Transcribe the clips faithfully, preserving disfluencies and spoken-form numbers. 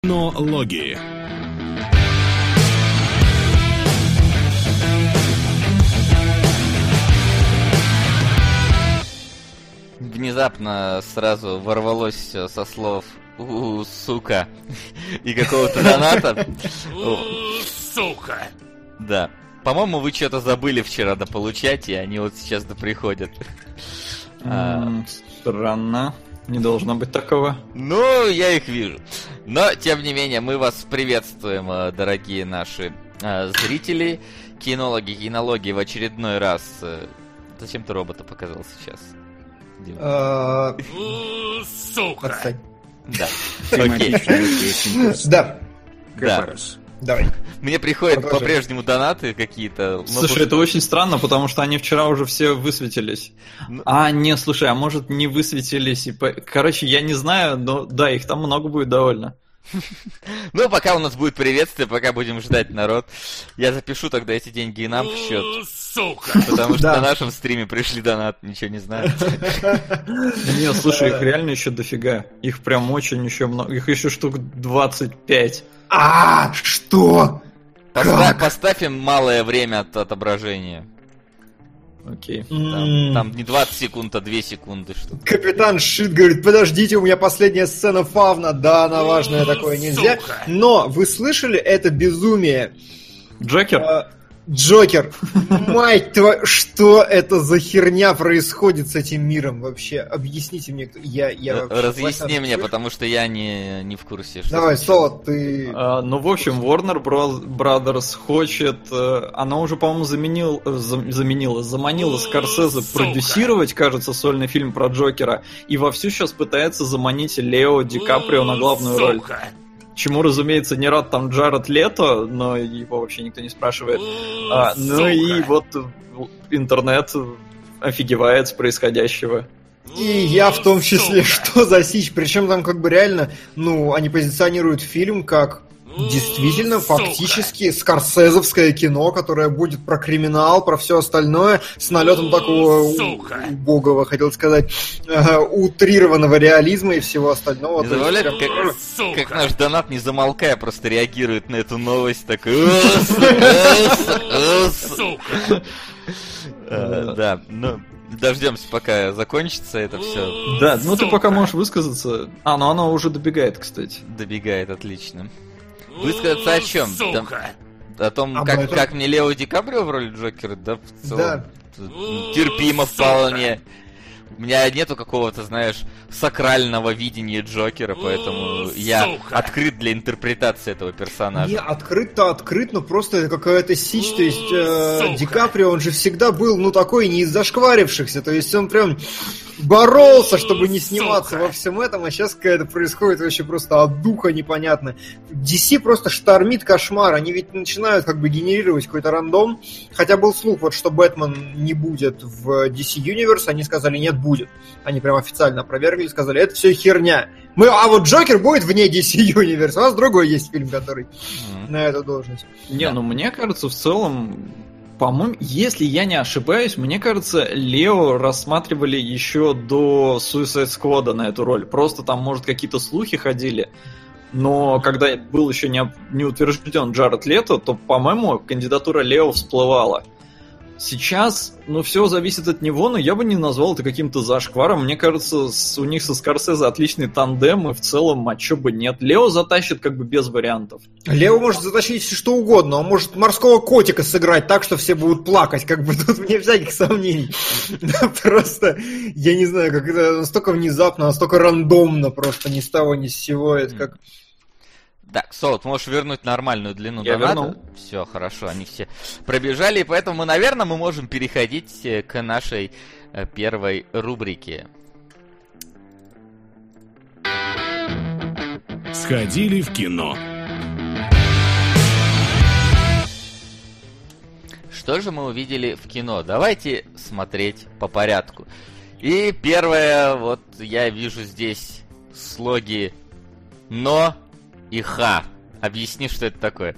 Кинологии. Внезапно сразу ворвалось все со слов «У, сука» и какого-то доната. Сука! Да. По-моему, вы что-то забыли вчера дополучать, и они вот сейчас доприходят. Mm, странно. Не должно быть такого. Ну, я их вижу. Но, тем не менее, мы вас приветствуем, дорогие наши э, зрители. Кинологи, кинологи в очередной раз... Э, зачем ты робота показал сейчас? Сука! Да. Окей. Да. Да. Давай. Мне приходят Продолжай. по-прежнему донаты какие-то. Слушай, это очень странно, потому что они вчера уже все высветились. А, не, слушай, а может не высветились и... по- Короче, я не знаю, но да, их там много будет довольно. Ну, пока у нас будет приветствие, пока будем ждать народ. Я запишу тогда эти деньги и нам в счет. Сука! Потому что Да. на нашем стриме пришли донаты, ничего не знаю. Не, слушай, их реально еще дофига. Их прям очень еще много. Их еще штук двадцать пять. А, что? Поставь, Как? поставь им малое время от отображения. Окей. Там, М, там не двадцать секунд, а две секунды что-то. Капитан Шит говорит, подождите, у меня последняя сцена фавна. Да, она важная, такое нельзя. Сука. Но вы слышали это безумие? Джокер? А, Джокер, мать твою, что это за херня происходит с этим миром вообще? Объясните мне, кто... Я, я Р- вообще Разъясни согласен. мне, потому что я не, не в курсе. Что Давай, случилось. Соло, ты... А, ну, в общем, Warner Bros. Brothers хочет... э, Она уже, по-моему, заменил, э, зам- заменила, заманила Скорсезе Сука. продюсировать, кажется, сольный фильм про Джокера. И вовсю сейчас пытается заманить Лео Ди Каприо на главную роль. Сука! Чему, разумеется, не рад там Джаред Лето, но его вообще никто не спрашивает. А, ну и вот э, интернет офигевает с происходящего. И я в том числе, Сука. что за сич. Причем там как бы реально, ну, они позиционируют фильм как действительно Сука. фактически скорсезовское кино, которое будет про криминал, про все остальное, с налетом такого у- Сука. убогого, хотел сказать, э, утрированного реализма и всего остального. Не То есть забавляй, прям- как, Сука. как наш донат, не замолкая, просто реагирует на эту новость. Такой... «Э, сука, э, сука, э, сука». Сука! Э, Да, ну, дождемся, пока закончится это все. Да, ну ты Сука. пока можешь высказаться. А, ну оно уже добегает, кстати. Добегает, отлично. Высказаться о чем? Сука! О том, Об как, этом. как мне Лео Ди Каприо в роли Джокера, да, в целом. Да. Терпимо Сука. вполне. У меня нету какого-то, знаешь, сакрального видения Джокера, поэтому я Сука. открыт для интерпретации этого персонажа. Не, открыт-то открыт, но просто это какая-то сич, то есть э, Сука. Ди Каприо, он же всегда был, ну, такой не из зашкварившихся, то есть он прям боролся, чтобы не сниматься Сука. во всем этом, а сейчас какая-то происходит вообще просто от духа непонятно. ди си просто штормит кошмар, они ведь начинают как бы генерировать какой-то рандом, хотя был слух, вот что Бэтмен не будет в ди си Universe, они сказали, нет, будет. Они прям официально опровергли, сказали, это все херня. Мы, а вот Джокер будет вне ди си Universe, у нас другой есть фильм, который Мгм. на эту должность. Не, Да. ну мне кажется, в целом, по-моему, если я не ошибаюсь, мне кажется, Лео рассматривали еще до Suicide Squad на эту роль. Просто там, может, какие-то слухи ходили. Но когда был еще не, об- не утвержден Джаред Лето, то, по-моему, кандидатура Лео всплывала. Сейчас, ну, все зависит от него, но я бы не назвал это каким-то зашкваром. Мне кажется, с- у них со Скорсезе отличный тандем, и в целом, а чё бы нет. Лео затащит как бы без вариантов. Лео может затащить все что угодно, он может морского котика сыграть так, что все будут плакать, как бы тут вне всяких сомнений. Да, просто, я не знаю, как это настолько внезапно, настолько рандомно, просто ни с того, ни с сего, это как... Так, Соло, ты можешь вернуть нормальную длину Я доната? вернул. Все, хорошо, они все пробежали, и поэтому, наверное, мы можем переходить э, к нашей э, первой рубрике. Сходили в кино. Что же мы увидели в кино? Давайте смотреть по порядку. И первое, вот я вижу здесь слоги «но» и «ха». Объясни, что это такое.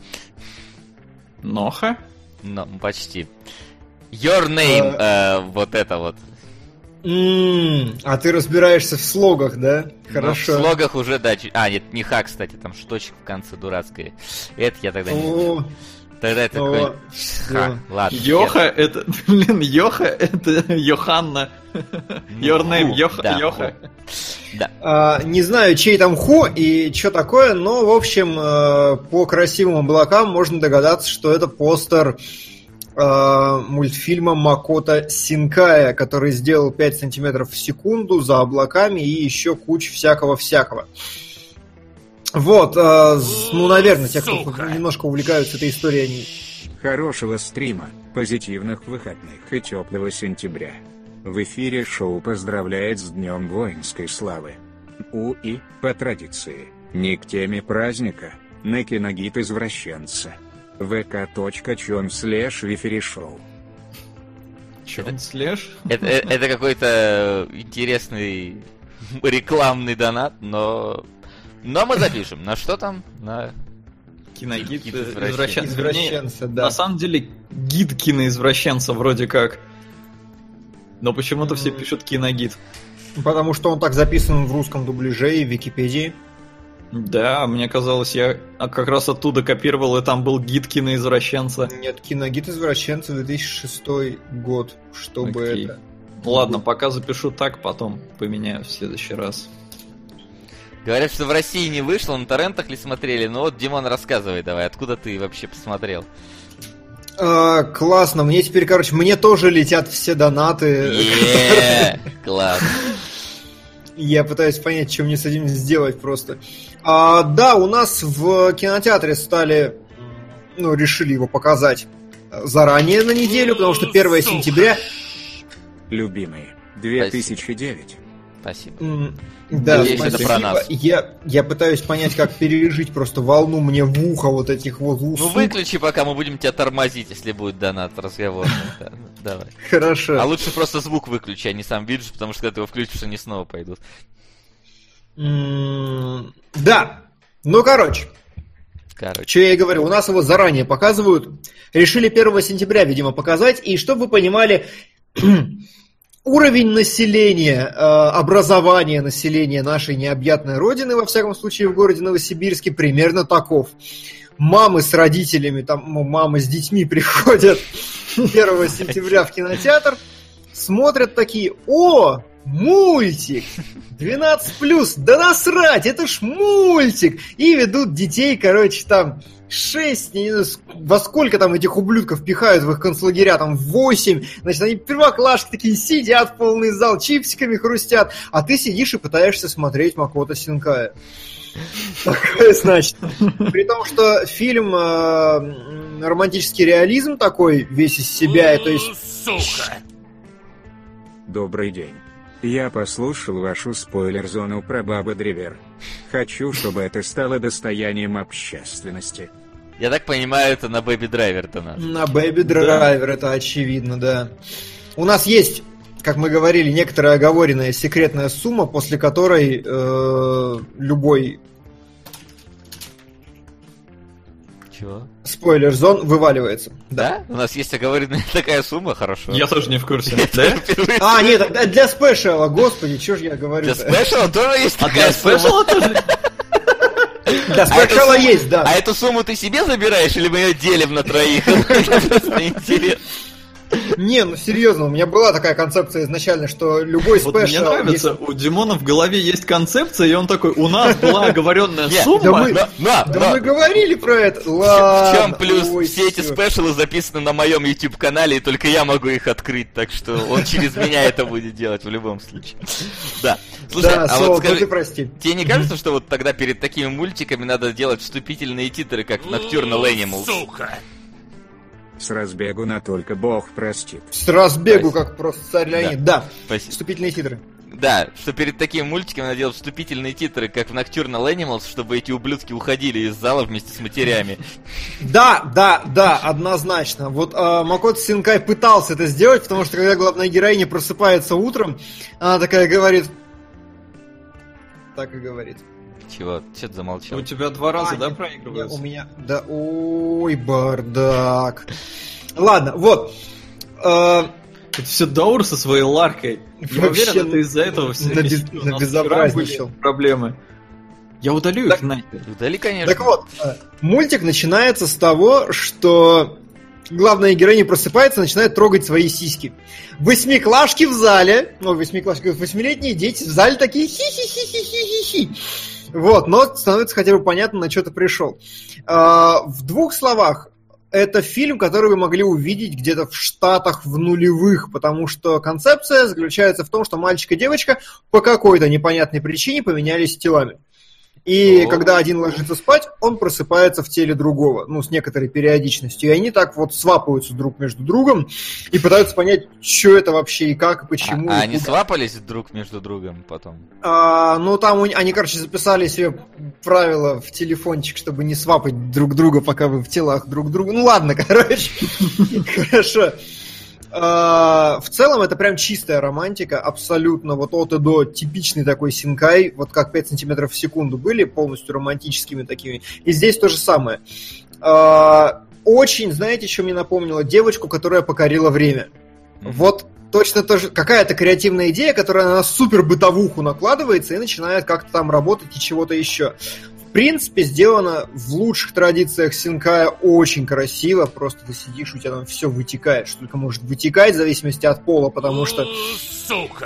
Ноха? Ну, почти. Your name, э, вот это вот. М, А ты разбираешься в слогах, да? Хорошо. Ну, в слогах уже, да. чуть- А, нет, не ха, кстати, там штучек в конце дурацкой. Это я тогда не... О, Тогда это О, такой... всё. Ха, ладно. Йоха это, блин, Йоха это Йоханна. Your name, Ху, Йоха. да, Йоха. Да. А, не знаю, чей там ху и что такое, но, в общем, э, по красивым облакам можно догадаться, что это постер э, мультфильма Макото Синкая, который сделал пять сантиметров в секунду за облаками и еще кучу всякого-всякого. Вот, э, с- ну, наверное, те, кто Сука. немножко увлекаются этой историей, они... Хорошего стрима, позитивных выходных и теплого сентября. В эфире шоу поздравляет с Днем воинской славы. У и, по традиции, не к теме праздника, на киногид извращенца. vk.com слэш виферишоу. Чё, слэш? Это, э- это какой-то интересный рекламный донат, но... Но мы запишем. На что там? На... Киногид Гид э, извращенца. извращенца. Вернее, Извращенца, да. на самом деле гид киноизвращенца вроде как. Но почему-то все пишут киногид. Потому что он так записан в русском дубляже и в Википедии. Да, мне казалось, я а, как раз оттуда копировал, и там был гид киноизвращенца. Нет, киногид извращенца две тысячи шестой год, чтобы Окей. это... Ладно, пока запишу так, потом поменяю в следующий раз. Говорят, что в России не вышло, на торрентах ли смотрели? Ну вот, Димон, рассказывай давай, откуда ты вообще посмотрел? А, классно, мне теперь, короче, мне тоже летят все донаты. Еее, класс. Я пытаюсь понять, что мне с этим сделать просто. А, да, у нас в кинотеатре стали, ну, решили его показать заранее на неделю, потому что первое сентября... Любимые, две тысячи девять. Спасибо. М, Да, Надеюсь, это спасибо. про нас. Я, я пытаюсь понять, как пережить просто волну мне в ухо вот этих вот Ну усук. выключи, пока мы будем тебя тормозить, если будет донат разговорный. Да, ну, давай. Хорошо. А лучше просто звук выключи, а не сам виджет, потому что когда ты его включишь, они снова пойдут. М, Да. Ну, короче, Короче. что я и говорю, у нас его заранее показывают. Решили первого сентября, видимо, показать. И чтобы вы понимали, уровень населения, э, образования населения нашей необъятной родины, во всяком случае в городе Новосибирске, примерно таков. Мамы с родителями, там, ну, мамы с детьми приходят первого сентября в кинотеатр, смотрят такие: о, мультик! двенадцать плюс, да насрать, это ж мультик! И ведут детей, короче, там шесть, не знаю, во сколько там этих ублюдков пихают в их концлагеря, там восемь, значит, они первоклашки такие сидят, полный зал, чипсиками хрустят, а ты сидишь и пытаешься смотреть Макото Синкая. Такое, значит. При том, что фильм э, романтический реализм такой, весь из себя, то есть... Сука! Добрый день. Я послушал вашу спойлер-зону про Баба Драйвер. Хочу, чтобы это стало достоянием общественности. Я так понимаю, это на Baby Driver-то надо. На Baby Driver, это очевидно, да. У нас есть, как мы говорили, некоторая оговоренная секретная сумма, после которой э, любой Чего? спойлер-зон вываливается. Да? У нас есть оговоренная такая сумма, хорошо. Я тоже не в курсе. Да? А, нет, тогда для спешала, господи, что же я говорю? Для спешала тоже есть А такая для сумма. спешала тоже? Для А эту спешала сумму- есть, да. А эту сумму ты себе забираешь или мы ее делим на троих? Мне просто интересно. Не, ну серьезно, у меня была такая концепция изначально, что любой Вот мне спешл... нравится, у Димона в голове есть концепция, и он такой: у нас была оговоренная Нет, сумма. да мы- На, на, Да на. мы говорили про это. В Ладно. чем плюс? ой, Все эти всё. спешалы записаны на моем YouTube-канале, и только я могу их открыть, так что он через меня это будет делать в любом случае. Да. Слушай, Да, а Сол, вот ну скажи, ты прости. тебе не кажется, что вот тогда перед такими мультиками надо делать вступительные титры, как в Nocturnal Animals? Сука! С разбегу на только Бог простит. С разбегу, Спасибо. как просто царь Леонид. Да, Спасибо. вступительные титры. Да, что перед такими мультиками надо делать вступительные титры, как в Nocturnal Animals, чтобы эти ублюдки уходили из зала вместе с матерями. Да, да, да, однозначно. Вот э, Макото Синкай пытался это сделать, потому что когда главная героиня просыпается утром, она такая говорит... Так и говорит. Чего? Че ты замолчал? У тебя два раза, А, да, нет, проигрывается? У меня... Да, ой, бардак. Ладно, вот. Э, Это все Даур со своей Ларкой. Я Вообще уверен, это из-за этого все набезобразничал. проблемы. Я удалю Так- их нахер. Удали, конечно. Так вот, э, мультик начинается с того, что главная героиня просыпается и начинает трогать свои сиськи. Восьмиклашки в зале, ну, восьмиклашки, восьмилетние дети в зале такие хи-хи-хи-хи-хи-хи-хи. Вот, но становится хотя бы понятно, на что ты пришел. А, в двух словах, это фильм, который вы могли увидеть где-то в Штатах в нулевых, потому что концепция заключается в том, что мальчик и девочка по какой-то непонятной причине поменялись телами. И О. когда один ложится спать, он просыпается в теле другого, ну, с некоторой периодичностью. И они так вот свапаются друг между другом и пытаются понять, что это вообще и как, и почему. А, а и они куда. свапались друг между другом потом? А, ну, там у- они, короче, записали себе правила в телефончик, чтобы не свапать друг друга, пока вы в телах друг друга. Ну, ладно, короче. Хорошо. А, в целом, это прям чистая романтика, абсолютно вот от и до типичный такой синкай, вот как пять сантиметров в секунду были, полностью романтическими такими. И здесь то же самое. А, очень, знаете, что мне напомнило? Девочку, которая покорила время. Вот точно тоже какая-то креативная идея, которая на супер бытовуху накладывается и начинает как-то там работать и чего-то еще. В принципе, сделано в лучших традициях синкая очень красиво. Просто ты сидишь, у тебя там все вытекает, что только может вытекать в зависимости от пола, потому что... Сука!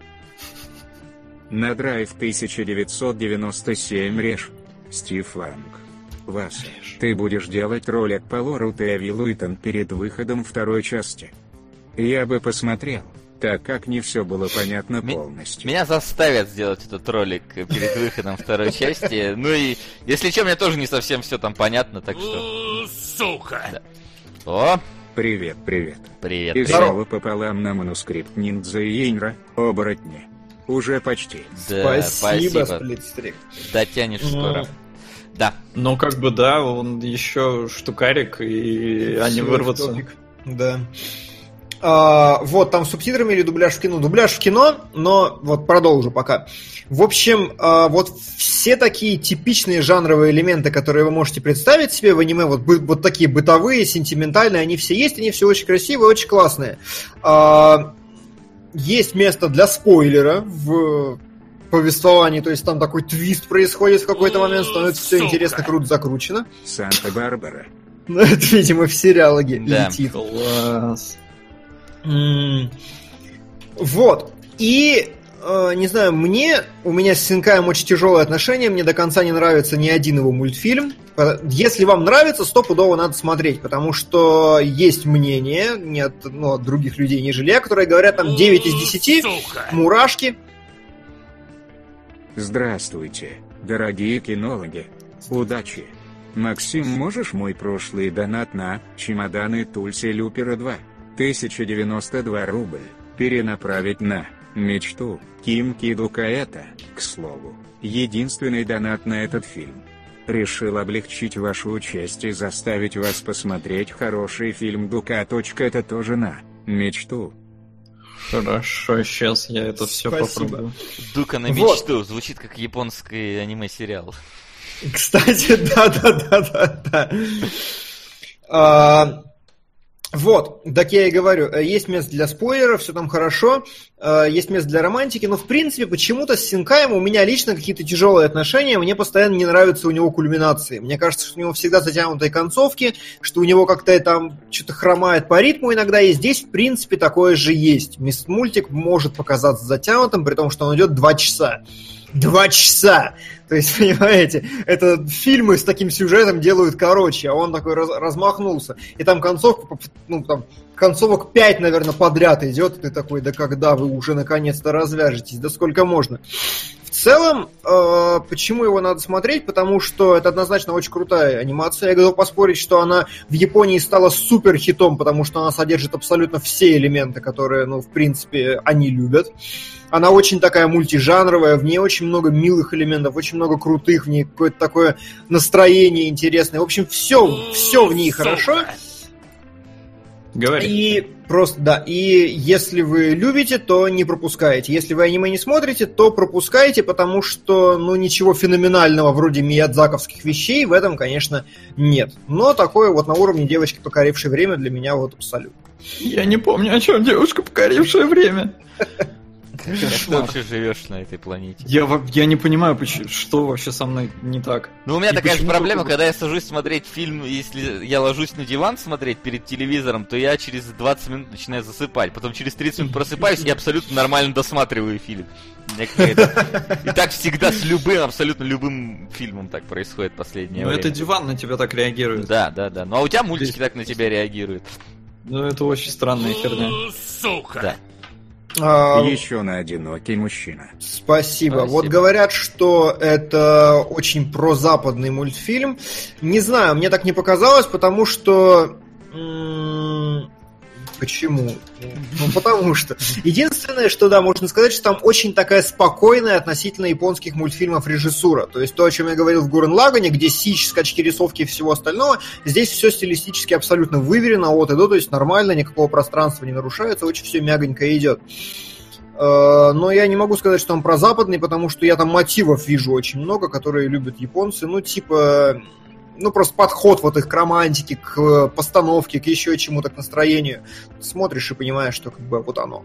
На драйв тысяча девятьсот девяносто семь режь. Стив Ланг. Вася, ты будешь делать ролик по лору Тэви Луитон перед выходом второй части. Я бы посмотрел, так как не все было понятно Ми- полностью. Меня заставят сделать этот ролик перед выходом второй части. Ну и, если что, мне тоже не совсем все там понятно, так что... Сука! О, Привет, привет. привет, И привет. снова пополам на манускрипт Ниндзя и Инра, оборотни. Уже почти. Да, Спасибо, спасибо. Сплитстрик. Дотянешь скоро. Да. Ну, как бы, да, он еще штукарик, и они Всё, вырвутся. топик. Да. А, вот, там с субтитрами или дубляж в кино? Дубляж в кино, но вот продолжу пока. В общем, а, вот все такие типичные жанровые элементы, которые вы можете представить себе в аниме, вот, бы- вот такие бытовые, сентиментальные, они все есть, они все очень красивые, очень классные. А, есть место для спойлера в повествовании, то есть там такой твист происходит в какой-то момент, становится все Сука. интересно, круто закручено. Санта-Барбара. Ну, это, видимо, в сериалоге Да. летит. Класс. М, Вот. И, э, не знаю, мне, у меня с Синкаем очень тяжелое отношение, мне до конца не нравится ни один его мультфильм. Э, Если вам нравится, стопудово надо смотреть, потому что есть мнение, не от, ну, от других людей, нежели я, которые говорят там девять из десяти, Сука! мурашки. Здравствуйте, дорогие кинологи. Удачи. Максим, можешь мой прошлый донат на чемоданы Тульси Люпера два? тысяча девяносто два рубль перенаправить на мечту Ким Кидука? Это, к слову, единственный донат на этот фильм. Решил облегчить ваше участие и заставить вас посмотреть хороший фильм Дука. Это тоже на мечту. Хорошо, сейчас я это все Спасибо. попробую. Дука на Вот. мечту. Звучит как японский аниме-сериал. Кстати, да-да-да-да-да. А, Вот, так я и говорю, э, есть место для спойлеров, все там хорошо, э, есть место для романтики, но в принципе почему-то с Синкаем у меня лично какие-то тяжелые отношения, мне постоянно не нравятся у него кульминации. Мне кажется, что у него всегда затянутые концовки, что у него как-то там что-то хромает по ритму иногда, и здесь в принципе такое же есть. Мис- Мультик может показаться затянутым, при том, что он идет два часа. Два часа! То есть, понимаете, это фильмы с таким сюжетом делают короче, а он такой раз- размахнулся. И там концовка, ну, там, концовок пять, наверное, подряд идет, и ты такой, да когда вы уже наконец-то развяжетесь, да сколько можно. В целом, э, почему его надо смотреть? Потому что это однозначно очень крутая анимация. Я готов поспорить, что она в Японии стала супер хитом, потому что она содержит абсолютно все элементы, которые, ну, в принципе, они любят. Она очень такая мультижанровая, в ней очень много милых элементов, очень много крутых, в ней какое-то такое настроение интересное. В общем, все, все в ней хорошо. Говори. И просто, да, и если вы любите, то не пропускаете. Если вы аниме не смотрите, то пропускаете, потому что, ну, ничего феноменального вроде миядзаковских вещей в этом, конечно, нет. Но такое вот на уровне девочки, покорившей время, для меня вот абсолютно. Я не помню, о чем девушка, покорившая время. Как ты вообще живешь на этой планете? Я, я не понимаю, почему, что вообще со мной не так. Ну, у меня И такая же проблема, только... когда я сажусь смотреть фильм, если я ложусь на диван смотреть перед телевизором, то я через двадцать минут начинаю засыпать. Потом через тридцать минут просыпаюсь и абсолютно нормально досматриваю фильм. И так всегда с любым, абсолютно любым фильмом так происходит в последнее время. Ну, это диван на тебя так реагирует. Да, да, да. Ну, а у тебя мультики так на тебя реагируют. Ну, это очень странная херня. Сука! Да. А, Еще на одинокий мужчина. Спасибо. Спасибо. Вот говорят, что это очень прозападный мультфильм. Не знаю, мне так не показалось, потому что... м- Почему? Ну, потому что. Единственное, что, да, можно сказать, что там очень такая спокойная относительно японских мультфильмов режиссура. То есть то, о чем я говорил в Гуррен Лагане, где сич, скачки, рисовки и всего остального, здесь все стилистически абсолютно выверено от и до, то есть нормально, никакого пространства не нарушается, очень все мягонько идет. Но я не могу сказать, что он прозападный, потому что я там мотивов вижу очень много, которые любят японцы. Ну, типа... Ну, просто подход вот их к романтике, к постановке, к еще чему-то, к настроению. Смотришь и понимаешь, что как бы вот оно.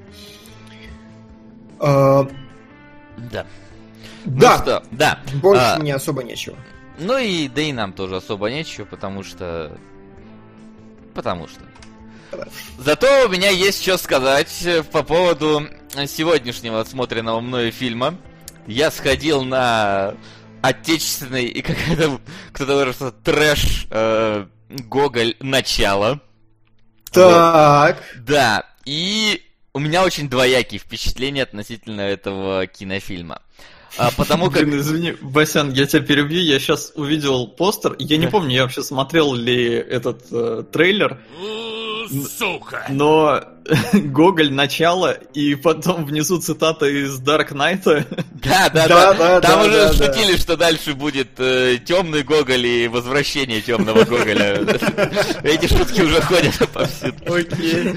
А, Да. да, Ну что, да. больше А, мне особо нечего. Ну и да и нам тоже особо нечего, потому что... Потому что... Зато у меня есть что сказать по поводу сегодняшнего отсмотренного мною фильма. Я сходил на отечественный и как это кто-то выразился, трэш э, Гоголь начало. Так. Вот. Да, и у меня очень двоякие впечатления относительно этого кинофильма. А, потому как... Блин, извини, Басян, я тебя перебью, я сейчас увидел постер, я не помню, я вообще смотрел ли этот э, трейлер, Сука! но Гоголь начало, и потом внизу цитата из Dark Knight. Да, да, Да, да, да, там да, уже да, шутили, что дальше будет э, темный Гоголь и возвращение темного Гоголя. Эти шутки уже ходят повсюду. Окей.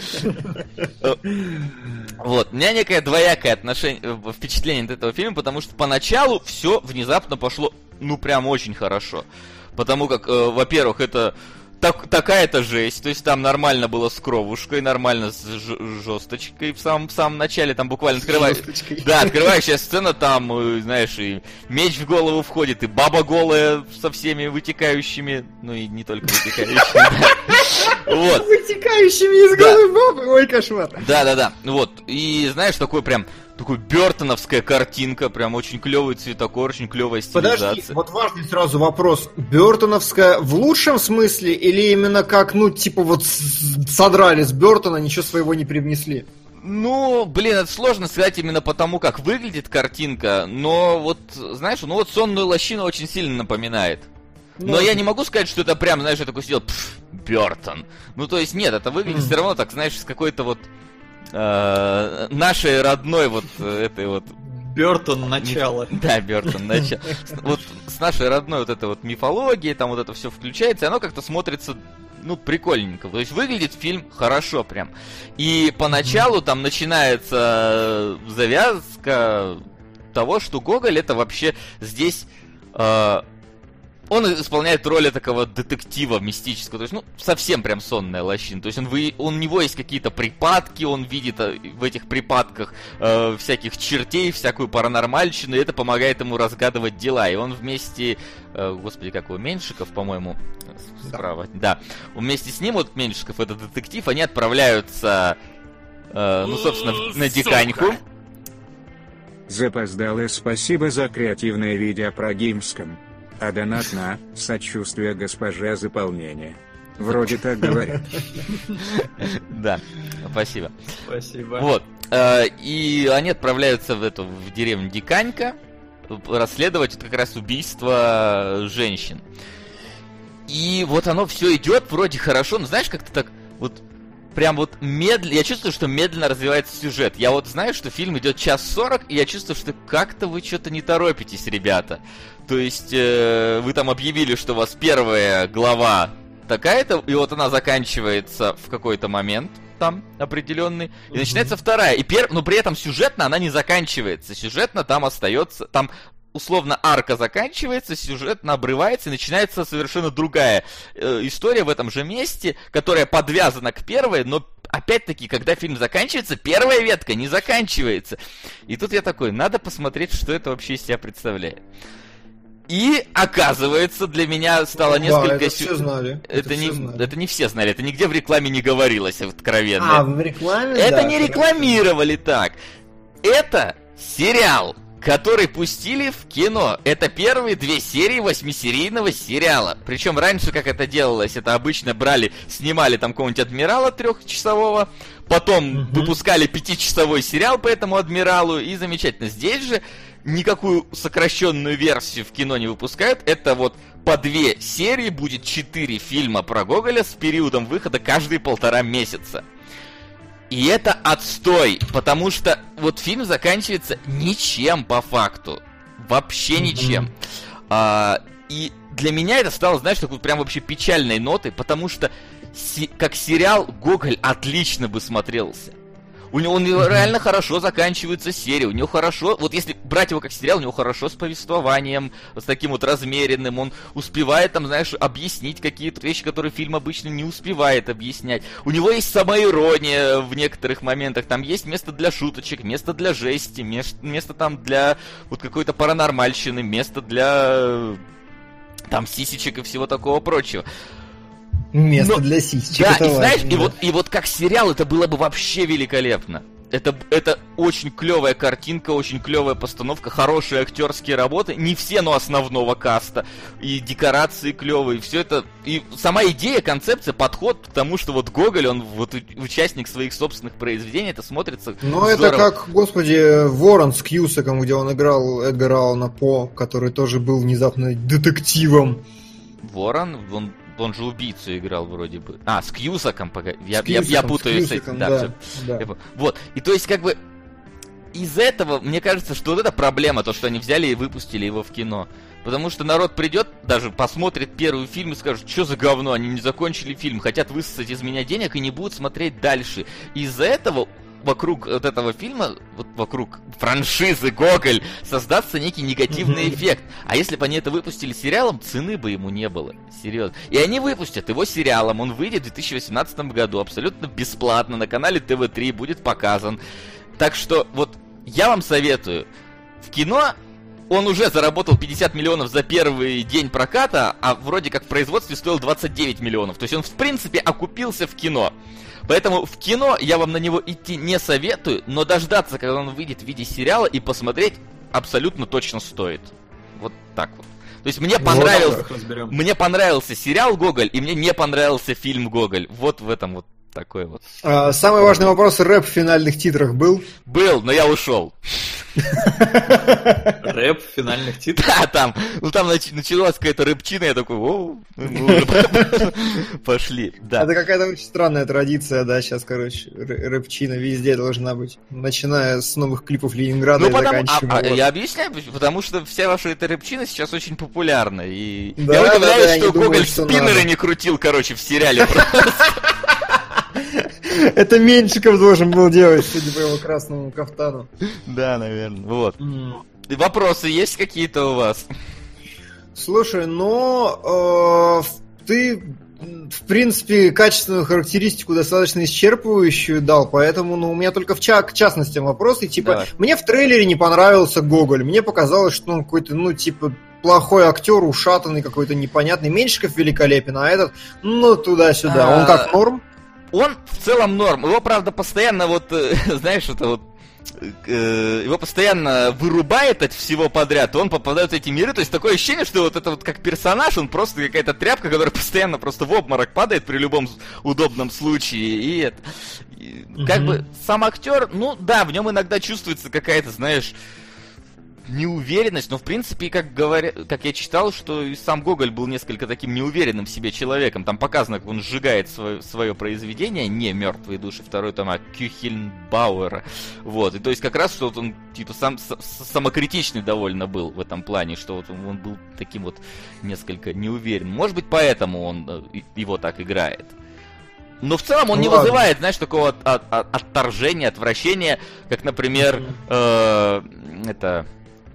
Вот, у меня некое двоякое отношение, впечатление от этого фильма, потому что поначалу все внезапно пошло, ну, прям очень хорошо. Потому как, э, во-первых, это так, такая-то жесть, то есть там нормально было с кровушкой, нормально с ж- жесточкой в самом, в самом начале, там буквально открываешь... Да, открывающая сцена, там, э, знаешь, и меч в голову входит, и баба голая со всеми вытекающими, ну и не только вытекающими. Вот. Вытекающими из головы бабы, ой, кошмар. Да-да-да, вот, и знаешь, такой прям, такой бёртоновская картинка, прям очень клевый цветокор, очень клевая стилизация. Подожди, вот важный сразу вопрос. Бёртоновская в лучшем смысле или именно как, ну, типа вот с- содрали с Бёртона, ничего своего не привнесли? Ну, блин, это сложно сказать именно потому, как выглядит картинка, но вот, знаешь, ну вот «Сонную лощину» очень сильно напоминает. Но Ну, я не могу сказать, что это прям, знаешь, я такой сидел, пф, Бёртон. Ну, то есть, нет, это выглядит все равно так, знаешь, с какой-то вот э, нашей родной вот э, этой вот... Бёртон начало. Да, Бёртон начало. Вот с нашей родной вот этой вот мифологией, там вот это все включается, и оно как-то смотрится, ну, прикольненько. То есть выглядит фильм хорошо прям. И поначалу там начинается завязка того, что Гоголь это вообще здесь... э, Он исполняет роль такого детектива мистического, то есть, ну, совсем прям сонная лощина. То есть он, вы, он, у него есть какие-то припадки, он видит в этих припадках э, всяких чертей, всякую паранормальщину, и это помогает ему разгадывать дела. И он вместе, э, господи, как его, Меньшиков, по-моему, справа, да. да. Вместе с ним, вот Меньшиков, это детектив, они отправляются, э, ну, собственно, на диканьку. Запоздалое спасибо за креативное видео про Гимском. А донат на сочувствие госпоже заполнение. Вроде так говорят. Да, спасибо. Спасибо. Вот. э, И они отправляются в эту в деревню Диканька расследовать как раз убийство женщин. И вот оно все идет вроде хорошо, но знаешь, как-то так вот прям вот медленно, я чувствую, что медленно развивается сюжет. Я вот знаю, что фильм идет час сорок, и я чувствую, что как-то вы что-то не торопитесь, ребята. То есть э, вы там объявили, что у вас первая глава такая-то, и вот она заканчивается в какой-то момент там определенный, и mm-hmm. начинается вторая. И пер... Но при этом сюжетно она не заканчивается. Сюжетно там остается, там условно арка заканчивается, сюжетно обрывается, и начинается совершенно другая э, история в этом же месте, которая подвязана к первой, но опять-таки, когда фильм заканчивается, первая ветка не заканчивается. И тут я такой, надо посмотреть, что это вообще из себя представляет. И, оказывается, для меня стало несколько... Да, это все знали. Это, это, не... все знали. это не все знали, это нигде в рекламе не говорилось откровенно. А, в рекламе, Это да, не хорошо. рекламировали так. Это сериал, который пустили в кино. Это первые две серии восьмисерийного сериала. Причем раньше, как это делалось, это обычно брали, снимали там какого-нибудь адмирала трехчасового, потом Мгм. выпускали пятичасовой сериал по этому адмиралу, и замечательно. Здесь же никакую сокращенную версию в кино не выпускают. Это вот по две серии, будет четыре фильма про Гоголя с периодом выхода каждые полтора месяца. И это отстой, потому что вот фильм заканчивается ничем по факту. Вообще Мгм. ничем. А, и для меня это стало, знаешь, такой прям вообще печальной нотой, потому что си- как сериал Гоголь отлично бы смотрелся. У него, у него реально хорошо заканчивается серия, у него хорошо, вот если брать его как сериал, у него хорошо с повествованием, с таким вот размеренным, он успевает там, знаешь, объяснить какие-то вещи, которые фильм обычно не успевает объяснять. У него есть самоирония в некоторых моментах, там есть место для шуточек, место для жести, место, место там для вот какой-то паранормальщины, место для там сисечек и всего такого прочего. Место Но- для сисечек. Да, это и знаешь, важно, и да. вот, и вот как сериал это было бы вообще великолепно. Это, это очень клевая картинка, очень клевая постановка, хорошие актерские работы. Не все, но основного каста. И декорации клевые, все это. И сама идея, концепция, подход к тому, что вот Гоголь, он вот у- участник своих собственных произведений, это смотрится Ну, это здорово. как, господи, Ворон с Кьюсаком, где он играл Эдгара Аллана По, который тоже был внезапно детективом. Ворон, он, он же убийцу играл вроде бы. А, с Кьюсаком, пока. Я, С я, я Кьюсаком, путаю с с этим. Кьюсаком, Да, да, всё. да. Я понял. Вот. И то есть, как бы, из этого, мне кажется, что вот это проблема, то, что они взяли и выпустили его в кино. Потому что народ придет, даже посмотрит первый фильм и скажет, что за говно, они не закончили фильм, хотят высосать из меня денег и не будут смотреть дальше. Из-за этого вокруг вот этого фильма, вот вокруг франшизы Гоголь, создастся некий негативный Мгм. эффект. А если бы они это выпустили сериалом, цены бы ему не было. Серьезно. И они выпустят его сериалом, он выйдет в две тысячи восемнадцатом году, абсолютно бесплатно, на канале тэ вэ три будет показан. Так что вот я вам советую, в кино он уже заработал пятьдесят миллионов за первый день проката, а вроде как в производстве стоил двадцать девять миллионов. То есть он в принципе окупился в кино. Поэтому в кино я вам на него идти не советую, но дождаться, когда он выйдет в виде сериала, и посмотреть абсолютно точно стоит. Вот так вот. То есть мне понравился, Вот, разберем. мне понравился сериал Гоголь, и мне не понравился фильм Гоголь. Вот в этом вот такой вот. А, самый важный вопрос, рэп в финальных титрах был? Был, но я ушел. Рэп в финальных титрах. Да, там, ну там нач- началась какая-то рэпчина, я такой, оу, мы уже пошли. Да. Это какая-то очень странная традиция, да, сейчас, короче, рэ- рэпчина везде должна быть. Начиная с новых клипов Ленинграда Ну, и потому, а- заканчивая... а вот. я объясняю, почему. Потому что вся ваша эта рэпчина сейчас очень популярна. И Да, я да, удивляюсь, да, я что не думаю, Гоголь что спиннеры надо. не крутил, короче, в сериале. Это Меньшиков должен был делать, судя по его красному кафтану. Да, наверное. Вот. И вопросы есть какие-то у вас? Слушай, но э, ты, в принципе, качественную характеристику достаточно исчерпывающую дал, поэтому ну, у меня только в ча- к частностям вопросы. Типа, Давай. мне в трейлере не понравился Гоголь, мне показалось, что он какой-то, ну, типа, плохой актер, ушатанный какой-то непонятный. Меньшиков великолепен, а этот, ну, туда-сюда. Он как норм? Он в целом норм. Его, правда, постоянно вот, э, знаешь, это вот э, его постоянно вырубает от всего подряд, и он попадает в эти миры. То есть такое ощущение, что вот это вот как персонаж, он просто какая-то тряпка, которая постоянно просто в обморок падает при любом с- удобном случае. И это, и как Мгм. бы сам актер, ну да, в нем иногда чувствуется какая-то, знаешь, неуверенность, но в принципе, как говоря, как я читал, что и сам Гоголь был несколько таким неуверенным в себе человеком. Там показано, как он сжигает свое, свое произведение, не «Мертвые души», второй том, а Кюхельнбауэра. Вот, и то есть как раз, что вот он типа сам с- самокритичный довольно был в этом плане, что вот он, он был таким вот несколько неуверенным. Может быть, поэтому он э, и- его так играет. Но в целом он Ну не ладно. вызывает, знаешь, такого от- от- от- отторжения, отвращения, как, например, э, это...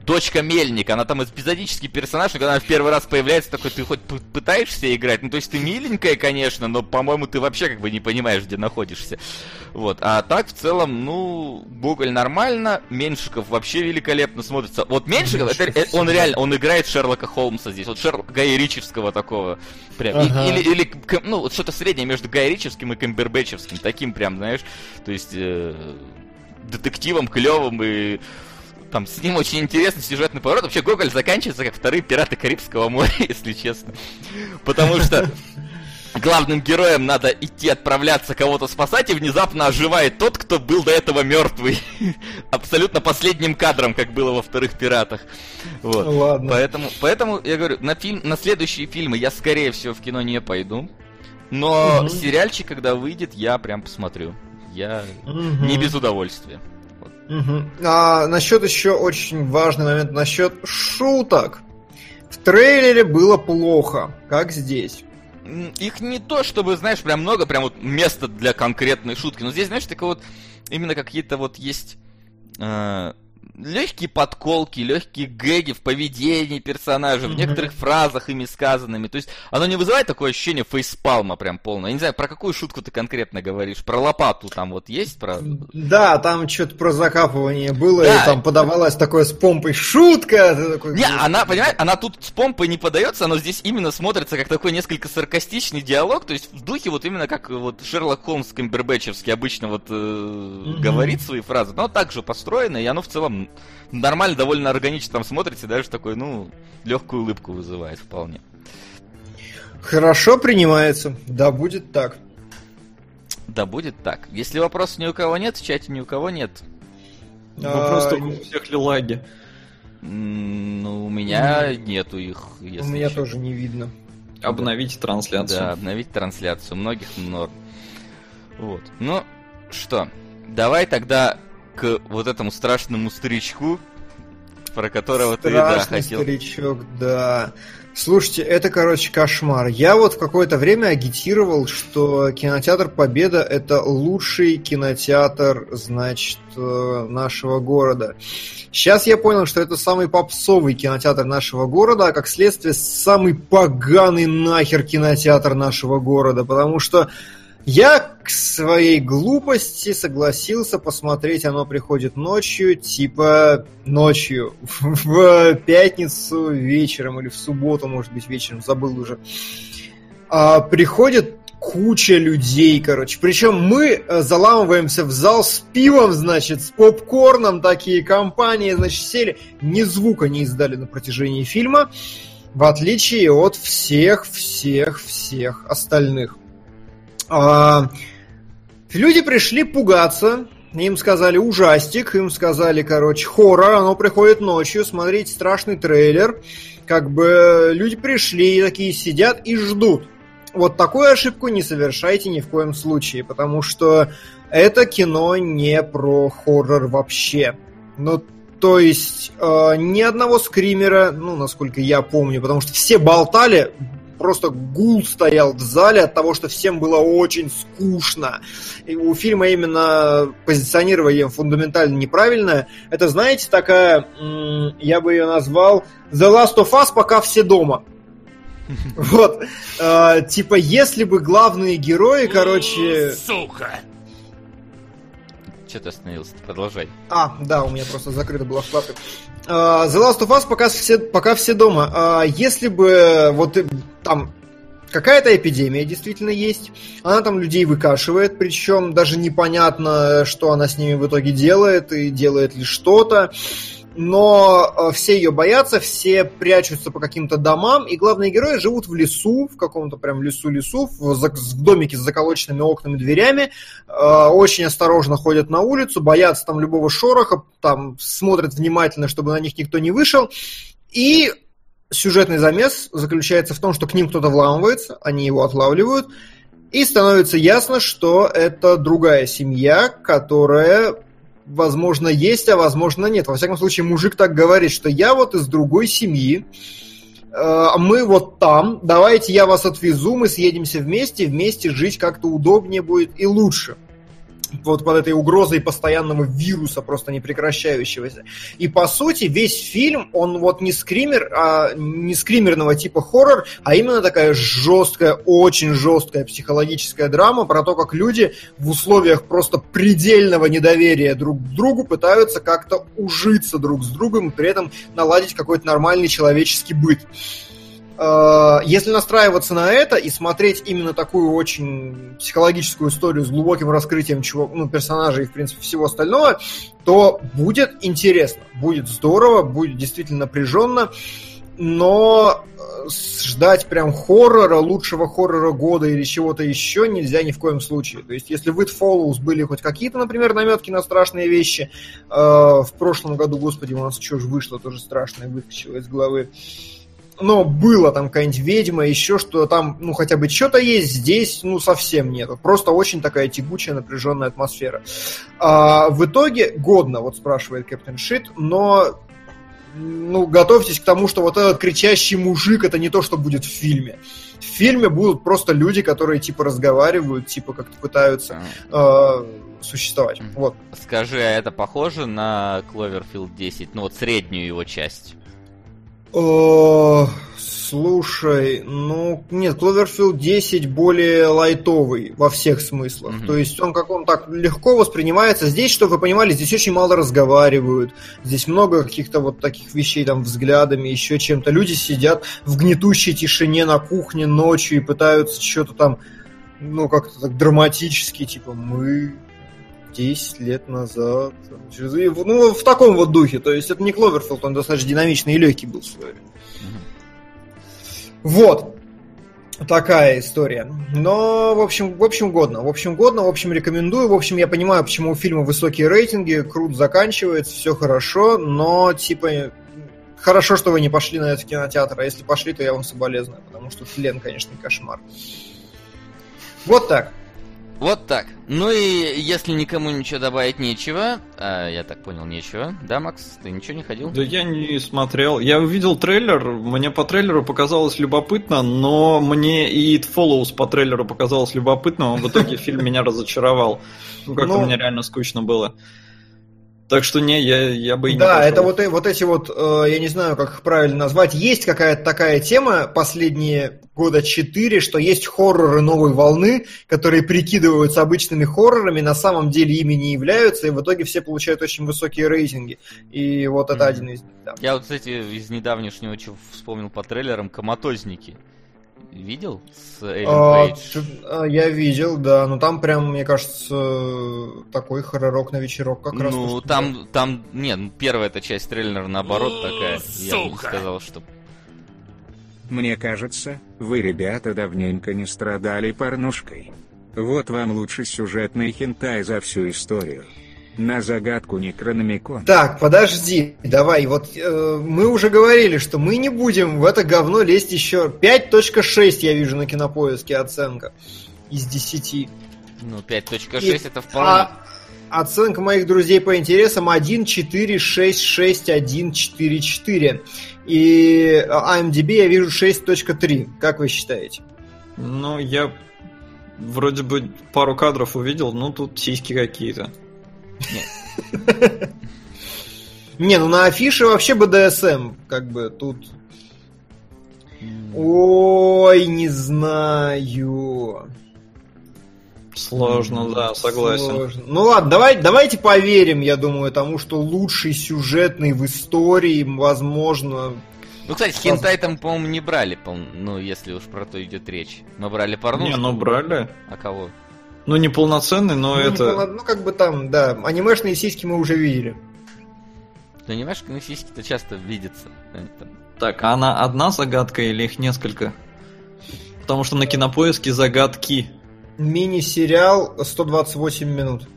дочка Мельника, она там эпизодический персонаж, но когда она в первый раз появляется, такой, ты хоть пытаешься играть? Ну, то есть ты миленькая, конечно, но, по-моему, ты вообще как бы не понимаешь, где находишься. Вот, а так, в целом, ну, Гоголь нормально, Меньшиков вообще великолепно смотрится. Вот Меньшиков, это, это, он реально, он играет Шерлока Холмса здесь, вот Шерлока Гая Ричевского такого, прям, ага. или, или, ну, вот что-то среднее между Гая Ричевским и Камбербэтчевским, таким прям, знаешь, то есть, э, детективом клевым и... Там с ним очень интересный сюжетный поворот. Вообще Гоголь заканчивается как вторые пираты Карибского моря, если честно. Потому что главным героям надо идти отправляться кого-то спасать, и внезапно оживает тот, кто был до этого мертвый. Абсолютно последним кадром, как было во вторых пиратах. Вот. Ладно. Поэтому, поэтому я говорю, на, фильм, на следующие фильмы я, скорее всего, в кино не пойду. Но угу. сериальчик, когда выйдет, я прям посмотрю. Я угу. не без удовольствия. Угу. А насчет еще очень важный момент, насчет шуток. В трейлере было плохо, как здесь. Их не то, чтобы, знаешь, прям много, прям вот места для конкретной шутки. Но здесь, знаешь, такое вот, именно какие-то вот есть... Э- легкие подколки, легкие гэги в поведении персонажа, mm-hmm. в некоторых фразах ими сказанными. То есть оно не вызывает такое ощущение фейспалма прям полное. Я не знаю, про какую шутку ты конкретно говоришь? Про лопату там вот есть? Про... Да, там что-то про закапывание было, да. И там подавалась такое с помпой шутка. Такой... Не, она, понимаешь, она тут с помпой не подается, но здесь именно смотрится как такой несколько саркастичный диалог, то есть в духе вот именно как вот Шерлок Холмс Камбербэтчевский обычно вот э, mm-hmm. говорит свои фразы, но так же построено, и оно в целом нормально, довольно органично там смотрится, даже такой, ну, легкую улыбку вызывает вполне. Хорошо принимается. Да, будет так. Да, будет так. Если вопросов ни у кого нет, в чате ни у кого нет. Вопрос только у всех ли лаги? Ну, у меня нету их. У меня тоже не видно. Обновить трансляцию. Да, обновить трансляцию. У многих норм. Вот. Ну, что, давай тогда к вот этому страшному старичку, про которого Страшный ты, да, хотел... старичок, да. Слушайте, это, короче, кошмар. Я вот в какое-то время агитировал, что кинотеатр Победа — это лучший кинотеатр, значит, нашего города. Сейчас я понял, что это самый попсовый кинотеатр нашего города, а как следствие самый поганый нахер кинотеатр нашего города, потому что я к своей глупости согласился посмотреть «Оно приходит ночью», типа ночью, в пятницу вечером или в субботу, может быть, вечером, забыл уже. А, приходит куча людей, короче. Причем мы заламываемся в зал с пивом, значит, с попкорном, такие компании, значит, сели. Ни звука не издали на протяжении фильма, в отличие от всех-всех-всех остальных. А, люди пришли пугаться, им сказали ужастик, им сказали, короче, хоррор, оно приходит ночью, смотрите страшный трейлер. Как бы люди пришли, такие сидят и ждут. Вот такую ошибку не совершайте ни в коем случае, потому что это кино не про хоррор вообще. Ну, то есть, э, ни одного скримера, ну, насколько я помню, потому что все болтали. Просто гул стоял в зале от того, что всем было очень скучно. И у фильма именно позиционирование фундаментально неправильное. Это, знаете, такая, я бы ее назвал The Last of Us, пока все дома. Вот. Типа, если бы главные герои, короче... Сука! Че ты остановился? Продолжай. А, да, у меня просто закрыта была вкладка. Uh, The Last of Us пока все, пока все дома. Uh, если бы вот там какая-то эпидемия действительно есть, она там людей выкашивает, причем даже непонятно, что она с ними в итоге делает и делает ли что-то. Но uh, все ее боятся, все прячутся по каким-то домам, и главные герои живут в лесу, в каком-то прям лесу-лесу, в, в домике с заколоченными окнами, дверями, uh, очень осторожно ходят на улицу, боятся там любого шороха, там смотрят внимательно, чтобы на них никто не вышел, и сюжетный замес заключается в том, что к ним кто-то вламывается, они его отлавливают, и становится ясно, что это другая семья, которая... возможно, есть, а возможно, нет. Во всяком случае, мужик так говорит, что я вот из другой семьи, э, мы вот там, давайте я вас отвезу, мы съедемся вместе, вместе жить как-то удобнее будет и лучше. вот под этой угрозой постоянного вируса, просто непрекращающегося. И по сути весь фильм, он вот не скример, а не скримерного типа хоррор, а именно такая жесткая, очень жесткая психологическая драма про то, как люди в условиях просто предельного недоверия друг к другу пытаются как-то ужиться друг с другом и при этом наладить какой-то нормальный человеческий быт. Если настраиваться на это и смотреть именно такую очень психологическую историю с глубоким раскрытием чего, ну, персонажей и, в принципе, всего остального, то будет интересно, будет здорово, будет действительно напряженно, но ждать прям хоррора, лучшего хоррора года или чего-то еще нельзя ни в коем случае. То есть, если в It Follows были хоть какие-то, например, наметки на страшные вещи, э, в прошлом году, господи, у нас что же вышло, тоже страшное выскочило из головы, но было там какая-нибудь ведьма, еще что там, ну, хотя бы что-то есть, здесь, ну, совсем нету. Просто очень такая тягучая, напряженная атмосфера. А в итоге годно, вот спрашивает Captain Shit, но, ну, готовьтесь к тому, что вот этот кричащий мужик, это не то, что будет в фильме. В фильме будут просто люди, которые, типа, разговаривают, типа, как-то пытаются э, существовать. Вот. Скажи, а это похоже на Cloverfield десять, ну, вот среднюю его часть? О, слушай, ну, нет, Cloverfield десять более лайтовый во всех смыслах. Mm-hmm. То есть он как он так легко воспринимается. Здесь, чтобы вы понимали, здесь очень мало разговаривают. Здесь много каких-то вот таких вещей, там, взглядами, еще чем-то. Люди сидят в гнетущей тишине на кухне ночью и пытаются что-то там, ну, как-то так драматически, типа, мы... десять лет назад. Ну, в таком вот духе. То есть это не Кловерфилд, он достаточно динамичный и легкий был в свое время. Mm-hmm. Вот. Такая история. Но, в общем, в общем, годно. В общем, годно, в общем, рекомендую. В общем, я понимаю, почему у фильма высокие рейтинги, круто заканчивается, все хорошо, но, типа, хорошо, что вы не пошли на это в кинотеатр, а если пошли, то я вам соболезную, потому что тлен, конечно, кошмар. Вот так. Вот так. Ну и если никому ничего добавить нечего, а, я так понял, нечего, да, Макс? Ты ничего не ходил? Да я не смотрел. Я увидел трейлер, мне по трейлеру показалось любопытно, но мне и It Follows по трейлеру показалось любопытно, а в итоге фильм меня разочаровал. Ну, как-то мне реально скучно было. Так что не, я, я бы и не Да, пошел. это вот, вот эти вот, э, я не знаю, как их правильно назвать, есть какая-то такая тема последние года четыре, что есть хорроры новой волны, которые прикидываются обычными хоррорами, на самом деле ими не являются, и в итоге все получают очень высокие рейтинги. И вот это mm-hmm. один из них. Да. Я вот, кстати, из недавнешнего чего вспомнил по трейлерам «Коматозники». Видел? С Эллен а, Пейдж? А, я видел, да. Но там прям, мне кажется, такой хорророк на вечерок как ну, раз. Ну, там, там, нет, первая эта часть трейлера наоборот такая. Я бы не сказал, что... Мне кажется, вы, ребята, давненько не страдали порнушкой. Вот вам лучший сюжетный хентай за всю историю. На загадку Некрономикон. Так, подожди, давай, вот э, мы уже говорили, что мы не будем в это говно лезть еще. пять точка шесть я вижу на Кинопоиске оценка из десяти. Ну, пять точка шесть И, это вполне... А оценка моих друзей по интересам один четыре шесть шесть один четыре четыре. И ай эм ди би я вижу шесть точка три. Как вы считаете? Ну, я вроде бы пару кадров увидел, ну тут сиськи какие-то. Нет. Не, ну на афише вообще бэ дэ эс эм, как бы тут. Ой, не знаю. Сложно, да, согласен. Сложно. Ну ладно, давай, давайте поверим, я думаю, тому, что лучший сюжетный в истории, возможно. Ну, кстати, хентай там, по-моему, не брали, ну, если уж про то идет речь. Мы брали порнушку. Не, ну брали. А кого? Ну, не полноценный, но ну, это... Неполно... Ну, как бы там, да, анимешные сиськи мы уже видели. Ну, анимешные сиськи-то часто видятся. Так, а она одна загадка или их несколько? Потому что на Кинопоиске загадки. Мини-сериал сто двадцать восемь минут.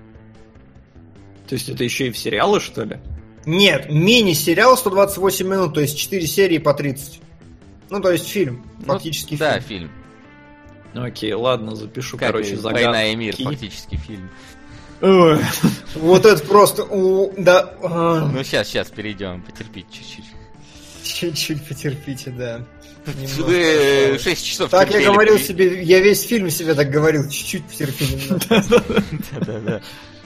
То есть это еще и в сериалы, что ли? Нет, мини-сериал сто двадцать восемь минут, то есть четыре серии по тридцать. Ну, то есть фильм, фактически ну, фильм. Да, фильм. Ну, окей, ладно, запишу, как короче, загадки. «Война и мир», фактически фильм. Ой. Вот это просто... Да. Ну, сейчас, сейчас перейдем, потерпите чуть-чуть. Чуть-чуть потерпите, да. Немножко Вы осталось. шесть часов Так я терпели. говорил себе, я весь фильм себе так говорил, чуть-чуть потерпи немножко. Да-да-да.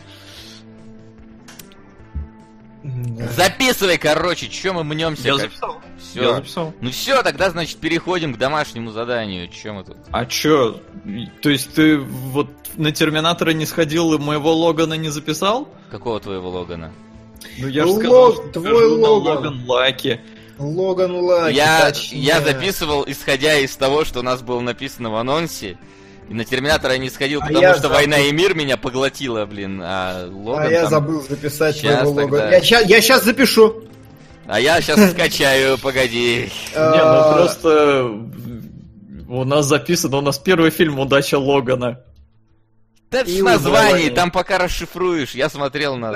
Да. Записывай, короче, чё мы мнемся? Я как... записал. Я Все. записал. Ну все, тогда, значит, переходим к домашнему заданию. Чё мы тут? А чё? То есть ты вот на Терминатора не сходил и моего Логана не записал? Какого твоего Логана? Ну я Лог- же сказал, что твой хожу на Логан. Логан Лаки. Логан Лаки, Я, точнее. я записывал, исходя из того, что у нас было написано в анонсе. И на Терминатора я не сходил, А потому я что забыл. «Война и мир» меня поглотила, блин. А Логан А я там- забыл записать Щас твоего тогда. Логана. Я, ща- я сейчас запишу. А я сейчас скачаю, погоди. Не, А, ну просто у нас записано, у нас первый фильм «Удача Логана». Да И в названии, узнавание. там пока расшифруешь. Я смотрел на...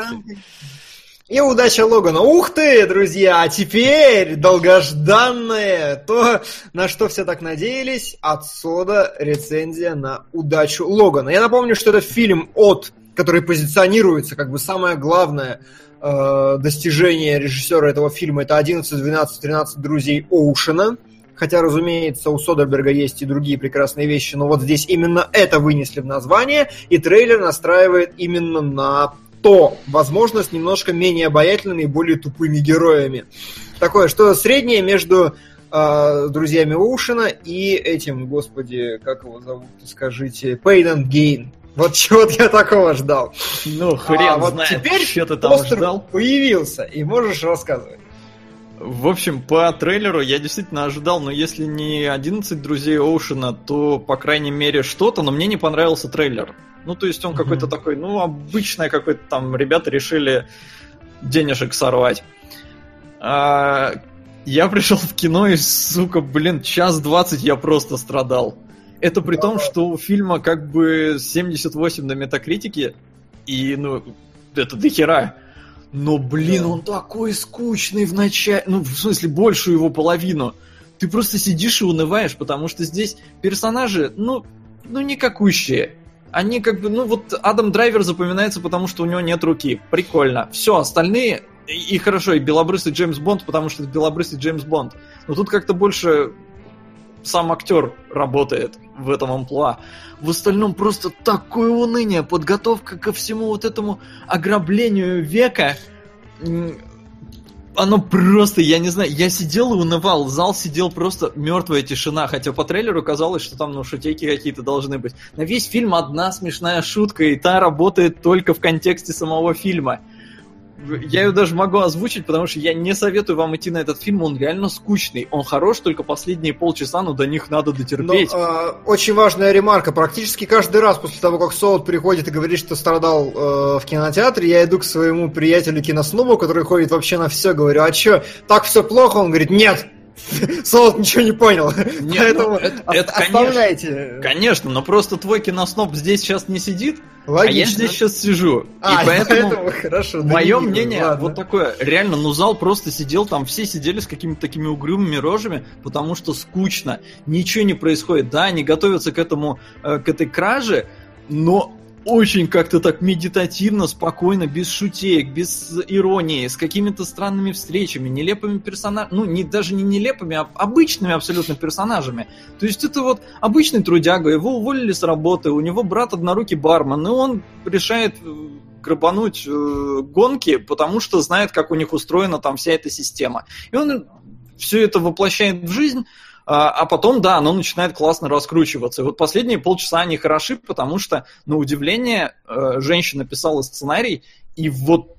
И удача Логана. Ух ты, друзья, а теперь долгожданное, то, на что все так надеялись, от Сода рецензия на удачу Логана. Я напомню, что это фильм от, который позиционируется как бы самое главное э, достижение режиссера этого фильма. Это одиннадцать, двенадцать, тринадцать друзей Оушена. Хотя, разумеется, у Содерберга есть и другие прекрасные вещи, но вот здесь именно это вынесли в название, и трейлер настраивает именно на то, возможно, с немножко менее обаятельными и более тупыми героями. Такое, что среднее между э, друзьями Оушена и этим, господи, как его зовут, скажите, Pain and Gain. Вот чего-то я такого ждал. Ну, хрен А вот знает, теперь что ты там постер ждал. появился, и можешь рассказывать. В общем, по трейлеру я действительно ожидал, но если не одиннадцать друзей Оушена, то, по крайней мере, что-то, но мне не понравился трейлер. Ну, то есть он Мгм. какой-то такой, ну, обычное какой-то там, ребята решили денежек сорвать. А, я пришел в кино и, сука, блин, час двадцать я просто страдал. Это при том, что у фильма как бы семьдесят восемь на метакритике, и, ну, это дохера. Но, блин, Да. он такой скучный в начале, ну, в смысле, большую его половину. Ты просто сидишь и унываешь, потому что здесь персонажи, ну, ну, никакущие. Они как бы, ну, вот Адам Драйвер запоминается, потому что у него нет руки. Прикольно. Все, остальные, и, и хорошо, и белобрысый Джеймс Бонд, потому что это белобрысый Джеймс Бонд. Но тут как-то больше сам актер работает в этом амплуа. В остальном просто такое уныние, подготовка ко всему вот этому ограблению века. М, Оно просто, я не знаю, я сидел и унывал, зал сидел просто мертвая тишина, хотя по трейлеру казалось, что там, ну, шутейки какие-то должны быть. На весь фильм одна смешная шутка, и та работает только в контексте самого фильма. Я ее даже могу озвучить, потому что я не советую вам идти на этот фильм, он реально скучный. Он хорош только последние полчаса, но до них надо Но, дотерпеть. э, очень важная ремарка. Практически каждый раз после того, как Солод приходит и говорит, что страдал э, в кинотеатре, я иду к своему приятелю киноснубу, который ходит вообще на все, говорю, а чё, так все плохо? Он говорит, нет! Солод ничего не понял. Не, Поэтому ну, это- ос- это, конечно. оставляйте. Конечно, но просто твой киносноб здесь сейчас не сидит, а я Логично. здесь сейчас сижу. А, и поэтому... поэтому хорошо. Мое да не мнение видно, ладно. вот такое, реально, ну зал просто сидел, там все сидели с какими-то такими угрюмыми рожами, потому что скучно, ничего не происходит. Да, они готовятся к этому, э, к этой краже, но очень как-то так медитативно, спокойно, без шутеек, без иронии, с какими-то странными встречами, нелепыми персонажами, ну, не, даже не нелепыми, а обычными абсолютно персонажами. То есть это вот обычный трудяга, его уволили с работы, у него брат однорукий бармен, и он решает э, грабануть э, гонки, потому что знает, как у них устроена там вся эта система. И он все это воплощает в жизнь. А потом, да, оно начинает классно раскручиваться. И вот последние полчаса они хороши, потому что, на удивление, женщина писала сценарий, и вот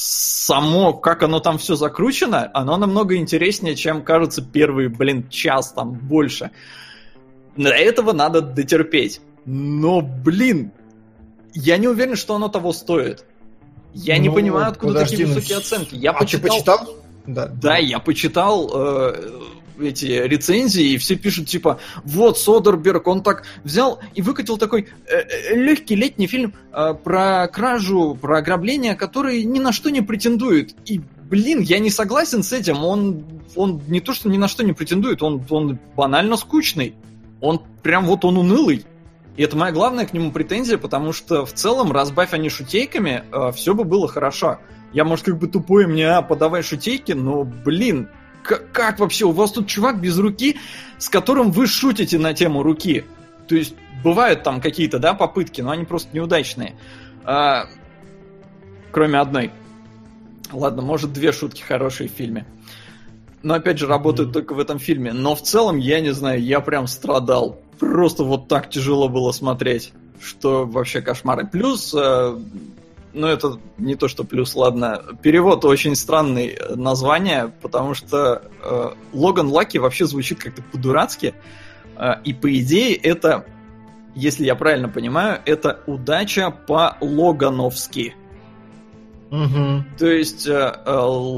само, как оно там все закручено, оно намного интереснее, чем, кажется, первый, блин, час, там, больше. Для этого надо дотерпеть. Но, блин, я не уверен, что оно того стоит. Я не Ну, понимаю, откуда подожди, такие ну, высокие оценки. Я а почитал... ты почитал? Да. Да, я почитал э, эти рецензии, и все пишут, типа, вот, Содерберг, он так взял и выкатил такой э, э, легкий летний фильм э, про кражу, про ограбление, который ни на что не претендует. И, блин, я не согласен с этим. Он, он не то, что ни на что не претендует, он, он банально скучный. Он прям вот он унылый. И это моя главная к нему претензия, потому что в целом, разбавь они шутейками, э, все бы было хорошо. Я, может, как бы тупой, мне, а, подавай шутейки, но, блин, как, как вообще? У вас тут чувак без руки, с которым вы шутите на тему руки. То есть бывают там какие-то, да, попытки, но они просто неудачные. А, кроме одной. Ладно, может, две шутки хорошие в фильме. Но опять же, работают mm-hmm. только в этом фильме. Но в целом, я не знаю, я прям страдал. Просто вот так тяжело было смотреть, что вообще кошмар. И плюс, э, ну это не то, что плюс, ладно, перевод очень странный название, потому что э, Логан Лаки вообще звучит как-то по-дурацки. Э, и по идее это, если я правильно понимаю, это удача по-логановски. Угу. То есть э, э,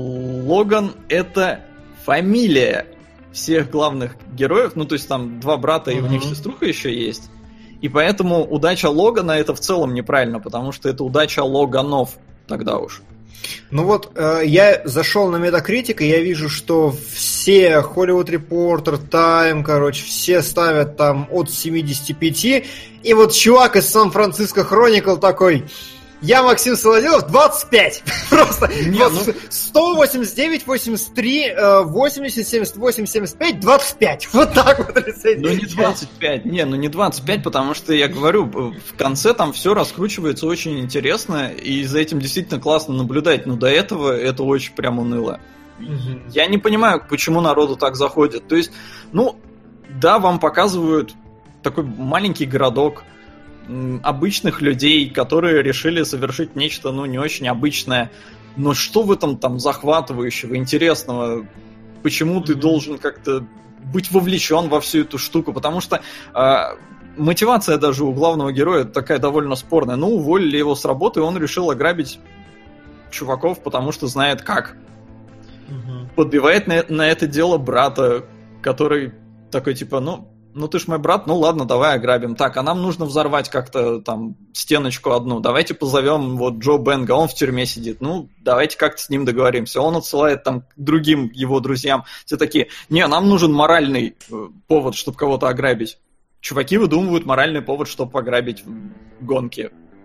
Логан это фамилия всех главных героев, ну то есть там два брата, угу. и у них сеструха еще есть. И поэтому удача Логана это в целом неправильно, потому что это удача Логанов тогда уж. Ну вот, э, я зашел на Metacritic, и я вижу, что все Hollywood Reporter, Time, короче, все ставят там от семьдесят пять, и вот чувак из Сан-Франциско Chronicle такой... Я, Максим Соловьев, двадцать пять. Просто не, ну... сто восемьдесят девять, восемьдесят три, восемьдесят, семьдесят восемь, семьдесят пять, двадцать пять. Вот так вот. Ну не двадцать пять, не, ну не двадцать пять, потому что, я говорю, в конце там все раскручивается очень интересно, и за этим действительно классно наблюдать, но до этого это очень прям уныло. Угу. Я не понимаю, почему народу так заходит. То есть, ну, да, вам показывают такой маленький городок, обычных людей, которые решили совершить нечто, ну, не очень обычное. Но что в этом там захватывающего, интересного? Почему ты должен как-то быть вовлечен во всю эту штуку? Потому что э, мотивация даже у главного героя такая довольно спорная. Ну, уволили его с работы, и он решил ограбить чуваков, потому что знает как. Угу. Подбивает на, на это дело брата, который такой, типа, ну... Ну ты ж мой брат, ну ладно, давай ограбим. Так, а нам нужно взорвать как-то там стеночку одну. Давайте позовем вот Джо Бенга, он в тюрьме сидит. Ну, давайте как-то с ним договоримся. Он отсылает там к другим его друзьям. Все такие, не, нам нужен моральный э, повод, чтобы кого-то ограбить. Чуваки выдумывают моральный повод, чтобы ограбить гонки.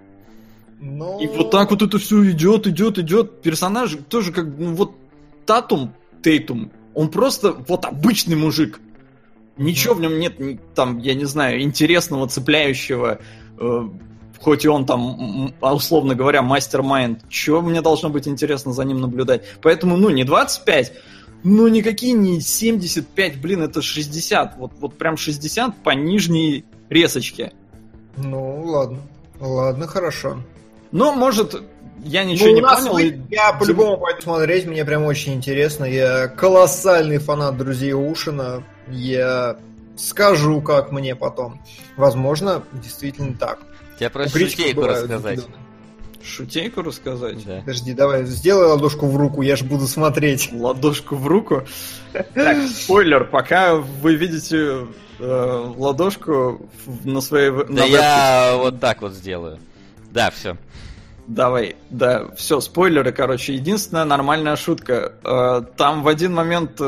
Но... И вот так вот это все идет, идет, идет. Персонаж тоже как, ну вот Татум, Тейтум, он просто вот обычный мужик. Ничего в нем нет, там, я не знаю, интересного, цепляющего, э, хоть и он там, условно говоря, мастер-майнд. Чего мне должно быть интересно за ним наблюдать? Поэтому, ну, не двадцать пять, ну, никакие не семьдесят пять, блин, это шестьдесят. Вот, вот прям шестьдесят по нижней резочке. Ну, ладно, ладно, хорошо. Ну, может... Я ничего ну, не понял. Вы... И... Я по-любому пойду смотреть, мне прям очень интересно. Я колоссальный фанат «Друзей Оушена». Я скажу, как мне потом. Возможно, действительно так. Тебе просто шутейку рассказать. Закиданы. Шутейку рассказать? Да. Подожди, давай, сделай ладошку в руку, я ж буду смотреть. Ладошку в руку? Так, спойлер, пока вы видите э, ладошку на своей... Да на я веб... вот так вот сделаю. Да, все. Давай, да, все, спойлеры, короче, единственная нормальная шутка. Там в один момент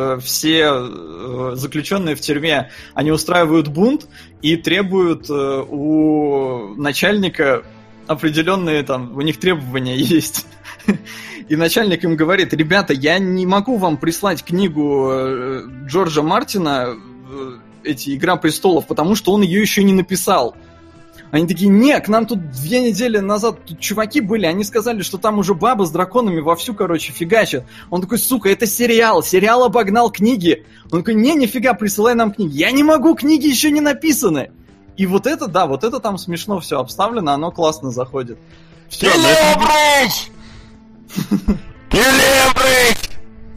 все заключенные в тюрьме, они устраивают бунт и требуют у начальника определенные там, у них требования есть. И начальник им говорит, ребята, я не могу вам прислать книгу Джорджа Мартина, эти «Игра престолов», потому что он ее еще не написал. Они такие, не, к нам тут две недели назад тут чуваки были, они сказали, что там уже баба с драконами вовсю, короче, фигачат. Он такой, сука, это сериал, сериал обогнал книги. Он такой, не, нифига, присылай нам книги. Я не могу, книги еще не написаны. И вот это, да, вот это там смешно все обставлено, оно классно заходит. Келебрич! Келебрич!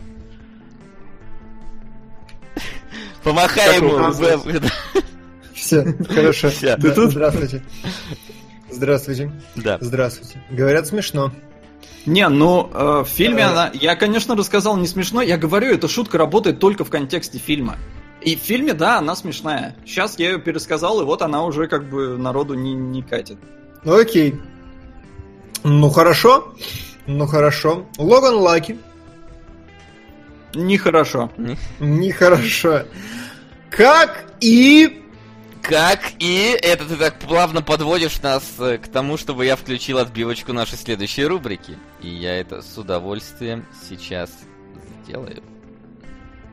Помахай ему. Все, хорошо. Все. Ты тут? Здравствуйте. Здравствуйте. Да. Здравствуйте. Говорят, смешно. Не, ну, э, в фильме она... Я, конечно, рассказал не смешно. Я говорю, эта шутка работает только в контексте фильма. И в фильме, да, она смешная. Сейчас я ее пересказал, и вот она уже как бы народу не, не катит. Ну, окей. Ну, хорошо. Ну, хорошо. Логан Лаки. Нехорошо. Нехорошо. Как и... Как и... Это ты так плавно подводишь нас к тому, чтобы я включил отбивочку нашей следующей рубрики. И я это с удовольствием сейчас сделаю.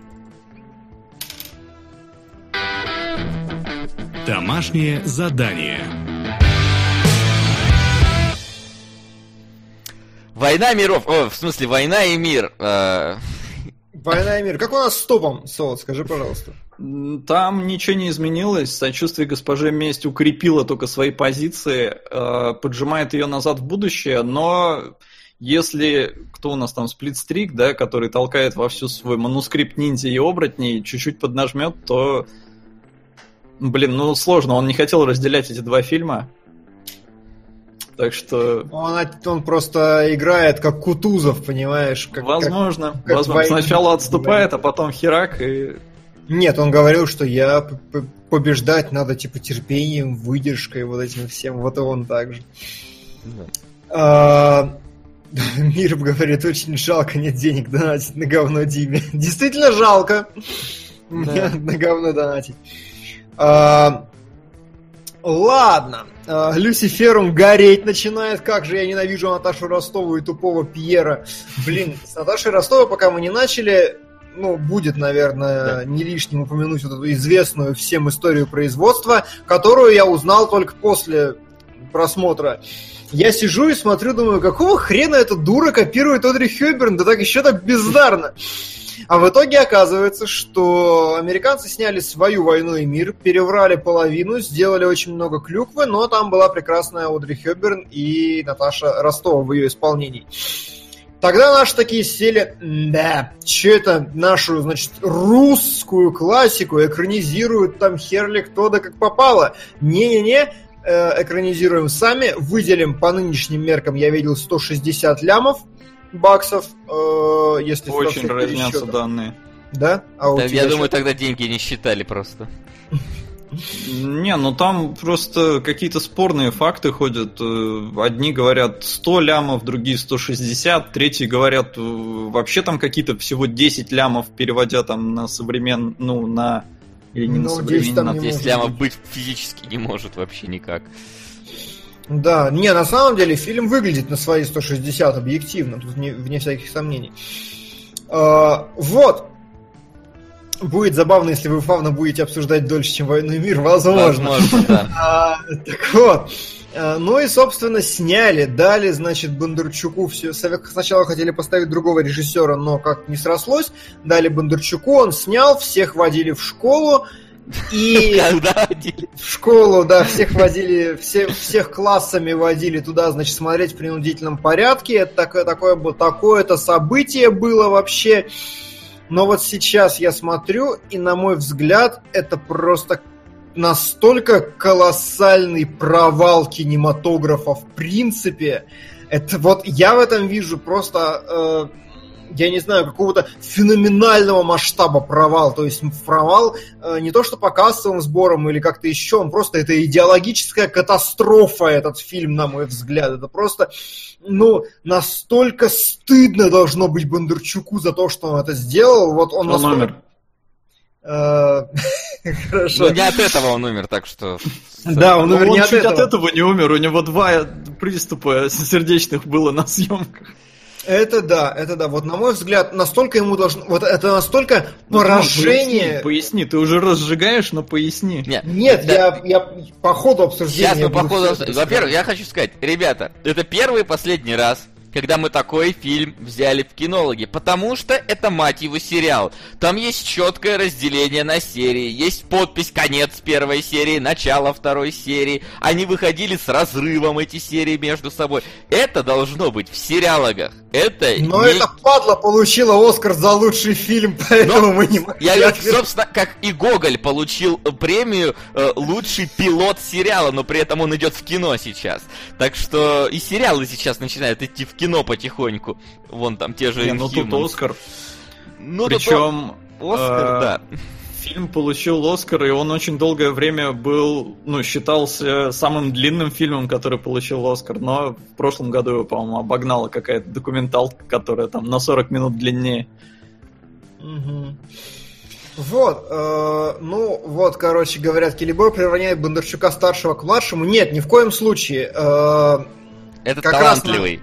Домашнее задание. Война миров. О, в смысле, война и мир. Э, Война и мир. Как у нас с топом, Солод, скажи, пожалуйста. Там ничего не изменилось. Сочувствие госпоже Месть укрепило только свои позиции, э, поджимает ее назад в будущее, но если кто у нас там сплитстрик, да, который толкает вовсю свой манускрипт ниндзя и оборотней, чуть-чуть поднажмет, то, блин, ну сложно. Он не хотел разделять эти два фильма. Так что... Он, он просто играет как Кутузов, понимаешь? Как, возможно. Как, возможно. как сначала отступает, а потом херак и... Нет, он говорил, что я побеждать надо типа терпением, выдержкой, вот этим всем. Вот и он так же. Да. А, Мир говорит, очень жалко, нет денег донатить на говно Диме. Действительно жалко. Да. На говно донатить. А, ладно. А, Люциферум гореть начинает. Как же я ненавижу Наташу Ростову и тупого Пьера. Блин, с Наташей Ростовой, пока мы не начали... Ну, будет, наверное, да. не лишним упомянуть вот эту известную всем историю производства, которую я узнал только после просмотра. Я сижу и смотрю, думаю, какого хрена эта дура копирует Одри Хёбберн, да так еще так бездарно. А в итоге оказывается, что американцы сняли свою «Войну и мир», переврали половину, сделали очень много клюквы, но там была прекрасная Одри Хёбберн и Наташа Ростова в ее исполнении. Тогда наши такие сели, да, что это нашу, значит, русскую классику экранизируют там херли кто да как попало. Не-не-не, э, экранизируем сами, выделим по нынешним меркам, я видел, сто шестьдесят лямов баксов, э, если... Очень разнятся данные. Да? А да, я думаю, что? тогда деньги не считали просто. Не, ну там просто какие-то спорные факты ходят. Одни говорят сто лямов, другие сто шестьдесят, третьи говорят вообще там какие-то всего десять лямов, переводя там на современ... ну, на... Или не ну, на современный, на десять лямов быть физически не может вообще никак. Да, не, на самом деле фильм выглядит на свои сто шестьдесят объективно, тут вне, вне всяких сомнений. А, вот. Будет забавно, если вы фавно будете обсуждать дольше, чем «Войну и мир», возможно. Возможно, да. А, так вот. А, ну и, собственно, сняли, дали, значит, Бондарчуку все. Сначала хотели поставить другого режиссера, но как не срослось. Дали Бондарчуку, он снял, всех водили в школу. И когда водили? В школу, да, всех водили, все, всех классами водили туда, значит, смотреть в принудительном порядке. Это такое, такое, такое-то событие было вообще. Но вот сейчас я смотрю, и, на мой взгляд, это просто настолько колоссальный провал кинематографа в принципе. Это вот я в этом вижу просто, э, я не знаю, какого-то феноменального масштаба провал. То есть провал э, не то что по кассовым сборам или как-то еще, он просто это идеологическая катастрофа, этот фильм, на мой взгляд. Это просто... Ну, настолько стыдно должно быть Бондарчуку за то, что он это сделал. Вот он настолько... умер. Хорошо. Ну, не от этого он умер, так что... Да, он умер не от этого. Он чуть от этого не умер, у него два приступа сердечных было на съемках. Это да, это да. Вот на мой взгляд, настолько ему должно... Вот это настолько ну, поражение... Поясни, поясни, ты уже разжигаешь, но поясни. Нет, Нет это... я, я по ходу обсуждения... Сейчас мы по ходу обсуждения... Во-первых, я хочу сказать, ребята, это первый и последний раз, когда мы такой фильм взяли в кинологи, потому что это, мать его, сериал. Там есть четкое разделение на серии, есть подпись «Конец первой серии», «Начало второй серии». Они выходили с разрывом, эти серии, между собой. Это должно быть в сериалогах. Это Но не... эта падла получила Оскар за лучший фильм, поэтому Но мы не могли... Я говорю, собственно, как и Гоголь получил премию э, «Лучший пилот сериала», но при этом он идет в кино сейчас. Так что и сериалы сейчас начинают идти в кино потихоньку. Вон там те же... Не, ну тут Оскар. Ну, Причем... Оскар, э, да. Фильм получил Оскар, и он очень долгое время был, ну, считался самым длинным фильмом, который получил Оскар, но в прошлом году его, по-моему, обогнала какая-то документалка, которая там на сорок минут длиннее. Угу. Вот, э, ну, вот, короче, говорят, Келебой приравняет Бондарчука старшего к младшему. Нет, ни в коем случае. Э, Это талантливый.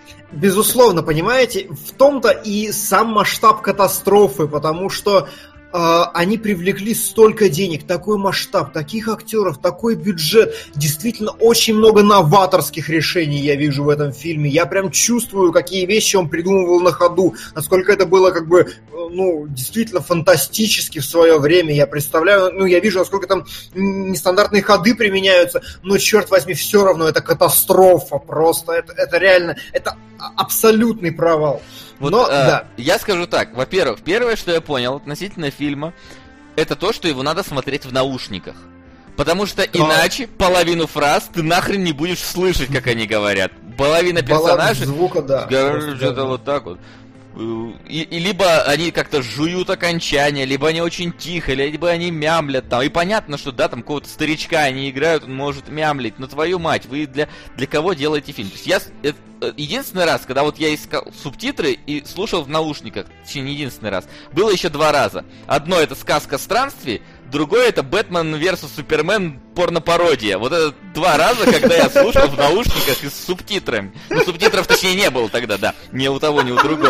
Безусловно, понимаете, в том-то и сам масштаб катастрофы, потому что они привлекли столько денег, такой масштаб, таких актеров, такой бюджет. Действительно, очень много новаторских решений я вижу в этом фильме. Я прям чувствую, какие вещи он придумывал на ходу, насколько это было как бы, ну, действительно фантастически в свое время. Я представляю, ну, я вижу, насколько там нестандартные ходы применяются, но, черт возьми, все равно это катастрофа просто. Это, это реально, это абсолютный провал. Вот, Но, э, да. Я скажу так, во-первых, первое, что я понял относительно фильма, это то, что его надо смотреть в наушниках. Потому что да. иначе половину фраз ты нахрен не будешь слышать, как они говорят. Половина персонажей звука, да. говорят что-то вот так вот. И, и либо они как-то жуют окончания, либо они очень тихо, либо они мямлят там. И понятно, что да, там какого-то старичка они играют, он может мямлить, но твою мать, вы для, для кого делаете фильм? То есть я, это, единственный раз, когда вот я искал субтитры и слушал в наушниках, точнее не единственный раз, было еще два раза. Одно это «Сказка странствий», другое это «Бэтмен версус Супермен. Порно-пародия». Вот это два раза, когда я слушал в наушниках и с субтитрами. Ну, субтитров, точнее, не было тогда, да. Ни у того, ни у другого.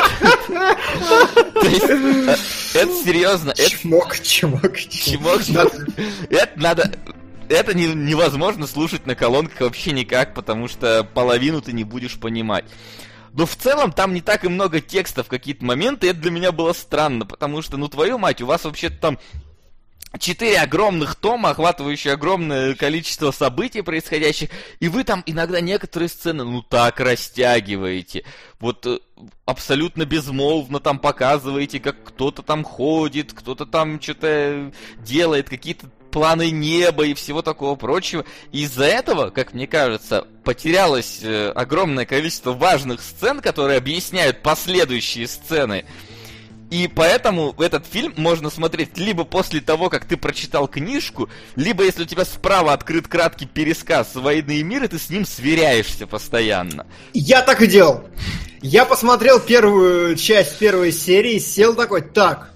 То есть, это серьезно. Чмок, чмок, чмок. Это надо... Это невозможно слушать на колонках вообще никак, потому что половину ты не будешь понимать. Но в целом там не так и много текста в какие-то моменты, и это для меня было странно, потому что, ну, твою мать, у вас вообще-то там четыре огромных тома, охватывающие огромное количество событий происходящих, и вы там иногда некоторые сцены, ну, так растягиваете, вот абсолютно безмолвно там показываете, как кто-то там ходит, кто-то там что-то делает, какие-то планы неба и всего такого прочего. И из-за этого, как мне кажется, потерялось э, огромное количество важных сцен, которые объясняют последующие сцены. И поэтому этот фильм можно смотреть либо после того, как ты прочитал книжку, либо если у тебя справа открыт краткий пересказ «Войны и мир», и ты с ним сверяешься постоянно. Я так и делал. Я посмотрел первую часть первой серии, сел такой, так,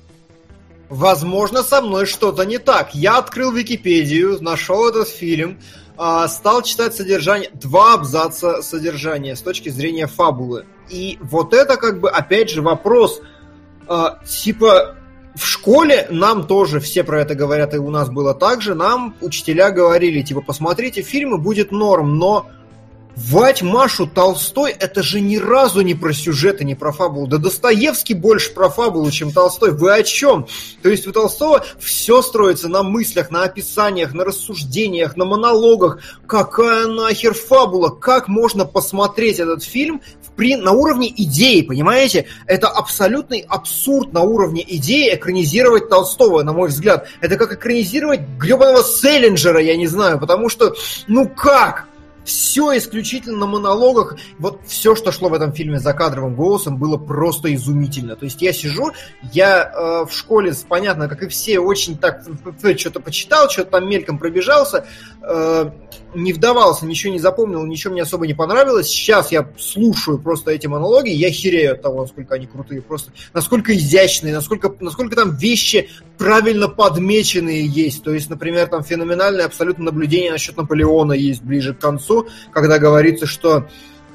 возможно, со мной что-то не так. Я открыл Википедию, нашел этот фильм, стал читать содержание, два абзаца содержания с точки зрения фабулы. И вот это как бы, опять же, вопрос... Uh, типа, в школе нам тоже все про это говорят, и у нас было так же, нам учителя говорили, типа, посмотрите фильмы, будет норм, но Вать Машу Толстой, это же ни разу не про сюжет и не про фабулу. Да Достоевский больше про фабулу, чем Толстой. Вы о чем? То есть у Толстого все строится на мыслях, на описаниях, на рассуждениях, на монологах. Какая нахер фабула? Как можно посмотреть этот фильм при, на уровне идеи, понимаете? Это абсолютный абсурд на уровне идеи экранизировать Толстого, на мой взгляд. Это как экранизировать гребаного Селлинджера, я не знаю, потому что, ну как? Все исключительно на монологах. Вот все, что шло в этом фильме за кадровым голосом, было просто изумительно. То есть я сижу, я э, в школе, понятно, как и все, очень так что-то почитал, что-то там мельком пробежался, э, не вдавался, ничего не запомнил, ничего мне особо не понравилось. Сейчас я слушаю просто эти монологи, я херею от того, насколько они крутые, просто насколько изящные, насколько, насколько там вещи правильно подмеченные есть. То есть, например, там феноменальное абсолютно наблюдение насчет Наполеона есть ближе к концу, когда говорится, что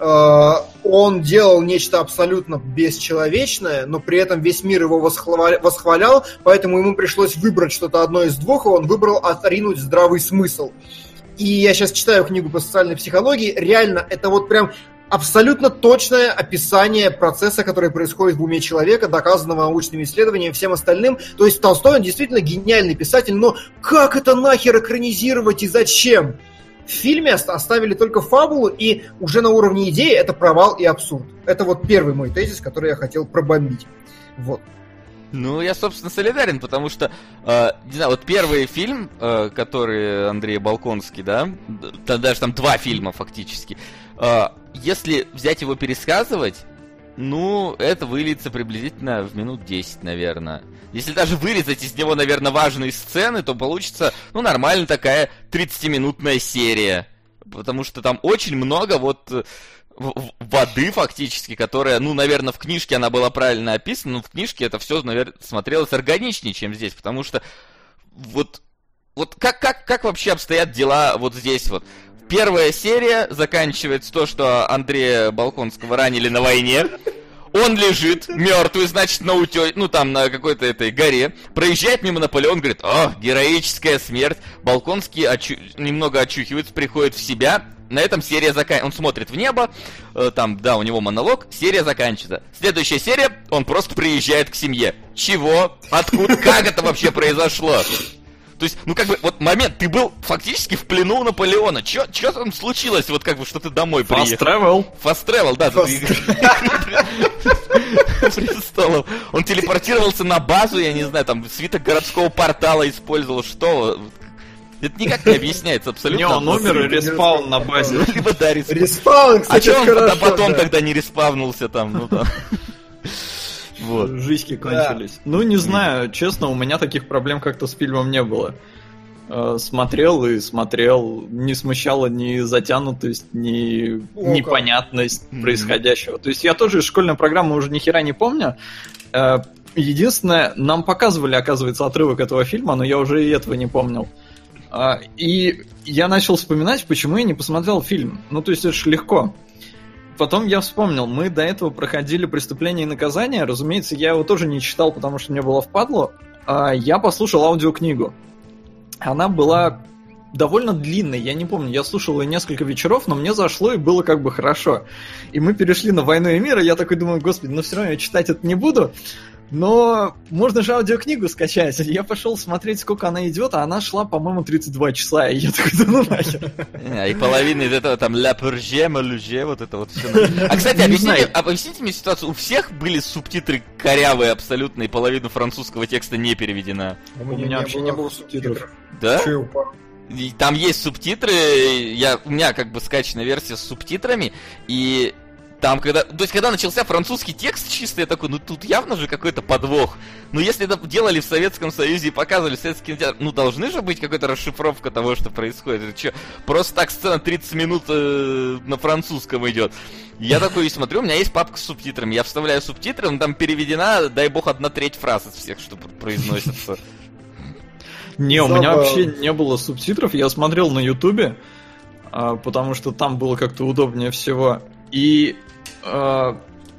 э, он делал нечто абсолютно бесчеловечное, но при этом весь мир его восхвалял, восхвалял, поэтому ему пришлось выбрать что-то одно из двух, и он выбрал отринуть здравый смысл. И я сейчас читаю книгу по социальной психологии, реально, это вот прям абсолютно точное описание процесса, который происходит в уме человека, доказанного научными исследованиями и всем остальным. То есть Толстой, он действительно гениальный писатель, но как это нахер экранизировать и зачем? В фильме оставили только фабулу, и уже на уровне идеи это провал и абсурд. Это вот первый мой тезис, который я хотел пробомбить. Вот. Ну, я, собственно, солидарен, потому что, э, не знаю, вот первый фильм, э, который Андрей Болконский, да, даже там два фильма фактически, э, если взять его пересказывать, ну, это выльется приблизительно в минут десять, наверное. Если даже вырезать из него, наверное, важные сцены, то получится, ну, нормально такая тридцатиминутная серия. Потому что там очень много вот воды фактически, которая, ну, наверное, в книжке она была правильно описана, но в книжке это все, наверное, смотрелось органичнее, чем здесь. Потому что вот, вот как, как, как вообще обстоят дела вот здесь вот? Первая серия заканчивается то, что Андрея Болконского ранили на войне. Он лежит, мертвый, значит, на утё... ну там, на какой-то этой горе. Проезжает мимо Наполеон, говорит: о, героическая смерть. Болконский очу... немного очухивается, приходит в себя. На этом серия заканчивается. Он смотрит в небо, э, там, да, у него монолог, серия заканчивается. Следующая серия, он просто приезжает к семье. Чего? Откуда? Как это вообще произошло? То есть, ну как бы, вот момент, ты был фактически в плену у Наполеона. Чё, чё там случилось, вот как бы, что ты домой приехал? Fast travel. Fast travel, да. Престолов. Он телепортировался на базу, я не знаю, там, свиток городского портала использовал, что... Это никак не объясняется абсолютно. Не, он умер и респаун на базе. Либо да, респаун. Респаун, кстати, А чё он хорошо, потом да. тогда не респавнулся там, ну там... Вот. Жизни кончились. Да. Ну, не знаю, честно, у меня таких проблем как-то с фильмом не было. Смотрел и смотрел, не смущала ни затянутость, ни О, непонятность как. происходящего. То есть я тоже из школьной программы уже ни хера не помню. Единственное, нам показывали, оказывается, отрывок этого фильма, но я уже и этого не помнил. И я начал вспоминать, почему я не посмотрел фильм. Ну, то есть это же легко. Потом я вспомнил, мы до этого проходили «Преступление и наказание». Разумеется, я его тоже не читал, потому что мне было впадло. Я послушал аудиокнигу. Она была довольно длинной, я не помню, я слушал ее несколько вечеров, но мне зашло и было как бы хорошо. И мы перешли на «Войну и мир», и я такой думаю: господи, ну все равно я читать это не буду. Но можно же аудиокнигу скачать. Я пошел смотреть, сколько она идет, а она шла, по-моему, тридцать два часа. И я такой: да ну нахер. И половина из этого там «Ля Пурже», «Малюже», вот это вот все. А, кстати, объясните, объясните мне ситуацию. У всех были субтитры корявые абсолютно, и половина французского текста не переведена? У меня вообще не было субтитров. Да? Там есть субтитры, я, у меня как бы скачанная версия с субтитрами, и... Там, когда... То есть, когда начался французский текст чисто, я такой: ну тут явно же какой-то подвох. Ну, если это делали в Советском Союзе и показывали в советский кинотеатр, ну, должны же быть какая-то расшифровка того, что происходит. Это что, просто так сцена тридцать минут э, на французском идет. Я такой и смотрю, у меня есть папка с субтитрами. Я вставляю субтитры, но там переведена, дай бог, одна треть фраз из всех, что произносится. Не, у меня вообще не было субтитров. Я смотрел на Ютубе, потому что там было как-то удобнее всего. И э,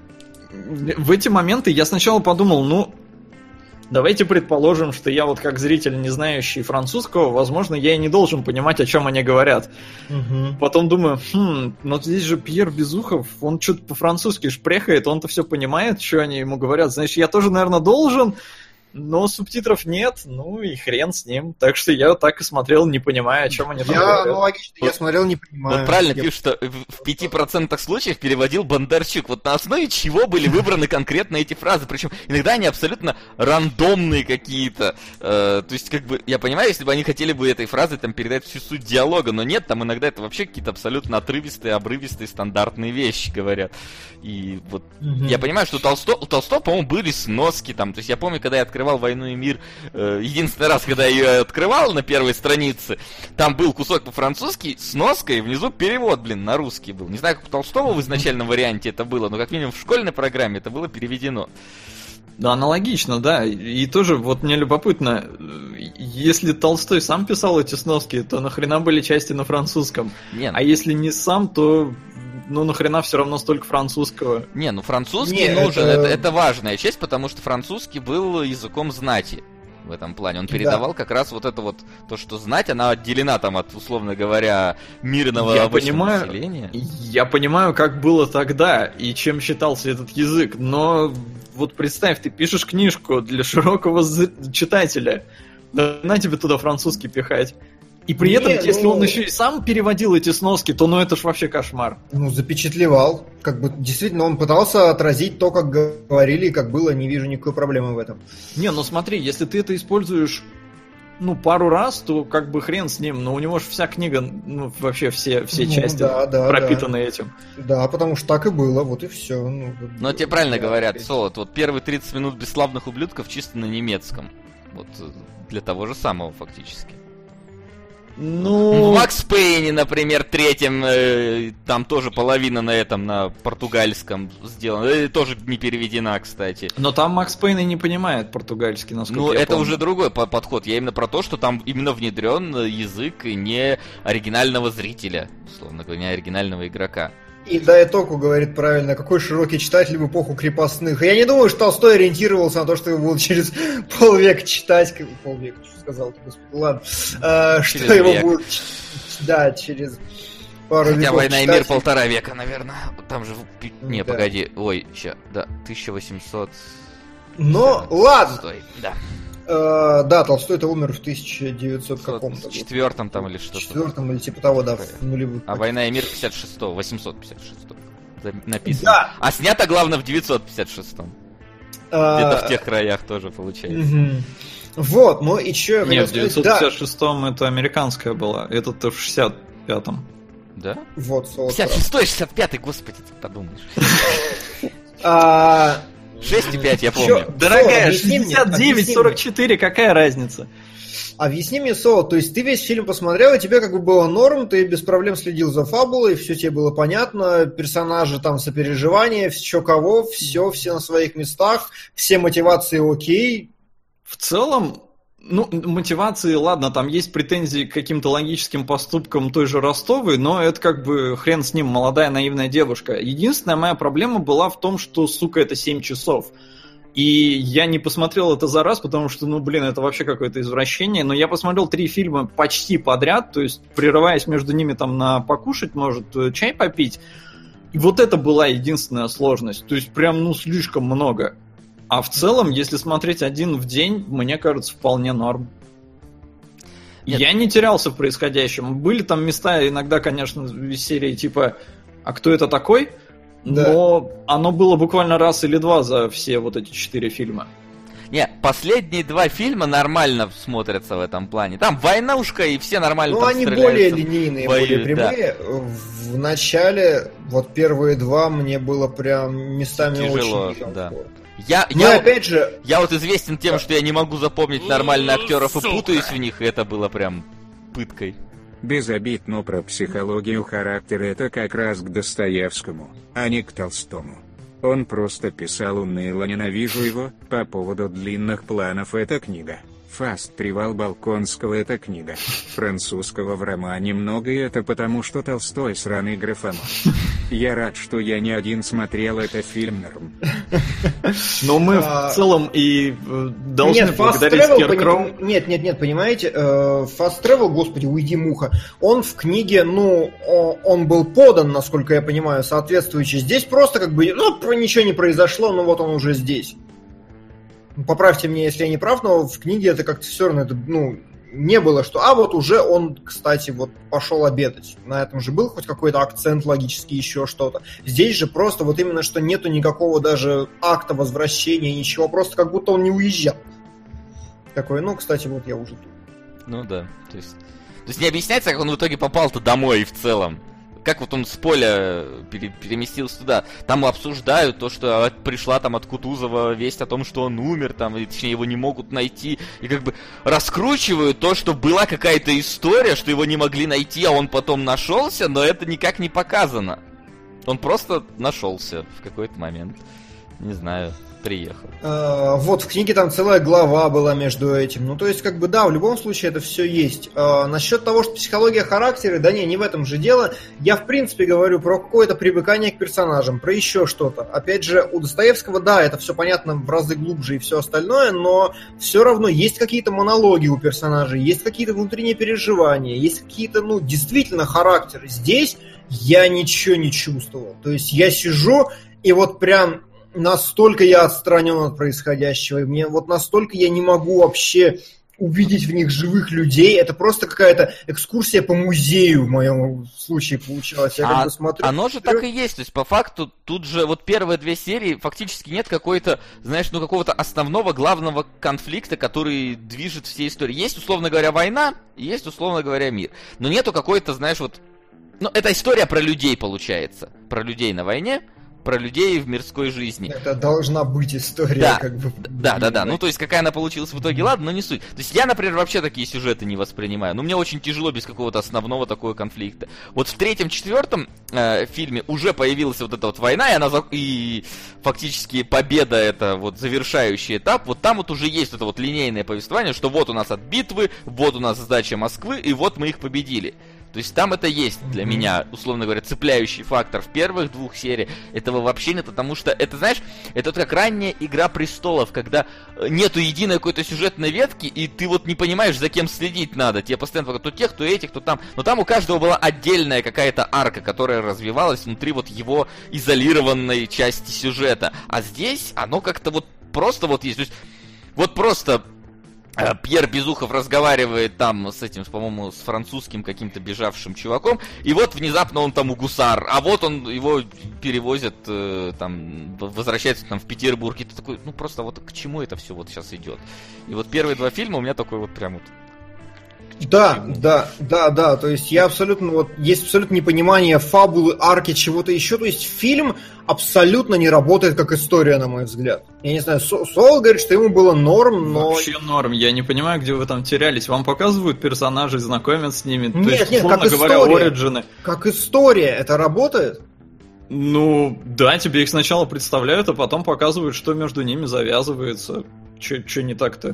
в эти моменты я сначала подумал: ну, давайте предположим, что я вот как зритель, не знающий французского, возможно, я и не должен понимать, о чем они говорят. Угу. Потом думаю: хм, но здесь же Пьер Безухов, он что-то по-французски шпрехает, он-то все понимает, что они ему говорят. Значит, я тоже, наверное, должен... Но субтитров нет, ну и хрен с ним. Так что я так и смотрел, не понимая, о чем они там говорят. Я, ну, логично, я смотрел, не понимаю. Вот правильно я... пишут, что в пяти процентах случаев переводил Бондарчук. Вот на основе чего были выбраны конкретно эти фразы. Причем иногда они абсолютно рандомные какие-то. Э, то есть, как бы, я понимаю, если бы они хотели бы этой фразой там передать всю суть диалога, но нет, там иногда это вообще какие-то абсолютно отрывистые, обрывистые, стандартные вещи говорят. И вот mm-hmm. я понимаю, что у Толсто... у Толстого, по-моему, были сноски там. То есть я помню, когда я открывал «Войну и мир», э, единственный раз, когда я ее открывал на первой странице, там был кусок по-французски, сноска, и внизу перевод, блин, на русский был. Не знаю, как у Толстого в изначальном варианте это было, но как минимум в школьной программе это было переведено. Да, аналогично, да. И тоже вот мне любопытно, если Толстой сам писал эти сноски, то нахрена были части на французском? Нет. А если не сам, то... Ну, нахрена все равно столько французского? Не, ну французский Не, нужен, это... Это, это важная часть, потому что французский был языком знати в этом плане. Он передавал да. как раз вот это вот, то, что знать, она отделена там от, условно говоря, мирного я обычного понимаю, населения. Я понимаю, как было тогда и чем считался этот язык, но вот представь, ты пишешь книжку для широкого читателя, да на тебе туда французский пихать. И при этом, не, если ну... он еще и сам переводил эти сноски, то ну это ж вообще кошмар. Ну, запечатлевал. Как бы действительно он пытался отразить то, как говорили и как было, не вижу никакой проблемы в этом. Не, ну смотри, если ты это используешь, ну, пару раз, то как бы хрен с ним, но у него же вся книга, ну, вообще все, все ну, части да, да, пропитаны да. этим. Да, потому что так и было, вот и все. Ну, но тебе правильно да, говорят, да. Солод, вот первые тридцать минут «Бесславных ублюдков» чисто на немецком. Вот для того же самого фактически. Ну... В Макс Пейне, например, третьем, э, там тоже половина на этом, на португальском сделана. Э, тоже не переведена, кстати. Но там Макс Пейн и не понимает португальский, насколько ну, я это помню. уже другой подход. Я именно про то, что там именно внедрен язык не оригинального зрителя, условно говоря, не оригинального игрока. И Дайтоку говорит правильно, какой широкий читатель в эпоху крепостных. Я не думаю, что Толстой ориентировался на то, что его будут через полвека читать. Полвека, что сказал, господи, ладно. А, что через его век. будут, да, через пару Хотя веков «Война и читать. мир» полтора века, наверное. Там же... Не, Да. погоди. Ой, ща, да, тысяча восемьсот... Но, ладно. Стой, да. А, да, Толстой-то умер в тысяча девятьсот каком-то. В четвертом там или что-то. четвертом или типа того, да, в нулевых. А «Война и мир» пятьдесят шестого, восемьсот пятьдесят шестого. За- Написано. Да. А снято, главное, в девятьсот пятьдесят шестом. А, Где-то в тех краях тоже получается. мгм. Вот, ну и чё я хотел Нет, в сказать? девятьсот Да, пятьдесят шестом это американская была, это-то в шестьдесят пятом. Да? вот, Солод пятьдесят прав. шестой, шестьдесят пятый, господи, ты подумаешь. А, шесть и пять, я чё- помню. Дорогая, объясни мне, шестьдесят девять объясни сорок четыре, какая разница? Объясни мне, Соло, то есть ты весь фильм посмотрел, и тебе как бы было норм, ты без проблем следил за фабулой, все тебе было понятно, персонажи там сопереживания, все кого, все, все на своих местах, все мотивации окей. В целом, ну, мотивации, ладно, там есть претензии к каким-то логическим поступкам той же Ростовой, но это как бы хрен с ним, молодая наивная девушка. Единственная моя проблема была в том, что, сука, это семь часов. И я не посмотрел это за раз, потому что, ну, блин, это вообще какое-то извращение. Но я посмотрел три фильма почти подряд, то есть прерываясь между ними там на покушать, может, чай попить. И вот это была единственная сложность. То есть прям, ну, слишком много. А в целом, если смотреть один в день, мне кажется, вполне норм. Нет. Я не терялся в происходящем. Были там места иногда, конечно, из серии типа «А кто это такой?», Да. но оно было буквально раз или два за все вот эти четыре фильма. Не, последние два фильма нормально смотрятся в этом плане. Там войнушка, и все нормально Ну, там они стреляются, более линейные, воюют, более прямые. В начале, вот первые два, мне было прям местами Тяжело, очень да. некомфортно. Я, Ну, я, и опять же, я вот известен тем, что я не могу запомнить нормально актеров и Сука. путаюсь в них, и это было прям пыткой. Без обид, но про психологию характера это как раз к Достоевскому, а не к Толстому. Он просто писал уныло «Ненавижу его», по поводу длинных планов эта книга. «Фаст. Привал Балконского» эта книга. Французского в романе много, и это потому, что Толстой сраный графоман. Я рад, что я не один смотрел это фильм норм. Но мы А, в целом и э, должны нет, Fast благодарить Travel, Скеркроу. поним- нет, нет, нет, понимаете, э, Fast Travel, господи, уйди, муха, он в книге, ну, о- он был подан, насколько я понимаю, соответствующий. Здесь просто как бы, ну, про- ничего не произошло, но вот он уже здесь. Поправьте меня, если я не прав, но в книге это как-то все равно, это, ну, не было, что, а вот уже он, кстати, вот пошел обедать. На этом же был хоть какой-то акцент логический, еще что-то. Здесь же просто вот именно, что нету никакого даже акта возвращения, ничего, просто как будто он не уезжал. Такой, ну, кстати, вот я уже тут. Ну да, то есть... То есть не объясняется, как он в итоге попал-то домой в целом. Как вот он с поля пере- переместился туда. Там обсуждают то, что от- пришла там от Кутузова весть о том, что он умер, там, и, точнее, его не могут найти. И как бы раскручивают то, что была какая-то история, что его не могли найти, а он потом нашелся, но это никак не показано. Он просто нашелся в какой-то момент. Не знаю, приехал. Э, Вот, в книге там целая глава была между этим. Ну, то есть, как бы, да, в любом случае это все есть. Э, Насчет того, что психология характера, да не, не в этом же дело. Я, в принципе, говорю про какое-то привыкание к персонажам, про еще что-то. Опять же, у Достоевского, да, это все понятно в разы глубже и все остальное, но все равно есть какие-то монологи у персонажей, есть какие-то внутренние переживания, есть какие-то, ну, действительно характеры. Здесь я ничего не чувствовал. То есть, я сижу и вот прям... Настолько я отстранен от происходящего, и мне вот настолько я не могу вообще увидеть в них живых людей. Это просто какая-то экскурсия по музею в моем случае получалась. Я А как бы смотрю. Оно же так и есть, то есть по факту тут же вот первые две серии фактически нет какой-то, знаешь, ну какого-то основного главного конфликта, который движет все истории. Есть, условно говоря, война, есть, условно говоря, мир. Но нету какой-то, знаешь, вот... Ну, это история про людей получается. Про людей на войне, про людей в мирской жизни. Это должна быть история, Да, как бы. Да, да, да. Ну, то есть, какая она получилась в итоге, ладно, но не суть. То есть, я, например, вообще такие сюжеты не воспринимаю. Ну, мне очень тяжело без какого-то основного такого конфликта. Вот в третьем, четвертом э, фильме уже появилась вот эта вот война, и она за... и фактически победа, это вот завершающий этап. Вот там вот уже есть это вот линейное повествование, что вот у нас от битвы, вот у нас сдача Москвы, и вот мы их победили. То есть там это есть для mm-hmm. меня, условно говоря, цепляющий фактор. В первых двух сериях этого вообще нет, потому что это, знаешь, это вот как ранняя «Игра престолов», когда нету единой какой-то сюжетной ветки, и ты вот не понимаешь, за кем следить надо. Тебе постоянно то тех, то этих, то там. Но там у каждого была отдельная какая-то арка, которая развивалась внутри вот его изолированной части сюжета. А здесь оно как-то вот просто вот есть. То есть вот просто э, Пьер Безухов разговаривает там с этим, по-моему, с французским каким-то бежавшим чуваком, и вот внезапно он там у гусар, а вот он, его перевозят, э, там, возвращается там в Петербург, и ты такой, ну просто вот к чему это все вот сейчас идет. И вот первые два фильма у меня такой вот прям вот... Да, да, да, да, то есть я абсолютно, вот, есть абсолютно непонимание фабулы, арки, чего-то еще, то есть фильм абсолютно не работает как история, на мой взгляд. Я не знаю, Со- Сол говорит, что ему было норм, но... Вообще норм, я не понимаю, где вы там терялись, вам показывают персонажей, знакомят с ними, нет, то есть, нет, условно как говоря, история, ориджины. Как история, это работает? Ну, да, тебе их сначала представляют, а потом показывают, что между ними завязывается, что не так-то.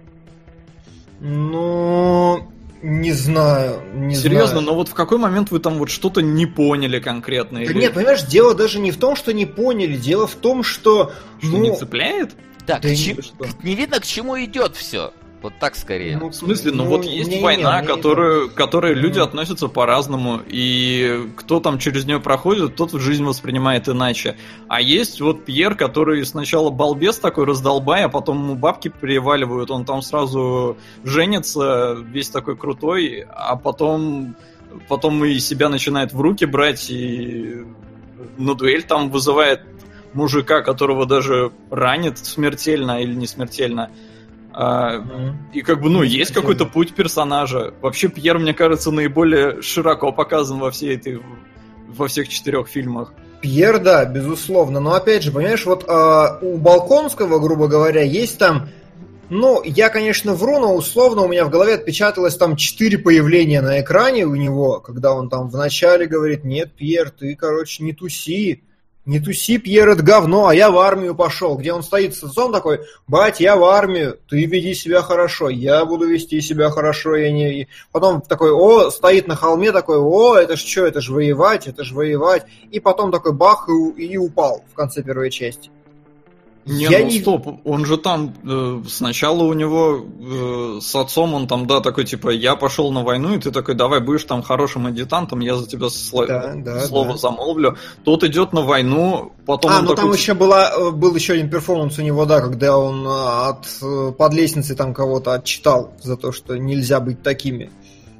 Ну, не знаю, не Серьезно, знаю. но вот в какой момент вы там вот что-то не поняли конкретно? Да или... нет, понимаешь, дело даже не в том, что не поняли, дело в том, что... Что, ну, не цепляет? Так, да к не- чем- что? не видно, к чему идет все. Вот так скорее. ну, В смысле, ну, ну, вот есть не, война, не, не, которую, к которой Ну. люди относятся по-разному, и кто там через нее проходит, тот жизнь воспринимает иначе. А есть вот Пьер, который сначала балбес такой раздолбай, а потом ему бабки переваливают, он там сразу женится, весь такой крутой, а потом, потом и себя начинает в руки брать, и на дуэль там вызывает мужика, которого даже ранит смертельно или не смертельно. А, Мгм. и как бы, ну, есть какой-то путь персонажа. Вообще, Пьер, мне кажется, наиболее широко показан во всей этой, во всех четырех фильмах. Пьер, да, безусловно. Но опять же, понимаешь, вот а, у Балконского, грубо говоря, есть там... Ну, я, конечно, вру, но условно у меня в голове отпечаталось там четыре появления на экране у него, когда он там вначале говорит: нет, Пьер, ты, короче, не туси. Не туси, Пьер, это говно, а я в армию пошел. Где он стоит с отцом такой: бать, я в армию, ты веди себя хорошо, я буду вести себя хорошо. Я не... Потом такой: о, стоит на холме такой: о, это ж что, это ж воевать, это ж воевать. И потом такой бах, и, у- и упал в конце первой части. Не, Я ну не- стоп, он же там э, сначала у него э, с отцом он там, да, такой типа: я пошел на войну, и ты такой: давай, будешь там хорошим адъютантом, я за тебя сло- Да, да, слово да. замолвлю. Тот идет на войну, потом А, он ну такой, там типа, еще была, э, был еще один перформанс у него, да, когда он э, от э, под лестницей там кого-то отчитал за то, что нельзя быть такими.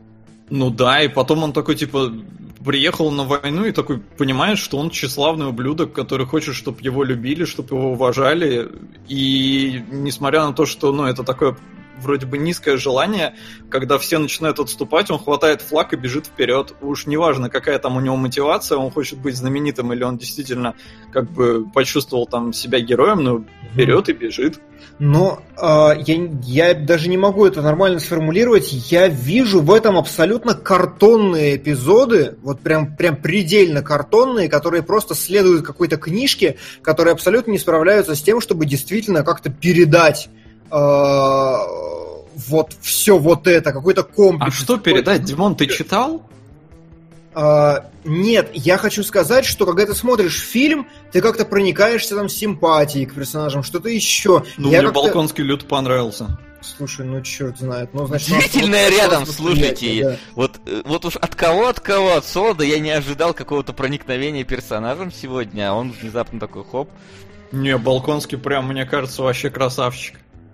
ну да, и потом он такой типа приехал на войну и такой понимает, что он тщеславный ублюдок, который хочет, чтобы его любили, чтобы его уважали. И несмотря на то, что, ну, это такое вроде бы низкое желание, когда все начинают отступать, он хватает флаг и бежит вперед. Уж неважно, какая там у него мотивация, он хочет быть знаменитым или он действительно как бы почувствовал там себя героем, но берет и бежит. Но э, я, я даже не могу это нормально сформулировать. Я вижу в этом абсолютно картонные эпизоды, вот прям, прям предельно картонные, которые просто следуют какой-то книжке, которые абсолютно не справляются с тем, чтобы действительно как-то передать э, вот все вот это, какой-то комплекс. А что передать, Димон, ты читал? А, нет, я хочу сказать, что когда ты смотришь фильм, ты как-то проникаешься там симпатией к персонажам, что-то еще. Ну, я мне как-то... Балконский люто понравился. Слушай, ну черт знает. Ну, значит, у нас Удивительное вот рядом, классное слушайте. восприятие, да. Вот, э, вот уж от кого, от кого, от Солода я не ожидал какого-то проникновения персонажем сегодня, а он внезапно такой хоп. Не, Балконский прям, мне кажется, вообще красавчик.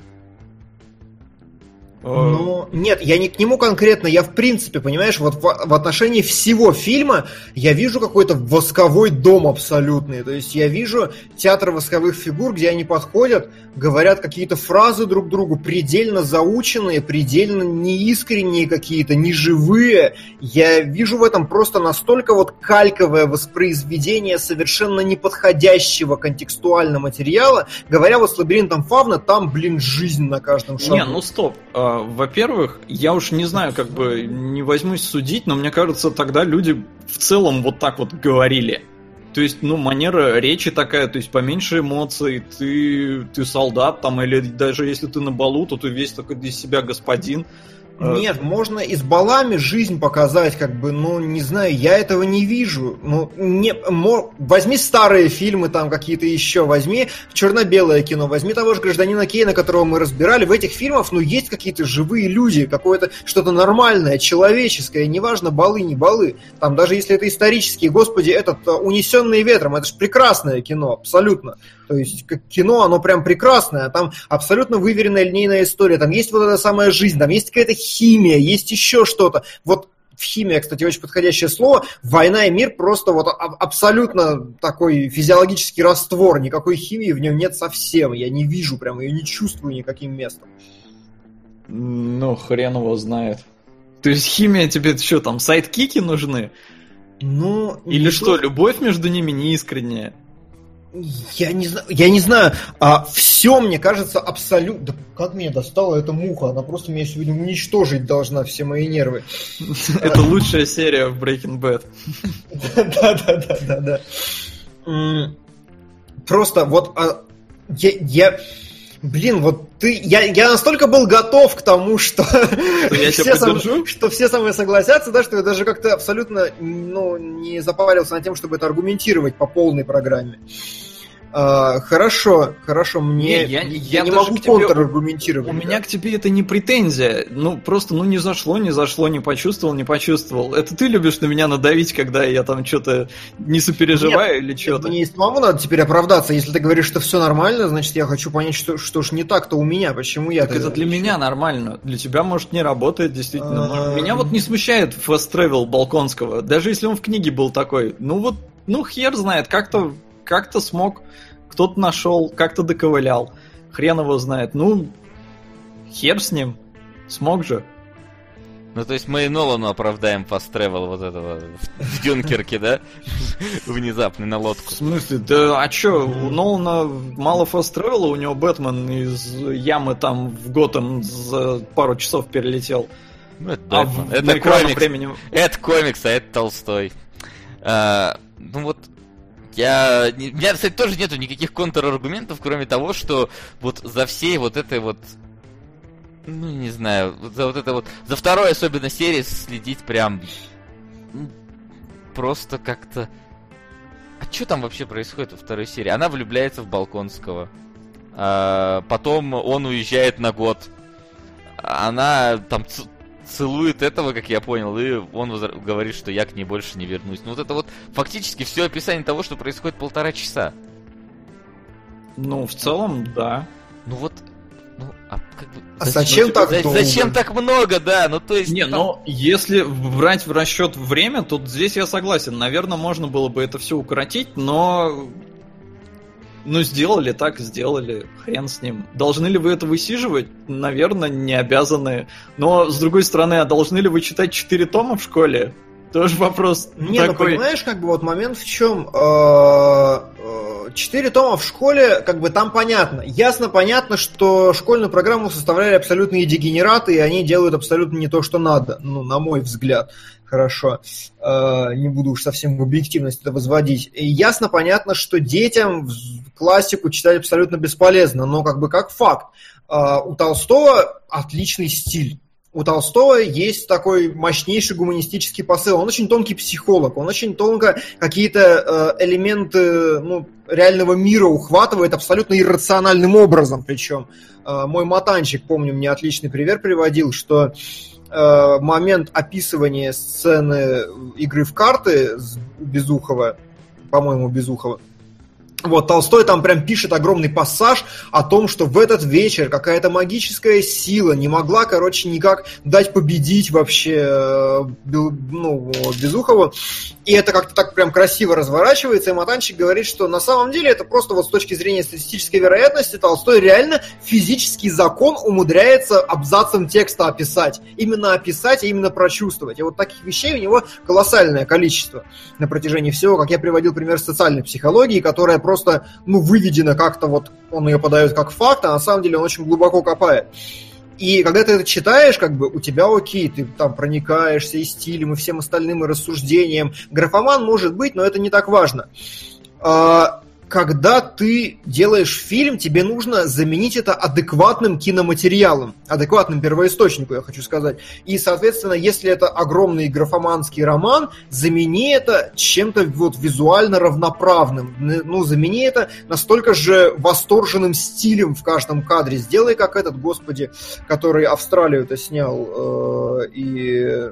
Ну, нет, я не к нему конкретно, я в принципе, понимаешь, вот в, в отношении всего фильма я вижу какой-то восковой дом абсолютный, то есть я вижу театр восковых фигур, где они подходят, говорят какие-то фразы друг другу, предельно заученные, предельно неискренние какие-то, неживые. Я вижу в этом просто настолько вот кальковое воспроизведение совершенно неподходящего контекстуально материала. Говоря вот с «Лабиринтом Фавна», там, блин, жизнь на каждом шагу. Не, ну стоп. А, во-первых, я уж не знаю, как бы не возьмусь судить, но мне кажется, тогда люди в целом вот так вот говорили. То есть, ну, манера речи такая, то есть поменьше эмоций, ты, ты солдат там, или даже если ты на балу, то ты весь такой из себя господин. Нет, можно и с балами жизнь показать, как бы, ну, не знаю, я этого не вижу. Ну, не, мо, возьми старые фильмы, там, какие-то еще, возьми черно-белое кино, возьми того же «Гражданина Кейна», которого мы разбирали. В этих фильмах, ну, есть какие-то живые люди, какое-то что-то нормальное, человеческое, неважно, балы, не балы. Там, даже если это исторические, господи, этот «Унесенные ветром», это же прекрасное кино, абсолютно. То есть как кино, оно прям прекрасное, там абсолютно выверенная линейная история, там есть вот эта самая жизнь, там есть какая-то химия, есть еще что-то. Вот химия, кстати, очень подходящее слово. «Война и мир» просто вот абсолютно такой физиологический раствор, никакой химии в нем нет совсем, я не вижу прям, ее не чувствую никаким местом. Ну, хрен его знает. То есть химия тебе что, там, сайдкики нужны? Ну, или что, любовь между ними неискренняя? Я не знаю, я не знаю, а все, мне кажется, абсолютно... Да как меня достала эта муха? Она просто меня сегодня уничтожить должна, все мои нервы. Это лучшая серия в Breaking Bad. Да-да-да-да-да. Просто вот я... Блин, вот ты... Я, я настолько был готов к тому, что... Что я тебя поддержу? Что все со мной согласятся, да, что я даже как-то абсолютно ну, не запарился над тем, чтобы это аргументировать по полной программе. А, хорошо, хорошо, мне... Не, я, я, я не могу тебе, контраргументировать. У да. меня к тебе это не претензия. Ну, просто, ну, не зашло, не зашло, не почувствовал, не почувствовал. Это ты любишь на меня надавить, когда я там что-то не сопереживаю или что-то? Мне и самому надо теперь оправдаться. Если ты говоришь, что все нормально, значит, я хочу понять, что, что ж не так-то у меня. Почему я... Так это для меня нормально. Для тебя, может, не работает, действительно. Меня вот не смущает фаст-тревел Балконского. Даже если он в книге был такой. Ну вот, ну хер знает, как-то... Как-то смог, кто-то нашел, как-то доковылял. Хрен его знает. Ну, хер с ним. Смог же. Ну, то есть мы и Нолану оправдаем фаст-тревел вот этого в Дюнкерке, да? Внезапный на лодку. В смысле? Да а чё, у Нолана мало фаст-тревела, у него Бэтмен из ямы там в Готэм за пару часов перелетел. Ну, это а Бэтмен. В, это комикс. Времени... Это комикс, а это Толстой. А, ну вот... Я... У меня, кстати, тоже нету никаких контраргументов, кроме того, что вот за всей вот этой вот... Ну, не знаю, за вот это вот... За второй особенно серии следить прям... Ну, просто как-то... А что там вообще происходит во второй серии? Она влюбляется в Балконского. А потом он уезжает на год. Она там... целует этого, как я понял, и он возра- говорит, что я к ней больше не вернусь. Ну вот это вот фактически все описание того, что происходит полтора часа. Ну, в целом, да. Ну вот, ну, а как бы... А зачем, зачем так за- долго? Зачем так много, да, ну то есть... Не, там... но если брать в расчет время, то здесь я согласен. Наверное, можно было бы это все укоротить, но... Ну, сделали так, сделали, хрен с ним. Должны ли вы это высиживать? Наверное, не обязаны. Но, с другой стороны, а должны ли вы читать четыре тома в школе? Тоже вопрос Не, такой. ну понимаешь, как бы вот момент в чем? Четыре тома в школе, как бы там понятно. Ясно понятно, что школьную программу составляли абсолютные дегенераты, и они делают абсолютно не то, что надо. Ну, на мой взгляд. Хорошо. Не буду уж совсем в объективность это возводить. И ясно понятно, что детям классику читать абсолютно бесполезно, но как бы как факт. У Толстого отличный стиль. У Толстого есть такой мощнейший гуманистический посыл. Он очень тонкий психолог, он очень тонко какие-то элементы ну, реального мира ухватывает абсолютно иррациональным образом. Причем мой матанчик, помню, мне отличный пример приводил, что момент описывания сцены игры в карты Безухова, по-моему, Безухова, вот, Толстой там прям пишет огромный пассаж о том, что в этот вечер какая-то магическая сила не могла, короче, никак дать победить вообще ну, Безухову. И это как-то так прям красиво разворачивается, и Матанчик говорит, что на самом деле это просто вот с точки зрения статистической вероятности Толстой реально физический закон умудряется абзацем текста описать. Именно описать, а именно прочувствовать. И вот таких вещей у него колоссальное количество на протяжении всего, как я приводил пример социальной психологии, которая просто просто, ну, выведено как-то, вот он ее подает как факт, а на самом деле он очень глубоко копает. И когда ты это читаешь, как бы у тебя окей, ты там проникаешься и стилем, и всем остальным, и рассуждением. Графоман может быть, но это не так важно. когда ты делаешь фильм, тебе нужно заменить это адекватным киноматериалом, адекватным первоисточнику, я хочу сказать. И, соответственно, если это огромный графоманский роман, замени это чем-то вот визуально равноправным. Ну, замени это настолько же восторженным стилем в каждом кадре. Сделай как этот, господи, который Австралию-то снял э, и...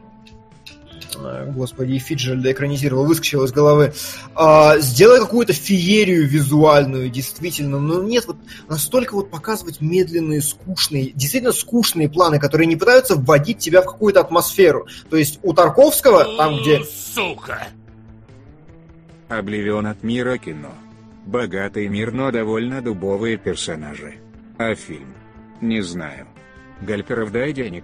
Господи, и Фиджеральда экранизировал, выскочил из головы. А, сделай какую-то феерию визуальную, действительно. Но нет, вот настолько вот показывать медленные, скучные, действительно скучные планы, которые не пытаются вводить тебя в какую-то атмосферу. То есть у Тарковского, там где... Сука! Обливион от мира кино. Богатый мир, но довольно дубовые персонажи. А фильм? Не знаю. Гальперов, дай денег.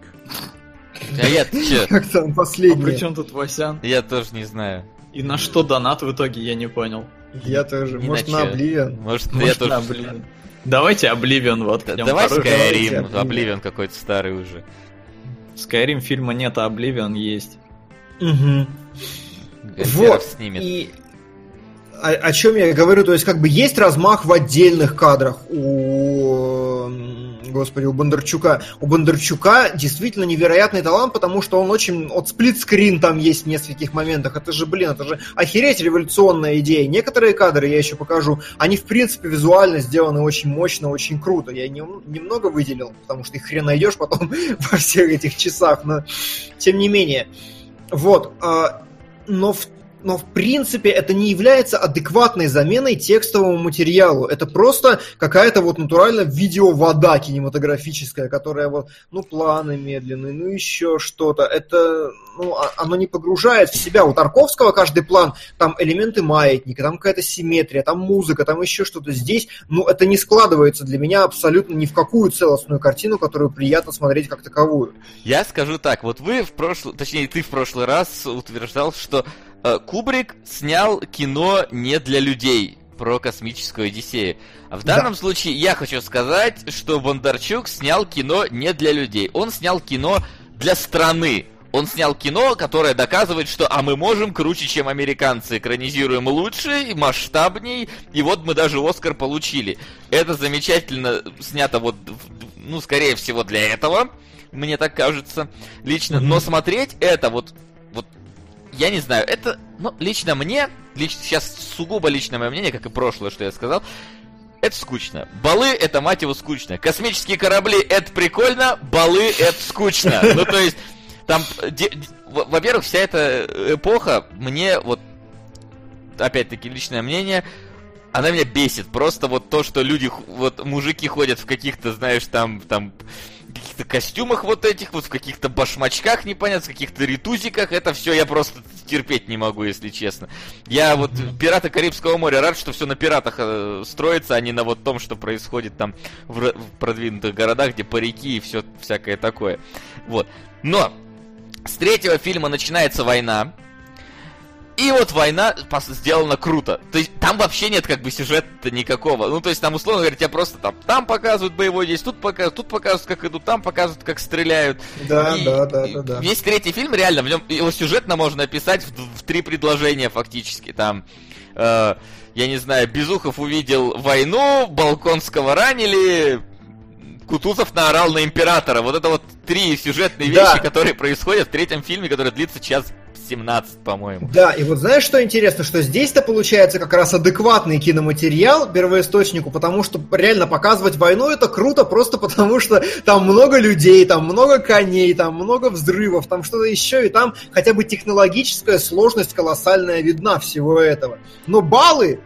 А я чё? Как там А последний? при чем тут Васян? Я тоже не знаю. И на что донат в итоге, я не понял. Я тоже. Ни Может, на на чё. Обливион? Может, я Может, тоже... на Oblivion. Давайте Обливион, вот. Да, к нему давай порой. Skyrim, Давайте Обливион какой-то старый уже. Skyrim фильма нет, а Обливион есть. Угу. Гальперов Вот. снимет. И о, о чем я говорю, то есть как бы есть размах в отдельных кадрах у, м, господи, у Бондарчука. У Бондарчука действительно невероятный талант, потому что он очень... Вот сплитскрин там есть в нескольких моментах. Это же, блин, это же охереть революционная идея. Некоторые кадры, я еще покажу, они в принципе визуально сделаны очень мощно, очень круто. Я не, немного выделил, потому что их хрен найдешь потом во всех этих часах, но тем не менее. Вот. Но в Но, в принципе, это не является адекватной заменой текстовому материалу. Это просто какая-то вот натурально видеовода кинематографическая, которая вот, ну, планы медленные, ну, еще что-то. Это, ну, оно не погружает в себя. У Тарковского каждый план, там элементы маятника, там какая-то симметрия, там музыка, там еще что-то. Здесь, ну, это не складывается для меня абсолютно ни в какую целостную картину, которую приятно смотреть как таковую. Я скажу так, вот вы в прошлый, точнее, ты в прошлый раз утверждал, что Кубрик снял кино не для людей про космическую Одиссею. А в данном да. случае я хочу сказать, что Бондарчук снял кино не для людей. Он снял кино для страны. Он снял кино, которое доказывает, что а мы можем круче, чем американцы. Экранизируем лучше, масштабней. И вот мы даже Оскар получили. Это замечательно снято вот, ну, скорее всего, для этого. Мне так кажется лично. Mm-hmm. Но смотреть это вот... вот я не знаю, это, ну, лично мне, лично, сейчас сугубо личное мое мнение, как и прошлое, что я сказал, это скучно. Балы, это, мать его, скучно. Космические корабли, это прикольно, балы, это скучно. Ну, то есть, там, де, де, во-первых, вся эта эпоха, мне, вот, опять-таки, личное мнение, она меня бесит. Просто вот то, что люди, вот, мужики ходят в каких-то, знаешь, там, там... в каких-то костюмах вот этих, вот в каких-то башмачках непонятно, в каких-то ритузиках, это все я просто терпеть не могу, если честно. Я вот «Пираты Карибского моря» рад, что все на пиратах э, строится, а не на вот том, что происходит там в, в продвинутых городах, где парики и все всякое такое. Вот. Но с третьего фильма начинается война. И вот война сделана круто. То есть там вообще нет как бы сюжета никакого. Ну, то есть там, условно говоря, тебя просто там, там показывают боевой действие, тут показывают, тут показывают, как идут, там показывают, как стреляют. Да, и, да, да, и да, да. Весь третий фильм, реально, в нем его сюжетно можно описать в, в три предложения фактически. Там, э, я не знаю, Безухов увидел войну, Болконского ранили, Кутузов наорал на императора. Вот это вот три сюжетные да. вещи, которые происходят в третьем фильме, который длится час семнадцать, по-моему. Да, и вот знаешь, что интересно, что здесь-то получается как раз адекватный киноматериал первоисточнику, потому что реально показывать войну это круто, просто потому что там много людей, там много коней, там много взрывов, там что-то еще, и там хотя бы технологическая сложность колоссальная видна всего этого. Но баллы...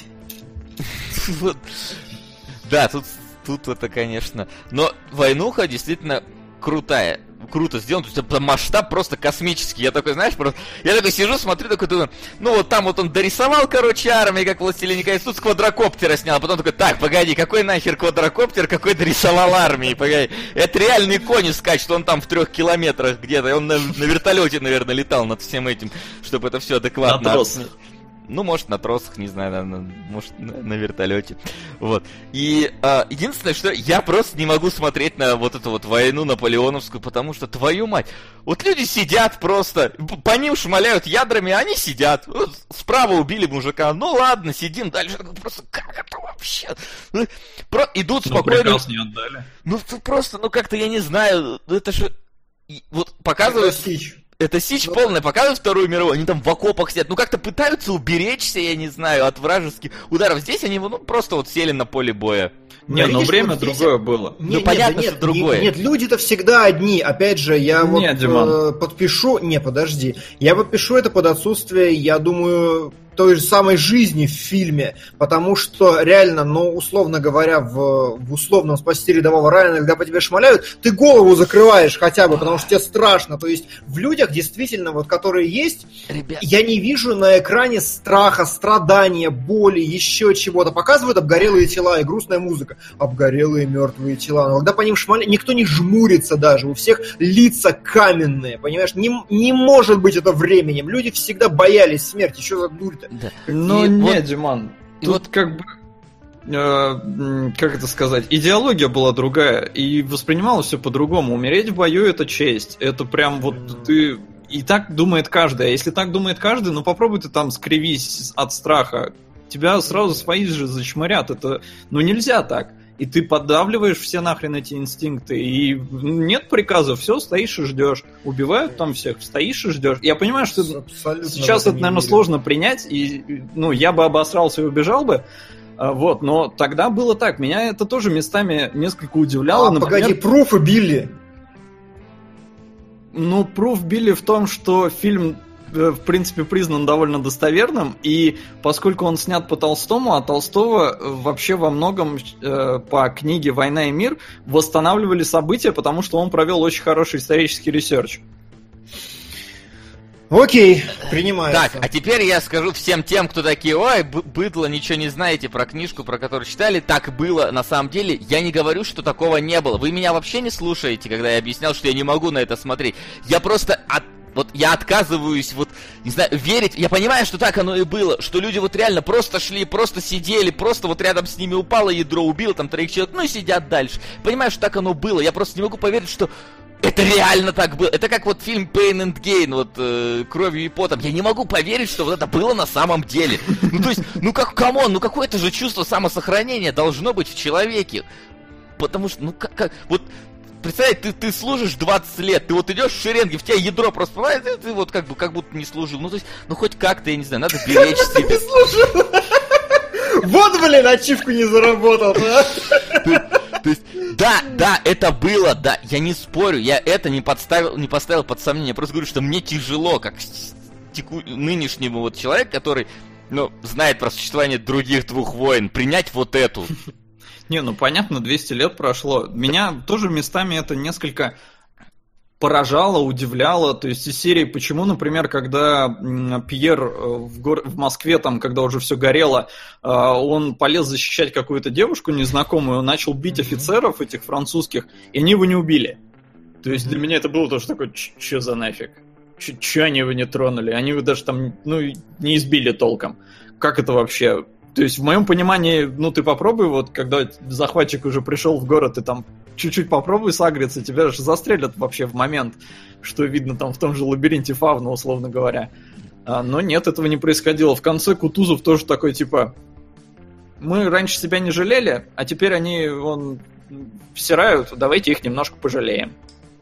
Да, тут, тут это, конечно... Но войнуха действительно крутая. Круто сделан, то есть это масштаб просто космический. Я такой, знаешь, просто... Я такой сижу, смотрю, такой, думаю, ну вот там вот он дорисовал, короче, армии, как «Властелин колец», тут с квадрокоптера снял, а потом такой, так, погоди, какой нахер квадрокоптер, какой дорисовал армии, погоди. Это реальный конь скачет, он там в трех километрах где-то, и он на, на вертолете, наверное, летал над всем этим, чтобы это все адекватно... Ну, может, на тросах, не знаю, на, на, может, на, на вертолете. Вот. И а, единственное, что я просто не могу смотреть на вот эту вот войну наполеоновскую, потому что, твою мать, вот люди сидят просто, по ним шмаляют ядрами, а они сидят. Вот, справа убили мужика, ну ладно, сидим дальше. Просто как это вообще? Ну, про, идут спокойно. Ну, приказ не отдали. Ну, просто, ну как-то, я не знаю, это же... Вот показывают... Это сич ну, полная, показывают Вторую мировую, они там в окопах сидят, ну как-то пытаются уберечься, я не знаю, от вражеских ударов. Здесь они ну, просто вот сели на поле боя. Не, но время другое было. Ну понятно, что другое. Нет, люди-то всегда одни. Опять же, я вот Диман. подпишу... Не, подожди. Я подпишу это под отсутствие, я думаю... той же самой жизни в фильме, потому что реально, ну, условно говоря, в, в условном «Спасти рядового Райана», когда по тебе шмаляют, ты голову закрываешь хотя бы, потому что тебе страшно. То есть в людях действительно, вот, которые есть, Ребят. я не вижу на экране страха, страдания, боли, еще чего-то. Показывают обгорелые тела и грустная музыка. Обгорелые мертвые тела. Но когда по ним шмаляют, никто не жмурится даже, у всех лица каменные, понимаешь? Не, не может быть это временем. Люди всегда боялись смерти, что за дурь. Да. Ну, и не, вот, Диман, и тут вот... как бы, э, как это сказать, идеология была другая, и воспринималось все по-другому. Умереть в бою — это честь, это прям вот ты... И так думает каждый, а если так думает каждый, ну попробуй ты там скривись от страха, тебя сразу свои же зачмырят, это... Ну нельзя так. И ты поддавливаешь все нахрен эти инстинкты, и нет приказов, все, стоишь и ждешь. Убивают там всех, стоишь и ждешь. Я понимаю, что абсолютно сейчас это, наверное, сложно принять, и ну, я бы обосрался и убежал бы, вот, но тогда было так. Меня это тоже местами несколько удивляло. А, например... погоди, пруфы били. Ну, пруф били в том, что фильм... в принципе, признан довольно достоверным, и поскольку он снят по Толстому, а Толстого вообще во многом э, по книге «Война и мир» восстанавливали события, потому что он провел очень хороший исторический ресерч. Окей, принимаю. Так, а теперь я скажу всем тем, кто такие, ой, быдло, ничего не знаете про книжку, про которую читали. Так было на самом деле. Я не говорю, что такого не было. Вы меня вообще не слушаете, когда я объяснял, что я не могу на это смотреть. Я просто от Вот я отказываюсь, вот, не знаю, верить. Я понимаю, что так оно и было, что люди вот реально просто шли, просто сидели, просто вот рядом с ними упало ядро, убило там троих человек, ну и сидят дальше. Понимаю, что так оно было. Я просто не могу поверить, что это реально так было. Это как вот фильм Pain and Gain, вот, э, «Кровью и потом». Я не могу поверить, что вот это было на самом деле. Ну, то есть, ну как, камон, ну какое-то же чувство самосохранения должно быть в человеке. Потому что, ну как, как вот... Представляешь, ты, ты служишь двадцать лет, ты вот идешь в шеренге, в тебя ядро просто попадает, и ты вот как бы как будто не служил. Ну, то есть, ну хоть как-то, я не знаю, надо беречь себя. Не служил! Вот, блин, ачивку не заработал, да? То есть, да, да, это было, да, я не спорю, я это не подставил, не поставил под сомнение, я просто говорю, что мне тяжело, как теку... нынешнему вот человеку, который, ну, знает про существование других двух войн, принять вот эту. Не, ну понятно, двести лет прошло. Меня тоже местами это несколько поражало, удивляло. То есть из серии, почему, например, когда Пьер в, гор... в Москве, там, когда уже все горело, он полез защищать какую-то девушку незнакомую, он начал бить офицеров этих французских, и они его не убили. То есть для меня это было тоже такое, что за нафиг? Че они его не тронули? Они его даже там, ну, не избили толком. Как это вообще... То есть, в моем понимании, ну, ты попробуй, вот, когда захватчик уже пришел в город, и там чуть-чуть попробуй сагриться, тебя же застрелят вообще в момент, что видно там в том же лабиринте Фавна, условно говоря. А, но нет, этого не происходило. В конце Кутузов тоже такой, типа, мы раньше себя не жалели, а теперь они, вон, всирают, давайте их немножко пожалеем.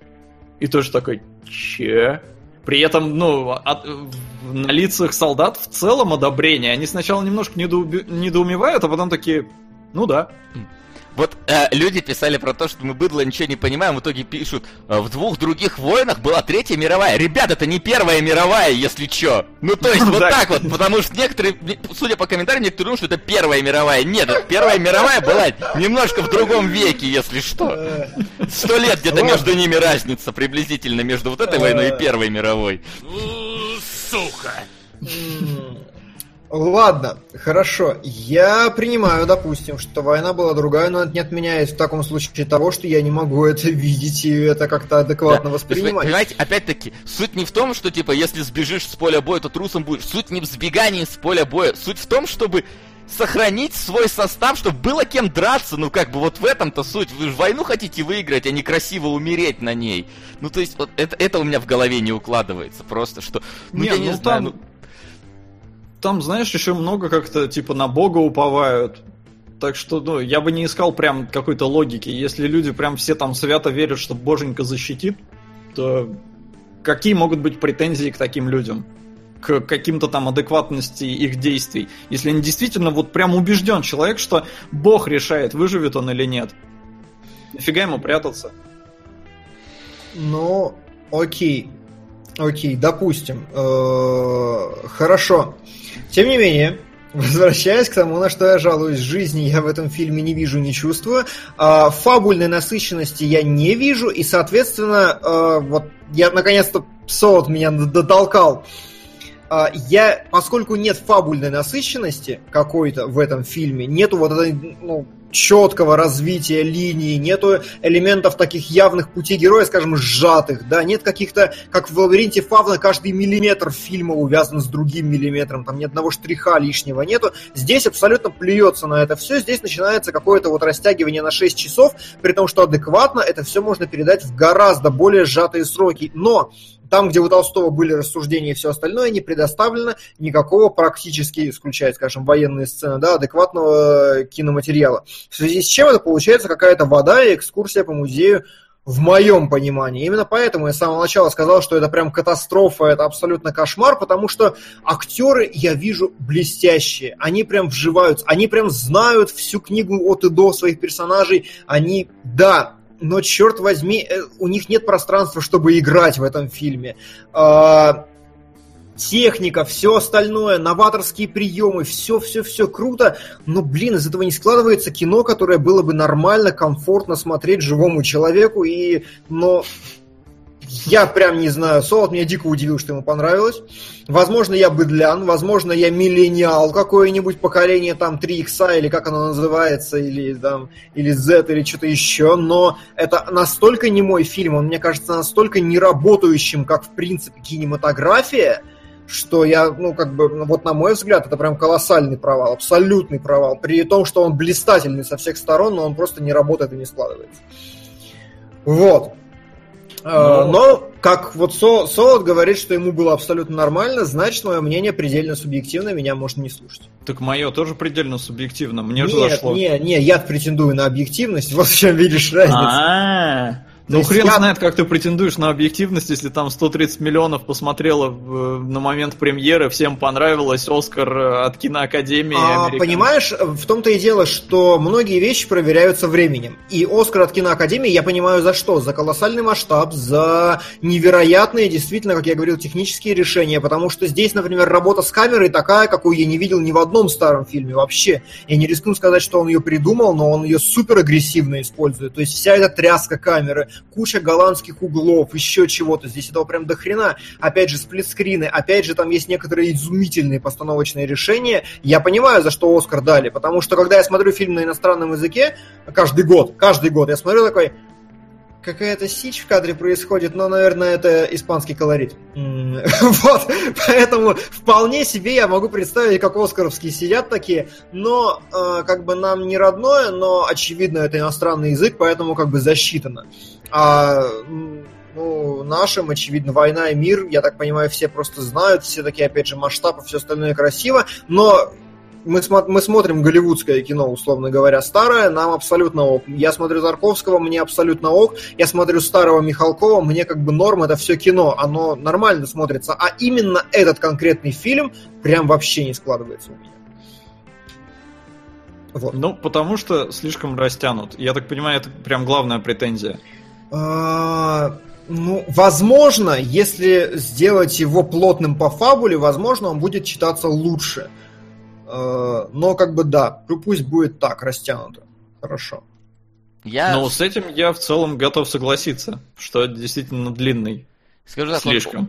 И тоже такой, че? При этом, ну, от, на лицах солдат в целом одобрение. Они сначала немножко недоуби- недоумевают, а потом такие, ну да. Вот э, люди писали про то, что мы быдло ничего не понимаем, в итоге пишут, в двух других войнах была Третья мировая. Ребят, это не Первая мировая, если чё. Ну то есть вот так вот, потому что некоторые, судя по комментариям, некоторые думают, что это Первая мировая. Нет, Первая мировая была немножко в другом веке, если что. Сто лет где-то между ними разница приблизительно между вот этой войной и Первой мировой. Сука! Ладно, хорошо. Я принимаю, допустим, что война была другая, но это не отменяет в таком случае того, что я не могу это видеть и это как-то адекватно Да. воспринимать. Есть, понимаете, опять-таки, суть не в том, что, типа, если сбежишь с поля боя, то трусом будешь. Суть не в сбегании с поля боя. Суть в том, чтобы сохранить свой состав, чтобы было кем драться. Ну, как бы, вот в этом-то суть. Вы же войну хотите выиграть, а не красиво умереть на ней. Ну, то есть, вот это, это у меня в голове не укладывается. Просто, что... Ну, не, я не ну, знаю, там... ну... Там, знаешь, еще много как-то, типа, на Бога уповают. Так что, ну, я бы не искал прям какой-то логики. Если люди прям все там свято верят, что Боженька защитит, то какие могут быть претензии к таким людям? К каким-то там адекватности их действий? Если они действительно вот прям убежден человек, что Бог решает, выживет он или нет. Нафига ему прятаться? Ну, окей. Окей, допустим. Э-э- хорошо. Тем не менее, возвращаясь к тому, на что я жалуюсь, жизни я в этом фильме не вижу, не чувствую. А, фабульной насыщенности я не вижу, и, соответственно, а, вот я наконец-то Солод меня дотолкал. А, я, поскольку нет фабульной насыщенности какой-то в этом фильме, нету вот этой, ну, четкого развития линии, нету элементов таких явных путей героя, скажем, сжатых, да, нет каких-то, как в «Лабиринте Фавна», каждый миллиметр фильма увязан с другим миллиметром, там ни одного штриха лишнего нету. Здесь абсолютно плюется на это все, здесь начинается какое-то вот растягивание на шесть часов, при том, что адекватно это все можно передать в гораздо более сжатые сроки, но там, где у Толстого были рассуждения и все остальное, не предоставлено никакого практически, исключая, скажем, военные сцены, да, адекватного киноматериала. В связи с чем это получается какая-то вода и экскурсия по музею в моем понимании. Именно поэтому я с самого начала сказал, что это прям катастрофа, это абсолютно кошмар, потому что актеры, я вижу, блестящие. Они прям вживаются, они прям знают всю книгу от и до своих персонажей. Они, да... Но, черт возьми, у них нет пространства, чтобы играть в этом фильме. А, техника, все остальное, новаторские приемы, все-все-все круто. Но, блин, из этого не складывается кино, которое было бы нормально, комфортно смотреть живому человеку. И, но... Я прям не знаю, Солод меня дико удивил, что ему понравилось. Возможно, я быдлян, возможно, я миллениал, какое-нибудь поколение там три икс или как оно называется, или там, или Z, или что-то еще, но это настолько не мой фильм, он, мне кажется, настолько не работающим, как, в принципе, кинематография, что я, ну, как бы, вот на мой взгляд, это прям колоссальный провал, абсолютный провал, при том, что он блистательный со всех сторон, но он просто не работает и не складывается. Вот. Но, но как вот Со, Солод говорит, что ему было абсолютно нормально, значит, мое мнение предельно субъективно, меня можно не слушать. Так мое тоже предельно субъективно, мне нет, же зашло. Нет, нет, я претендую на объективность, вот в чем видишь разницу. А-а-а. Ну, хрен я... знает, как ты претендуешь на объективность, если там сто тридцать миллионов посмотрело в, на момент премьеры, всем понравилось, Оскар от киноакадемии. А, понимаешь, в том-то и дело, что многие вещи проверяются временем. И Оскар от киноакадемии я понимаю за что? За колоссальный масштаб, за невероятные, действительно, как я говорил, технические решения, потому что здесь, например, работа с камерой такая, какую я не видел ни в одном старом фильме вообще. Я не рискну сказать, что он ее придумал, но он ее супер агрессивно использует. То есть вся эта тряска камеры, куча голландских углов, еще чего-то. Здесь этого прям до хрена. Опять же, сплитскрины. Опять же, там есть некоторые изумительные постановочные решения. Я понимаю, за что Оскар дали. Потому что, когда я смотрю фильм на иностранном языке, каждый год, каждый год, я смотрю такой... Какая-то сичь в кадре происходит, но, наверное, это испанский колорит. Вот, поэтому вполне себе я могу представить, как оскаровские сидят такие, но э, как бы нам не родное, но, очевидно, это иностранный язык, поэтому как бы засчитано. А ну, нашим, очевидно, «Война и мир», я так понимаю, все просто знают, все такие, опять же, масштабы, все остальное красиво, но... Мы, смо- мы смотрим голливудское кино, условно говоря, старое, нам абсолютно ок. Я смотрю Тарковского, мне абсолютно ок. Я смотрю старого Михалкова, мне как бы норм, это все кино, оно нормально смотрится. А именно этот конкретный фильм прям вообще не складывается у меня. Вот. Ну, потому что слишком растянут. Я так понимаю, это прям главная претензия. А- Ну, возможно, если сделать его плотным по фабуле, возможно, он будет читаться лучше. Но как бы да, пусть будет так, растянуто. Хорошо. Я... Но с этим я в целом готов согласиться, что действительно длинный. Скажу так, слишком. Он, он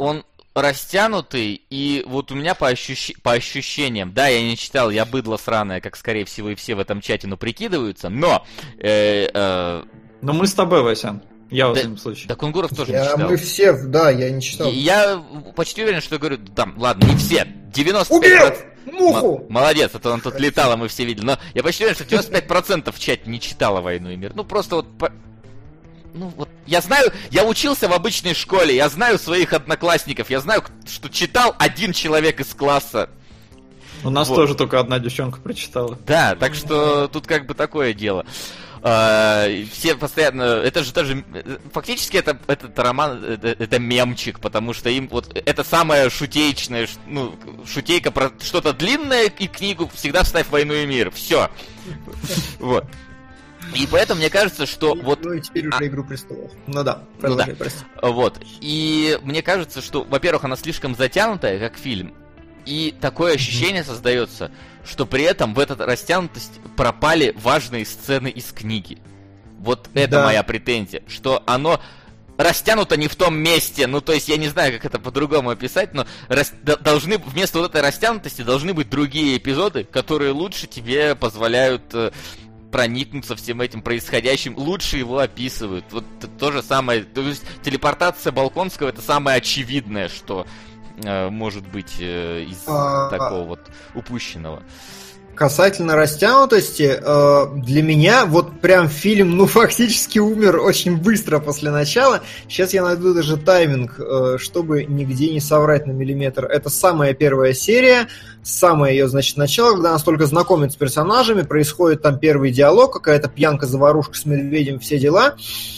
растянутый, и вот у меня по, ощущ... по ощущениям, да, я не читал, я быдло сраное, как, скорее всего, и все в этом чате, ну, прикидываются, но... Э, э... Но мы с тобой, Васян. Я в да, этом случае. Да, Кунгуров тоже я, не читал. Мы все, да, я не читал. И я почти уверен, что говорю, там, ладно, не все, девяносто пять Убил! процентов... Муху! М- молодец, а то он тут летал, а мы все видели. Но я почти уверен, что девяносто пять процентов в чате не читала «Войну и мир». Ну, просто вот... По... Ну, вот, я знаю, я учился в обычной школе, я знаю своих одноклассников, я знаю, что читал один человек из класса. У нас вот. тоже только одна девчонка прочитала. Да, так что тут как бы такое дело. Uh, все постоянно, это же тоже, фактически это, этот роман, это, это мемчик, потому что им вот, это самая шутеечная, ну, шутейка про что-то длинное и книгу всегда вставь «Войну и мир», все. Вот. И поэтому мне кажется, что вот... Ну и теперь уже а... «Игру престолов». Ну да, продолжай, ну да. прости. Вот. И мне кажется, что, во-первых, она слишком затянутая, как фильм, и такое ощущение создается, что при этом в этой растянутости пропали важные сцены из книги. Вот это да. моя претензия, что оно растянуто не в том месте, ну то есть я не знаю, как это по-другому описать, но рас... должны вместо вот этой растянутости должны быть другие эпизоды, которые лучше тебе позволяют э, проникнуться всем этим происходящим, лучше его описывают. Вот то же самое, то есть телепортация Болконского — это самое очевидное, что может быть из а, такого вот упущенного. Касательно растянутости, для меня вот прям фильм, ну, фактически умер очень быстро после начала. Сейчас я найду даже тайминг, чтобы нигде не соврать на миллиметр. Это самая первая серия, самое ее, значит, начало, когда нас только знакомят с персонажами, происходит там первый диалог, какая-то пьянка-заварушка с медведем, все дела.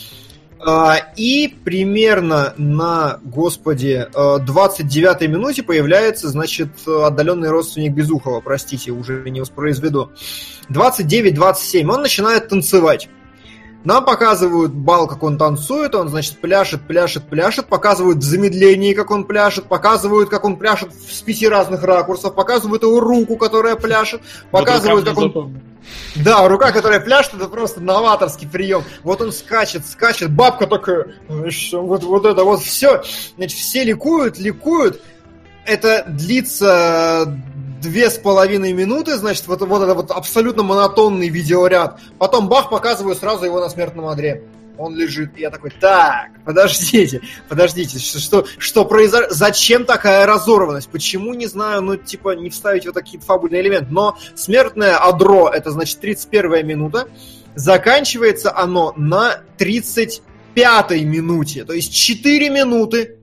И примерно на, господи, двадцать девятой минуте появляется, значит, отдаленный родственник Безухова, простите, уже не воспроизведу. двадцать девять двадцать семь, он начинает танцевать. Нам показывают бал, как он танцует, он, значит, пляшет, пляшет, пляшет, показывают в замедлении, как он пляшет, показывают, как он пляшет с пяти разных ракурсов, показывают его руку, которая пляшет, показывают, как он... Да, рука, которая пляшет, это просто новаторский прием. Вот он скачет, скачет, бабка такая, значит, вот, вот это вот все, значит, все ликуют, ликуют. Это длится две с половиной минуты, значит, вот, вот это вот абсолютно монотонный видеоряд. Потом бах, показываю сразу его на смертном одре. Он лежит, и я такой, так, подождите, подождите, что, что, что произошло, зачем такая разорванность, почему, не знаю, ну, типа, не вставить вот такие фабульные элементы, но смертное одро, это, значит, тридцать первая минута, заканчивается оно на тридцать пятой минуте, то есть четыре минуты,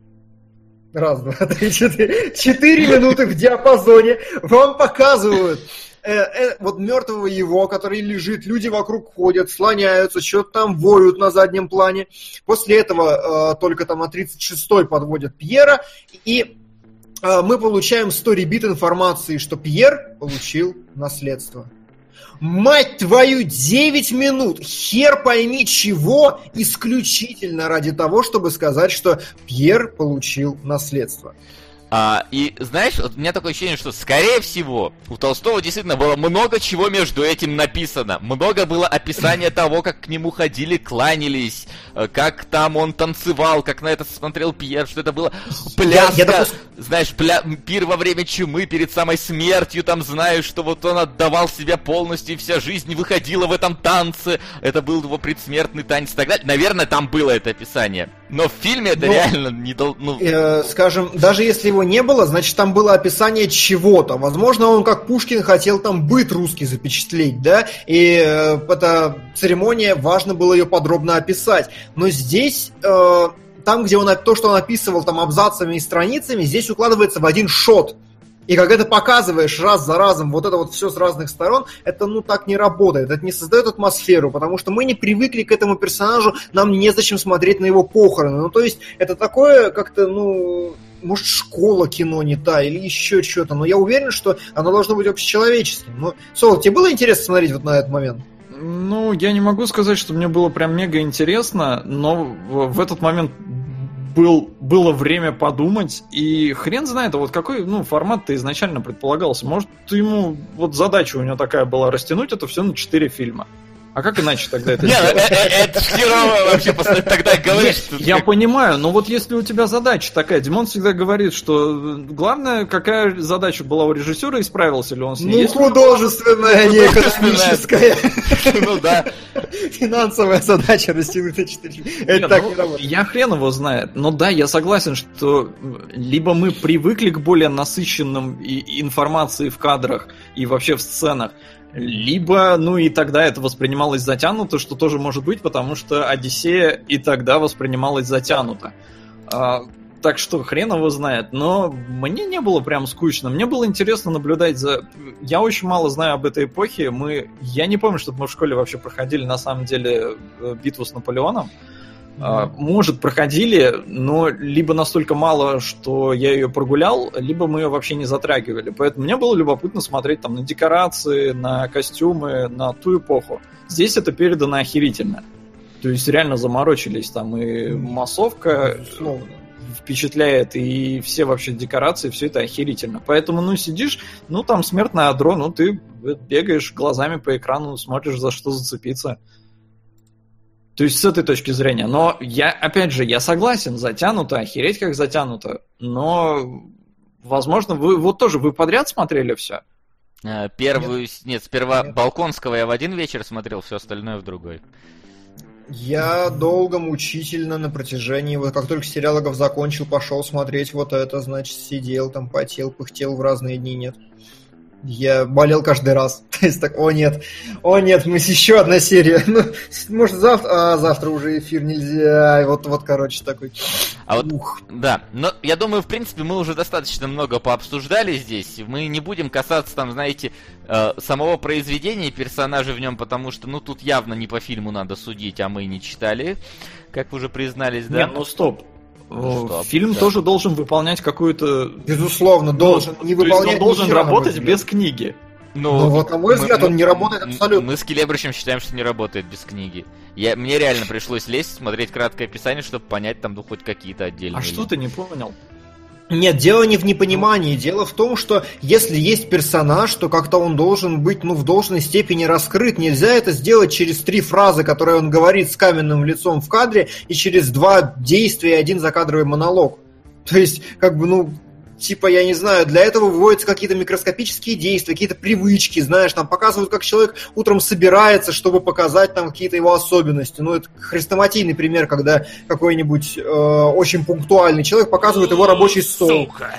раз, два, три, четыре, четыре минуты в диапазоне вам показывают Э, э, вот мертвого его, который лежит, люди вокруг ходят, слоняются, что-то там воют на заднем плане. После этого э, только там на тридцать шестой подводят Пьера, и э, мы получаем сторибит информации, что Пьер получил наследство. Мать твою, девять минут! Хер пойми чего, исключительно ради того, чтобы сказать, что Пьер получил наследство. А, и знаешь, вот у меня такое ощущение, что, скорее всего, у Толстого действительно было много чего между этим написано. Много было описания того, как к нему ходили, кланялись, как там он танцевал, как на это смотрел Пьер, что это было пляска, я, я допуск... знаешь, пля... пир во время чумы перед самой смертью, там, знаешь, что вот он отдавал себя полностью, и вся жизнь выходила в этом танце, это был его предсмертный танец и так далее. Наверное, там было это описание. Но в фильме это Но, реально не дол... ну... э, скажем, даже если его не было, значит, там было описание чего-то. Возможно, он, как Пушкин, хотел там быт русский запечатлеть, да, и э, эта церемония, важно было ее подробно описать. Но здесь, э, там, где он, то, что он описывал там абзацами и страницами, здесь укладывается в один шот. И когда ты показываешь раз за разом вот это вот все с разных сторон, это, ну, так не работает, это не создает атмосферу, потому что мы не привыкли к этому персонажу, нам незачем смотреть на его похороны. Ну, то есть, это такое как-то, ну, может, школа кино не та или еще что-то, но я уверен, что оно должно быть общечеловеческим. Ну, Соло, тебе было интересно смотреть вот на этот момент? Ну, я не могу сказать, что мне было прям мега интересно, но в этот момент... Был, было время подумать, и хрен знает, вот какой, ну, формат-то изначально предполагался. Может, ему, вот задача у него такая была растянуть это все на четыре фильма. А как иначе тогда это Не, сделать? это ж херово вообще постоянно тогда говоришь. Я понимаю, но вот если у тебя задача такая, Димон всегда говорит, что главное, какая задача была у режиссера, и справился ли он с ней. Ну, Если художественная, а не экономическая. Ну да. Финансовая задача растянуть на четыре. Это Нет, так ну, не работает. я хрен его знает. Но да, я согласен, что либо мы привыкли к более насыщенным и- информации в кадрах и вообще в сценах, либо, ну и тогда это воспринималось затянуто, что тоже может быть, потому что Одиссея и тогда воспринималась затянуто. А, так что хрен его знает. Но мне не было прям скучно. Мне было интересно наблюдать за... Я очень мало знаю об этой эпохе. Мы... Я не помню, чтобы мы в школе вообще проходили на самом деле битву с Наполеоном. Mm-hmm. Может, проходили, но либо настолько мало, что я ее прогулял, либо мы ее вообще не затрагивали. Поэтому мне было любопытно смотреть там на декорации, на костюмы, на ту эпоху. Здесь это передано охерительно. То есть реально заморочились. Там и массовка Безусловно. впечатляет, и все вообще декорации, все это охерительно. Поэтому, ну, сидишь, ну, там смертное ядро, ну, ты бегаешь глазами по экрану, смотришь, за что зацепиться. То есть с этой точки зрения. Но я, опять же, я согласен, затянуто, охереть как затянуто. Но, возможно, вы вот тоже, вы подряд смотрели все? Первую, нет, нет сперва Нет. Балконского я в один вечер смотрел, все остальное в другой. Я долго, мучительно на протяжении, вот как только сериалогов закончил, пошел смотреть вот это, значит, сидел там, потел, пыхтел в разные дни, нет. Я болел каждый раз. То есть так, о нет, о нет, мы еще одна серия. Ну, может, завтра, а завтра уже эфир нельзя. И вот, вот, короче, такой. А вот, Ух. да, но я думаю, в принципе, мы уже достаточно много пообсуждали здесь. Мы не будем касаться, там, знаете, э, самого произведения и персонажей в нем, потому что, ну, тут явно не по фильму надо судить, а мы не читали, как вы уже признались, да? Не, ну стоп. Ну, стоп, Фильм да. тоже должен выполнять какую-то... Безусловно, должен. Не То есть выполнять он должен ни хера, на мой работать взгляд. без книги. Ну, вот, на мой взгляд, он не работает абсолютно. Мы с Келебричем считаем, что не работает без книги. Я, мне реально пришлось лезть, смотреть краткое описание, чтобы понять там ну, хоть какие-то отдельные. А что ты не понял? Нет, дело не в непонимании. Дело в том, что если есть персонаж, то как-то он должен быть, ну, в должной степени раскрыт. Нельзя это сделать через три фразы, которые он говорит с каменным лицом в кадре, и через два действия и один закадровый монолог. То есть, как бы, ну... Типа, я не знаю, для этого выводятся какие-то микроскопические действия, какие-то привычки, знаешь, там показывают, как человек утром собирается, чтобы показать там какие-то его особенности. Ну, это хрестоматийный пример, когда какой-нибудь э, очень пунктуальный человек показывает его рабочий стол. Сука!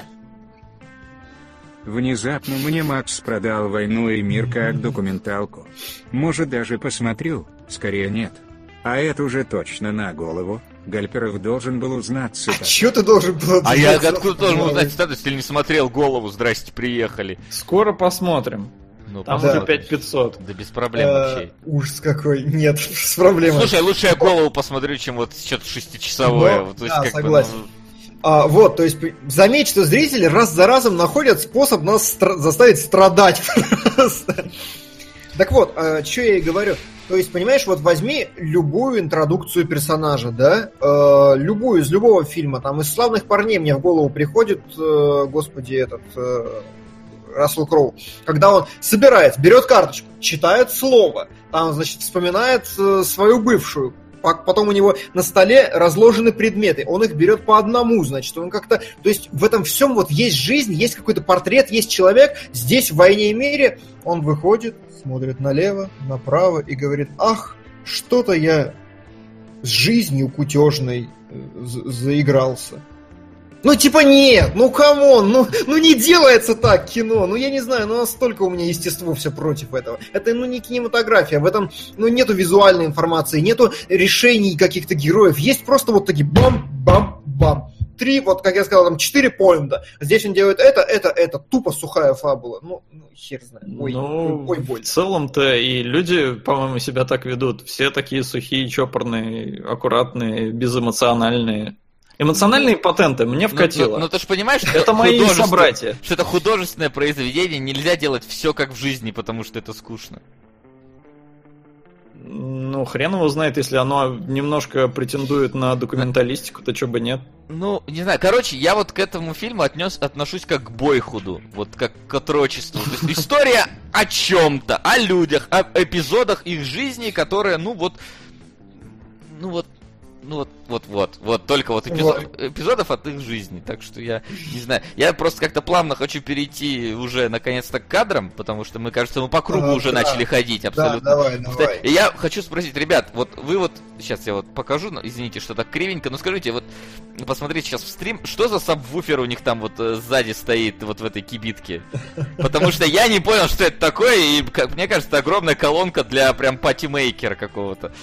Внезапно мне Макс продал «Войну и мир» как документалку. Может, даже посмотрю, скорее нет. А это уже точно на голову. Гальперов должен был узнать цитату. Чё ты должен был... А я откуда должен узнать статус, если не смотрел голову? Здрасте, приехали. Скоро посмотрим. Ну, Там посмотрим. уже пять пятьсот. Да без проблем Э, вообще. Ужас какой. Нет, с проблемой. Слушай, лучше я голову посмотрю, чем вот что-то шестичасовое. Ну, Вот, то есть, да, как бы, согласен. ну, А, вот, то есть, заметь, что зрители раз за разом находят способ нас стра- заставить страдать просто. Так вот, а, что я и говорю. То есть, понимаешь, вот возьми любую интродукцию персонажа, да, э, любую, из любого фильма, там, из «Славных парней» мне в голову приходит, э, господи, этот, э, Рассел Кроу, когда он собирается, берет карточку, читает слово, там, значит, вспоминает э, свою бывшую, потом у него на столе разложены предметы, он их берет по одному, значит, он как-то... То есть в этом всем вот есть жизнь, есть какой-то портрет, есть человек. Здесь в «Войне и мире» он выходит, смотрит налево, направо и говорит: ах, что-то я с жизнью кутежной заигрался. Ну, типа, нет, ну, камон, ну, ну, не делается так кино, ну, я не знаю, ну, настолько у меня естество все против этого. Это, ну, не кинематография, в этом, ну, нету визуальной информации, нету решений каких-то героев, есть просто вот такие бам-бам-бам. Три, вот, как я сказал, там, четыре поинта. Здесь он делает это, это, это, тупо сухая фабула. Ну, ну хер знает. Ой, ну, ой, боль. В целом-то и люди, по-моему, себя так ведут. Все такие сухие, чопорные, аккуратные, безэмоциональные. Эмоциональные патенты мне вкатило. Ну, ну, ну ты же понимаешь, что это мои художество- собратья. что это художественное произведение, нельзя делать все как в жизни, потому что это скучно. Ну, хрен его знает, если оно немножко претендует на документалистику, то чё бы нет. Ну, не знаю, короче, я вот к этому фильму отнес, отношусь как к бойхуду, вот как к отрочеству. То есть история о чем-то, о людях, о эпизодах их жизни, которые, ну вот, ну вот, ну вот, вот, вот, вот, только вот эпизод, эпизодов от их жизни. Так что я не знаю. Я просто как-то плавно хочу перейти уже наконец-то к кадрам, потому что мы, кажется, мы по кругу а, уже да. начали ходить абсолютно. Да, давай, давай. И я хочу спросить, ребят, вот вы вот, сейчас я вот покажу, извините, что так кривенько, но скажите, вот посмотрите сейчас в стрим, что за сабвуфер у них там вот сзади стоит вот в этой кибитке? Потому что я не понял, что это такое, и как, мне кажется, огромная колонка для прям патимейкера какого-то.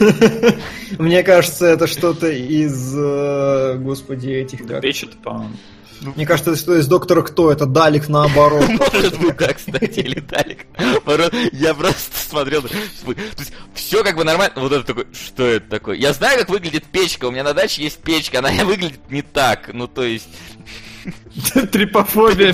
Мне кажется, это что-то из, господи, этих... Печет, по-моему. Мне кажется, это что из Доктора Кто, это Далек наоборот. Может быть, да, кстати, или Далек. Я просто смотрел, то есть все как бы нормально, вот это такой, что это такое? Я знаю, как выглядит печка, у меня на даче есть печка, она выглядит не так, ну то есть... Трипофобия.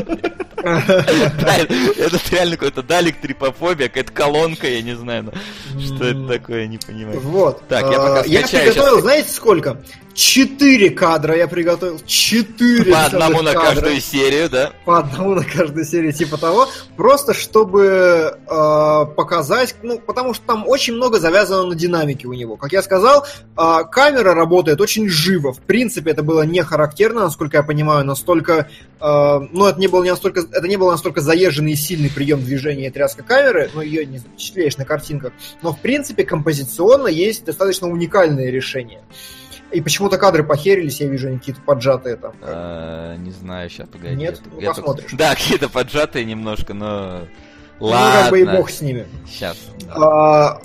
Да, это реально какой-то Далек, трипофобия, какая-то колонка, я не знаю, что это такое, я не понимаю. Вот. Так, я пока Я приготовил, знаете сколько? Четыре кадра я приготовил. Четыре. По одному на каждую серию, да? По одному на каждую серию, типа того. Просто чтобы э, показать, ну, потому что там очень много завязано на динамике у него. Как я сказал, э, камера работает очень живо. В принципе, это было не характерно, насколько я понимаю, настолько... Э, ну, это не было не настолько, это не было настолько заезженный и сильный прием движения и тряска камеры, но ее не запечатлеешь на картинках. Но, в принципе, композиционно есть достаточно уникальные решения. И почему-то кадры похерились, я вижу, они какие-то поджатые там. А, не знаю, сейчас, погоди. Нет? Я, ну, я посмотришь. Только... Да, какие-то поджатые немножко, но... Ну, ладно. как бы и бог с ними. Сейчас. Да. А,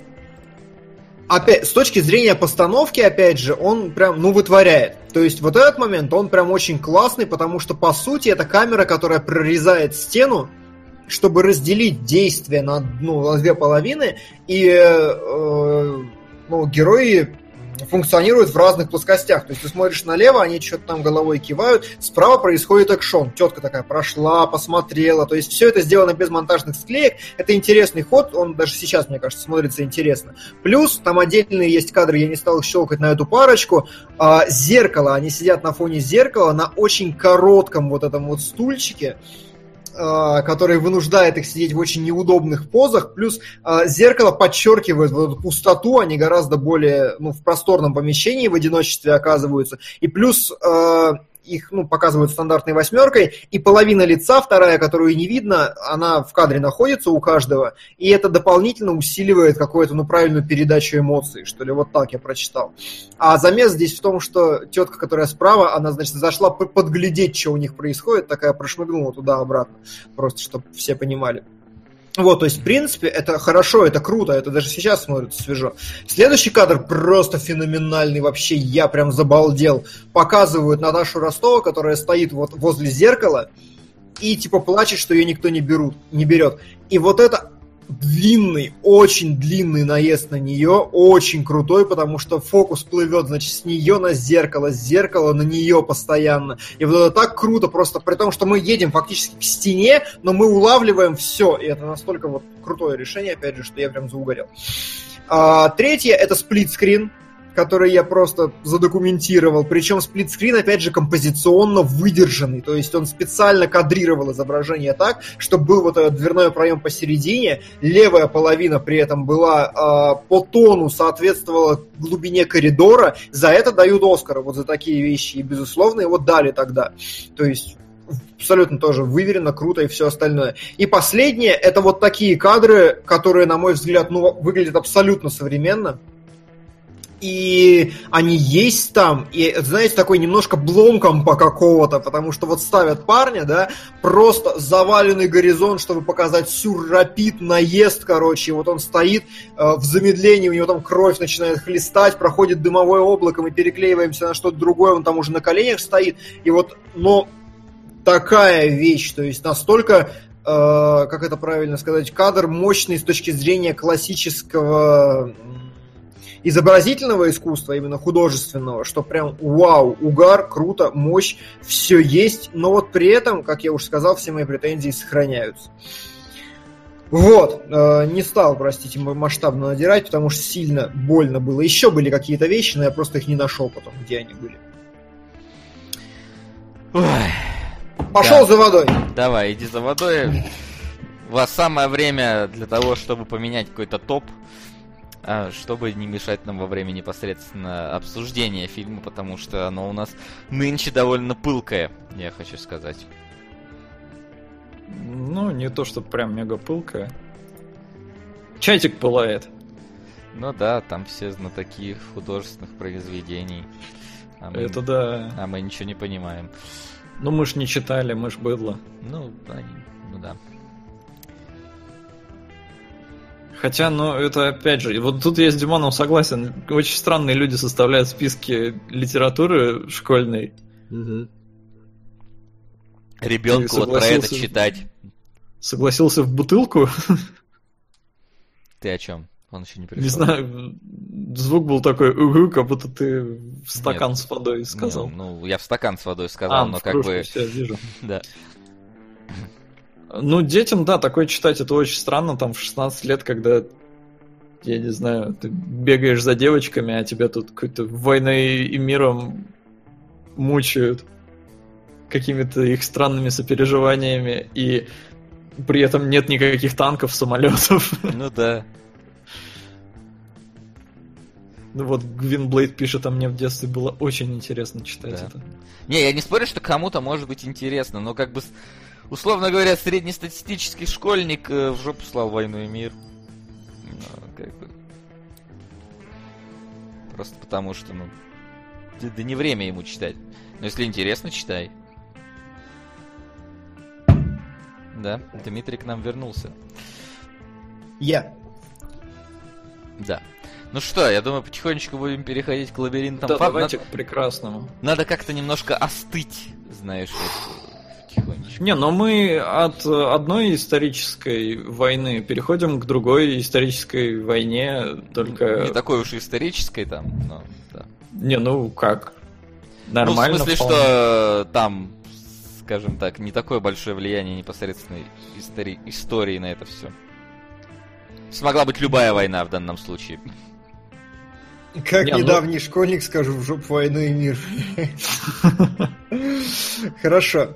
опять, с точки зрения постановки, опять же, он прям, ну, вытворяет. То есть вот этот момент, он прям очень классный, потому что, по сути, это камера, которая прорезает стену, чтобы разделить действие на, ну, на две половины, и э, ну, герои функционируют в разных плоскостях. То есть ты смотришь налево, они что-то там головой кивают, справа происходит экшон. Тетка такая прошла, посмотрела. То есть все это сделано без монтажных склеек. Это интересный ход, он даже сейчас, мне кажется, смотрится интересно. Плюс там отдельные есть кадры, я не стал их щелкать на эту парочку. А, зеркало, они сидят на фоне зеркала на очень коротком вот этом вот стульчике, который вынуждает их сидеть в очень неудобных позах, плюс э, зеркало подчеркивает вот эту пустоту, они гораздо более, ну, в просторном помещении в одиночестве оказываются, и плюс э, их, ну, показывают стандартной восьмеркой, и половина лица, вторая, которую не видно, она в кадре находится у каждого, и это дополнительно усиливает какую-то, ну, правильную передачу эмоций, что ли, вот так я прочитал. А замес здесь в том, что тетка, которая справа, она, значит, зашла подглядеть, что у них происходит, такая прошмыгнула туда-обратно, просто чтобы все понимали. Вот, то есть, в принципе, это хорошо, это круто, это даже сейчас смотрится свежо. Следующий кадр просто феноменальный, вообще я прям забалдел. Показывают Наташу Ростову, которая стоит вот возле зеркала и типа плачет, что ее никто не берут, не берет. И вот это длинный, очень длинный наезд на нее, очень крутой, потому что фокус плывет, значит, с нее на зеркало, с зеркала на нее постоянно. И вот это так круто, просто при том, что мы едем фактически к стене, но мы улавливаем все. И это настолько вот крутое решение, опять же, что я прям заугорел. А, третье — это сплитскрин, который я просто задокументировал. Причем сплитскрин, опять же, композиционно выдержанный. То есть он специально кадрировал изображение так, чтобы был вот этот дверной проем посередине, левая половина при этом была э, по тону соответствовала глубине коридора. За это дают Оскара, вот за такие вещи. И, безусловно, его дали тогда. То есть абсолютно тоже выверено, круто и все остальное. И последнее, это вот такие кадры, которые, на мой взгляд, ну, выглядят абсолютно современно. И они есть там, и, знаете, такой немножко бломкомпа какого-то, потому что вот ставят парня, да, просто заваленный горизонт, чтобы показать сюррапид, наезд, короче, и вот он стоит э, в замедлении, у него там кровь начинает хлестать, проходит дымовое облако, мы переклеиваемся на что-то другое, он там уже на коленях стоит, и вот, но такая вещь, то есть настолько... Э, как это правильно сказать, кадр мощный с точки зрения классического... изобразительного искусства, именно художественного, что прям вау, угар, круто, мощь, все есть, но вот при этом, как я уже сказал, все мои претензии сохраняются. Вот, э, не стал, простите, масштабно надирать, потому что сильно больно было. Еще были какие-то вещи, но я просто их не нашел потом, где они были. Ой. Пошел Да. за водой. Давай, иди за водой. У вас самое время для того, чтобы поменять какой-то топ, а, чтобы не мешать нам во время непосредственно обсуждения фильма, потому что оно у нас нынче довольно пылкое, я хочу сказать. Ну, не то, что прям мега пылкая. Чатик пылает. Ну да, там все знатоки художественных произведений. А мы, Это да. а мы ничего не понимаем. Ну, мы ж не читали, мы ж быдло. Ну, они, ну да. Хотя, ну, это опять же, вот тут я с Димоном согласен. Очень странные люди составляют списки литературы школьной. Ребенку Ты вот про это согласился? читать. Согласился в бутылку? Ты о чем? Он еще не пришел. Не знаю, звук был такой, угу, как будто ты в стакан Нет. с водой сказал. Не, ну, я в стакан с водой сказал, а, но в как кружку, бы... всё, вижу. Да. Ну, детям, да, такое читать, это очень странно, там, в шестнадцать лет, когда, я не знаю, ты бегаешь за девочками, а тебя тут какой-то войной и миром мучают какими-то их странными сопереживаниями, и при этом нет никаких танков, самолетов. Ну да. Ну вот Гвинблейд пишет, а мне в детстве было очень интересно читать Да. это. Не, я не спорю, что кому-то может быть интересно, но как бы, с- условно говоря, среднестатистический школьник э, в жопу слал «Войну и мир». Ну, как бы... Просто потому что, ну, да, да не время ему читать. Но если интересно, читай. Да, Дмитрий к нам вернулся. Я. Да. Ну что, я думаю, потихонечку будем переходить к лабиринтам. Да, Фаб- давайте Надо, к прекрасному. надо как-то немножко остыть, знаешь, вот, потихонечку. Не, но мы от э, одной исторической войны переходим к другой исторической войне, только... Не такой уж и исторической там, но да. Не, ну как? Нормально. Ну, в смысле, вполне. что там, скажем так, не такое большое влияние непосредственной истори- истории на это все. Смогла быть любая война в данном случае. Как Не, ну- недавний школьник скажу, в жопу войну и мир. Хорошо.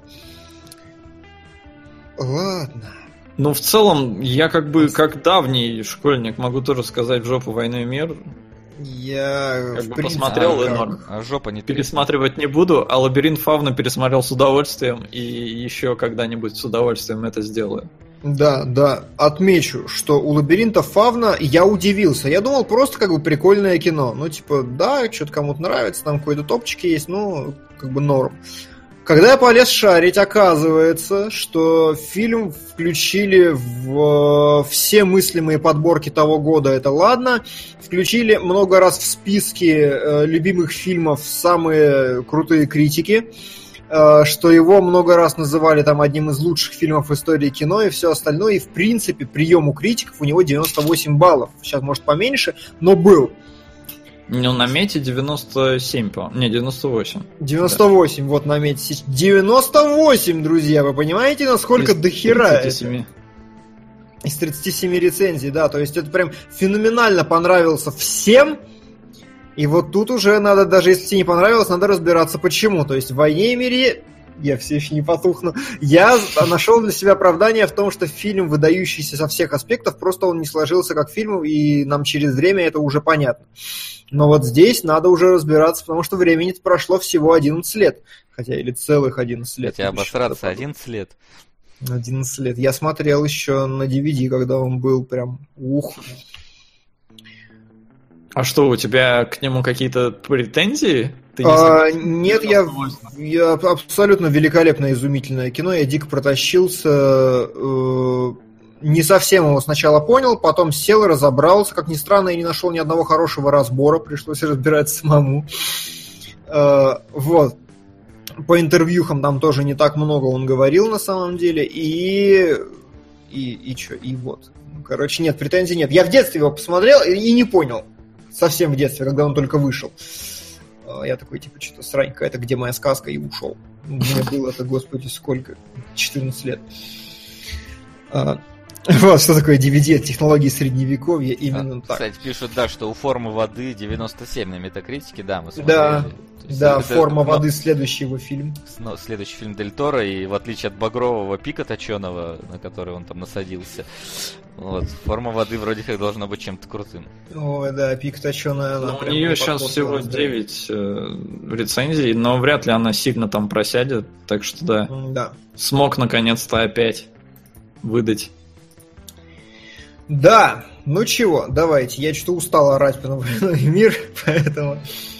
Ладно. Ну, в целом, я как бы, как давний школьник, могу тоже сказать в жопу «Войну и мир». Я Как в бы принципе, посмотрел и как- норм. А жопа не Пересматривать не буду, а «Лабиринт Фавна» пересмотрел с удовольствием, и еще когда-нибудь с удовольствием это сделаю. Да, да. Отмечу, что у «Лабиринта Фавна» я удивился. Я думал, просто как бы прикольное кино. Ну, типа, да, что-то кому-то нравится, там какой-то топчик есть, ну, как бы норм. Когда я полез шарить, оказывается, что фильм включили в все мыслимые подборки того года, это ладно. Включили много раз в списки э, любимых фильмов самые крутые критики, э, что его много раз называли там одним из лучших фильмов в истории кино и все остальное. И в принципе прием у критиков у него девяносто восемь баллов. Сейчас может поменьше, но был. Ну, на мете девяносто семь, по-моему. Не, девяносто восемь. девяносто восемь, вот на мете сейчас. девяносто восемь, друзья, вы понимаете, насколько Из дохера это? тридцати семи. Из тридцати семи рецензий, да, то есть это прям феноменально понравился всем, и вот тут уже надо, даже если тебе не понравилось, надо разбираться почему, то есть в «Войне и мире» я все еще не потухну, я нашел для себя оправдание в том, что фильм, выдающийся со всех аспектов, просто он не сложился как фильм, и нам через время это уже понятно. Но вот здесь надо уже разбираться, потому что времени прошло всего одиннадцать лет, хотя или целых одиннадцать лет. Хотя обосраться одиннадцать лет. одиннадцать лет. Я смотрел еще на ди ви ди, когда он был прям ух. А что, у тебя к нему какие-то претензии? Ты не А, согласен? нет, я, я абсолютно великолепное, изумительное кино. Я дико протащился. Э, не совсем его сначала понял, потом сел, разобрался. Как ни странно, я не нашел ни одного хорошего разбора. Пришлось разбираться самому. Э, вот. По интервьюхам там тоже не так много он говорил на самом деле. И... И, и что? И вот. Короче, нет, претензий нет. Я в детстве его посмотрел и, и не понял. Совсем в детстве, когда он только вышел. Я такой, типа, что-то срань какая-то, где моя сказка, и ушел. Мне было это, господи, сколько? четырнадцать лет. Вот, что такое ди ви ди от технологии средневековья, именно А, так. Кстати, пишут, да, что у формы воды девяносто семь на метакритике, да, мы смотрели. Да, То есть да, это, «Форма ну, воды» следующий его фильм. ну, следующий фильм Дель Торо, и в отличие от багрового пика точеного, на который он там насадился, вот, «Форма воды» вроде как должна быть чем-то крутым. Ой, да, пик точеная. Ну, у нее сейчас всего девять э, рецензий, но вряд ли она сильно там просядет, так что да, Да. смог наконец-то опять выдать. Да, ну чего, давайте. Я что-то устал орать про новый мир, поэтому...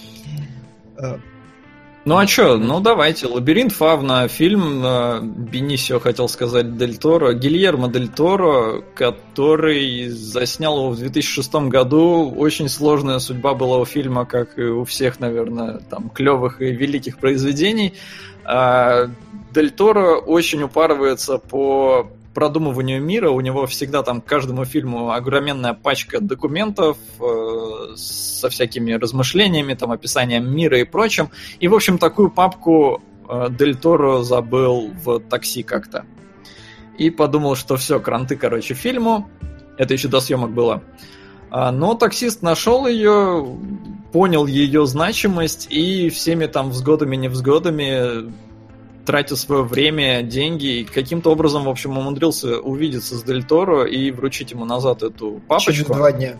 Ну а чё, ну давайте. «Лабиринт Фавна», фильм э, Бенисио, хотел сказать, Дель Торо, Гильермо Дель Торо, который заснял его в две тысячи шестом году. Очень сложная судьба была у фильма, как и у всех, наверное, там клевых и великих произведений. А Дель Торо очень упарывается по продумыванию мира. У него всегда там к каждому фильму огроменная пачка документов э, со всякими размышлениями, там, описанием мира и прочим. И, в общем, такую папку э, Дель Торо забыл в «Такси» как-то. И подумал, что все, кранты, короче, фильму. Это еще до съемок было. А, но таксист нашел ее, понял ее значимость и всеми там взгодами-невзгодами, тратя свое время, деньги, и каким-то образом, в общем, умудрился увидеться с Дель Торо и вручить ему назад эту папочку. Через два дня.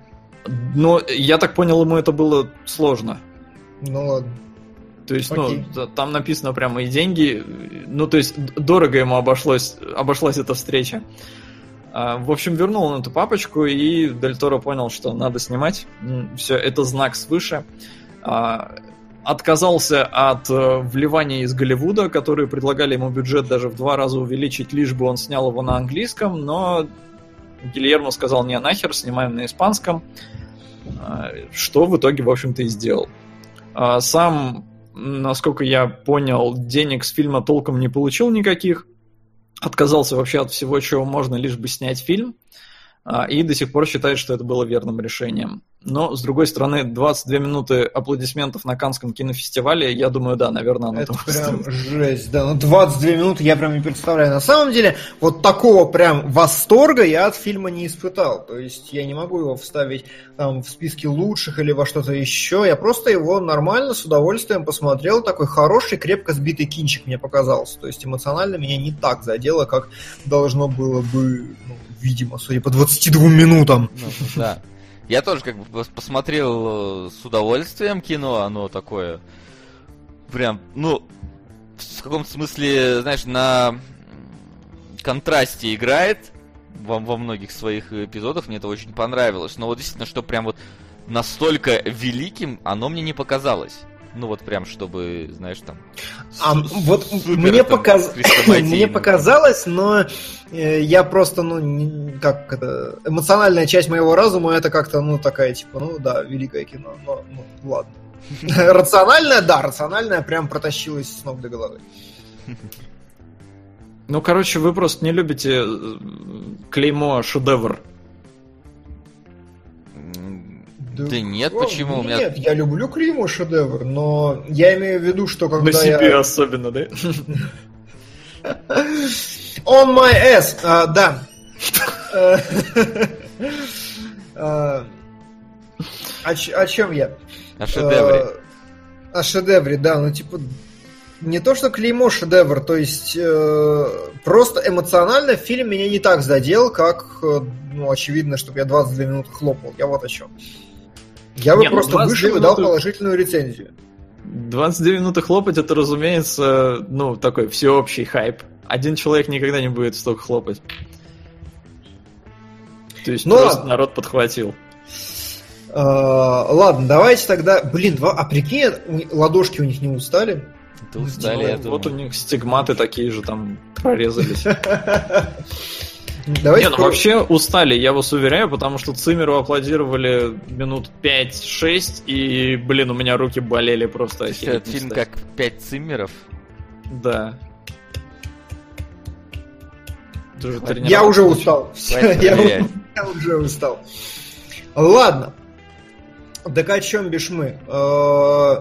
Но я так понял, ему это было сложно. Ну ладно. То есть, Окей. ну, там написано прямо и деньги, ну, то есть, дорого ему обошлось, обошлась эта встреча. А, в общем, вернул он эту папочку, и Дель Торо понял, что надо снимать. Все, это знак свыше. А, отказался от э, вливания из Голливуда, которые предлагали ему бюджет даже в два раза увеличить, лишь бы он снял его на английском, но Гильермо сказал: не, нахер, снимаем на испанском, э, что в итоге, в общем-то, и сделал. Э, сам, насколько я понял, денег с фильма толком не получил никаких, отказался вообще от всего, чего можно, лишь бы снять фильм, э, и до сих пор считает, что это было верным решением. Но, с другой стороны, двадцать две минуты аплодисментов на Каннском кинофестивале, я думаю, да, наверное, оно Это того прям стоит. жесть, да. Ну, двадцать две минуты я прям не представляю. На самом деле, вот такого прям восторга я от фильма не испытал. То есть я не могу его вставить там в списке лучших или во что-то еще. Я просто его нормально, с удовольствием посмотрел. Такой хороший, крепко сбитый кинчик мне показался. То есть эмоционально меня не так задело, как должно было бы, ну, видимо, судя по двадцати двум минутам. Ну, да. Я тоже как бы посмотрел с удовольствием кино, оно такое прям, ну, в каком-то смысле, знаешь, на контрасте играет во, во многих своих эпизодах, мне это очень понравилось. Но вот действительно, что прям вот настолько великим, оно мне не показалось. Ну вот прям, чтобы, знаешь, там... А су- вот супер, мне, там, показ... хрестоматийным. мне показалось, но э, я просто, ну, не, как это, эмоциональная часть моего разума, это как-то, ну, такая, типа, ну, да, великое кино, но, ну, ладно. Рациональная, да, рациональная прям протащилась с ног до головы. Ну, короче, вы просто не любите клеймо «шедевр». Да нет, ну, почему? У меня- Нет, я люблю клеймо шедевр, но я имею в виду, что когда На себе я... особенно, да? On my ass, а, да. А, О ч- о чем я? О шедевре. Э, О шедевре, да, ну типа не то, что клеймо шедевр, то есть э, просто эмоционально фильм меня не так задел, как, э, ну, очевидно, чтобы я двадцать две минуты хлопал. Я вот о чем. Я бы Не, ну, просто двадцать две вышел и дал минуты- положительную рецензию. двадцать две минуты хлопать, это, разумеется, ну, такой всеобщий хайп. Один человек никогда не будет столько хлопать. То есть Ну просто ладно. народ подхватил. Э, ладно, давайте тогда... Блин, два... а прикинь, у- ладошки у них не устали? Это устали, Ну, я вот у думаю. них стигматы такие же там прорезались. Давайте Не, ну про- вообще устали, я вас уверяю, потому что Циммеру аплодировали минут пять-шесть, и, блин, у меня руки болели просто. То есть охереть этот не фильм встать. как «Пять циммеров». Да. Ты же Я тренировался? уже устал. Всё, Хватит я, проверять. я уже устал. Ладно. Так о чем бишь мы? Э,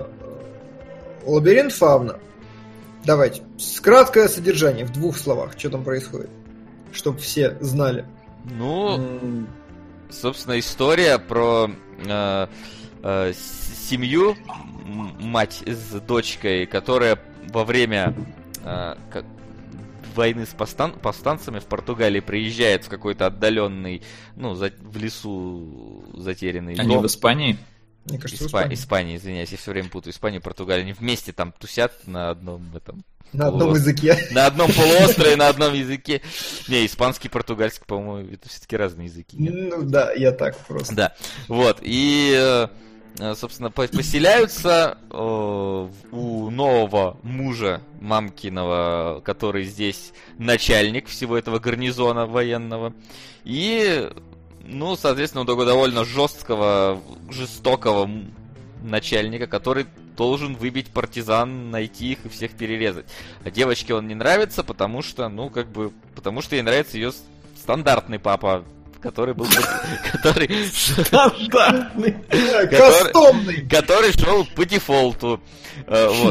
Лабиринт Фавна. Давайте. Краткое содержание в двух словах. Что там происходит? Чтоб все знали. Ну, М, собственно, история про э, э, с- семью, м- мать с дочкой, которая во время э, как- войны с повстан- повстанцами в Португалии приезжает в какой-то отдаленный, ну, за- в лесу затерянный Они дом. в Испании? Мне кажется, в Испа- Испании. Испания, извиняюсь, я все время путаю. Испанию и Португалию. Они вместе там тусят на одном этом... На одном полуострове. языке. На одном полуострове, на одном языке. Не, испанский, португальский, по-моему, это все-таки разные языки. Нет? Ну да, я так просто. Да, вот, и, э, собственно, по- поселяются э, у нового мужа мамкиного, который здесь начальник всего этого гарнизона военного, и, ну, соответственно, у такого довольно жесткого, жестокого м- начальника, который должен выбить партизан, найти их и всех перерезать. А девочке он не нравится, потому что, ну, как бы, потому что ей нравится ее стандартный папа, который был... который... Стандартный. Кастомный. который шел по дефолту. Э, Вот.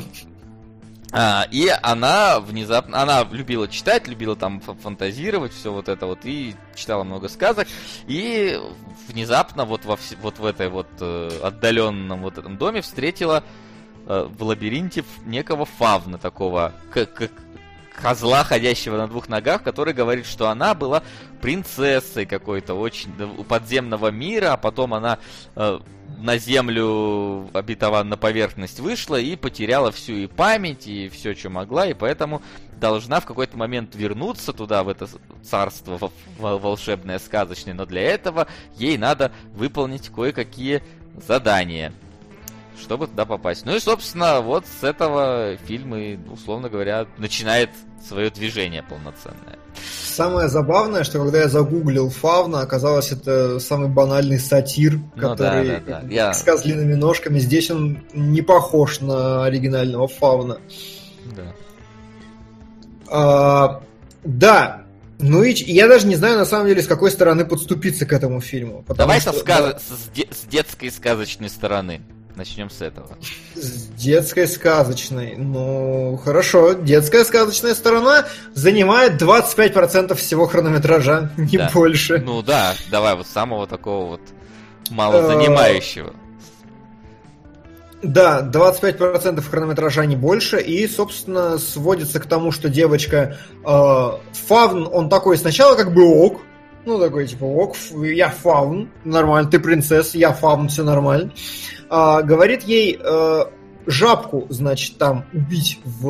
А, и она внезапно, она любила читать, любила там фа- фантазировать, все вот это вот, и читала много сказок, и внезапно вот, во вс- вот в этой вот э, отдаленном вот этом доме встретила э, в лабиринте ф- некого фавна такого, как, как козла, ходящего на двух ногах, который говорит, что она была принцессой какой-то очень да, у подземного мира, а потом она э, на землю обетованную, на поверхность вышла и потеряла всю и память, и все, что могла, и поэтому должна в какой-то момент вернуться туда, в это царство во- во- волшебное, сказочное, но для этого ей надо выполнить кое-какие задания, чтобы туда попасть. Ну и, собственно, вот с этого фильм, и, условно говоря, начинает свое движение полноценное. Самое забавное, что когда я загуглил фавна, оказалось, это самый банальный сатир, Ну который да, да, да. Я- с козлиными ножками. Здесь он не похож на оригинального фавна. Да. А, да, ну и ч- я даже не знаю, на самом деле, с какой стороны подступиться к этому фильму. потому Давай что, со сказ- да, с, де- с детской сказочной стороны. Начнем с этого. с детской сказочной. Ну, хорошо, детская сказочная сторона занимает двадцать пять процентов всего хронометража, не Да. больше. Ну да, давай вот самого такого вот мало занимающего. Да, двадцать пять процентов хронометража, не больше, и, собственно, сводится к тому, что девочка э, фавн, он такой сначала как бы ок, ну такой типа ок, ф- я фавн, нормально, ты принцесса, я фавн, все нормально. А, говорит ей э, жабку, значит, там убить в,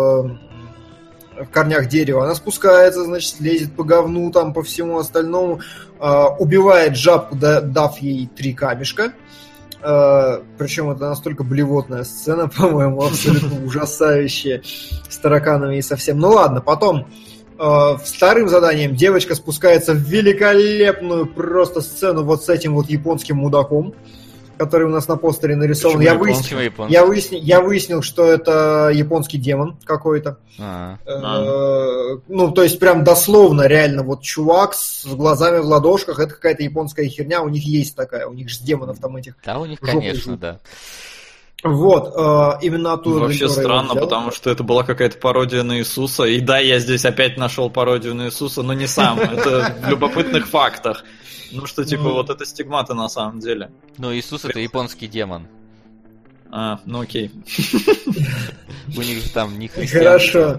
в корнях дерева, она спускается, значит, лезет по говну, там, по всему остальному, э, убивает жабку, да- дав ей три камешка. Uh, причем это настолько блевотная сцена, по-моему, абсолютно ужасающая, с тараканами и совсем. Ну ладно, потом uh, вторым заданием девочка спускается в великолепную просто сцену вот с этим вот японским мудаком, который у нас на постере нарисован. Почему Я японский? выяснил, Почему японский? я, выяснил, я выяснил, что это японский демон какой-то. А, Э, Ну, то есть прям дословно, реально, вот чувак с глазами в ладошках, это какая-то японская херня, у них есть такая, у них же демонов там этих. да, у них, Жопой конечно, жуть. да. Вот, э, именно оттуда. Вообще Дельтора его странно, взял. потому что это была какая-то пародия на Иисуса. И да, я здесь опять нашел пародию на Иисуса, но не сам. Это в любопытных фактах. Ну что, типа, Ну. вот это стигматы на самом деле. Ну, Иисус это японский демон. А, ну окей. У них же там не христиан. Хорошо.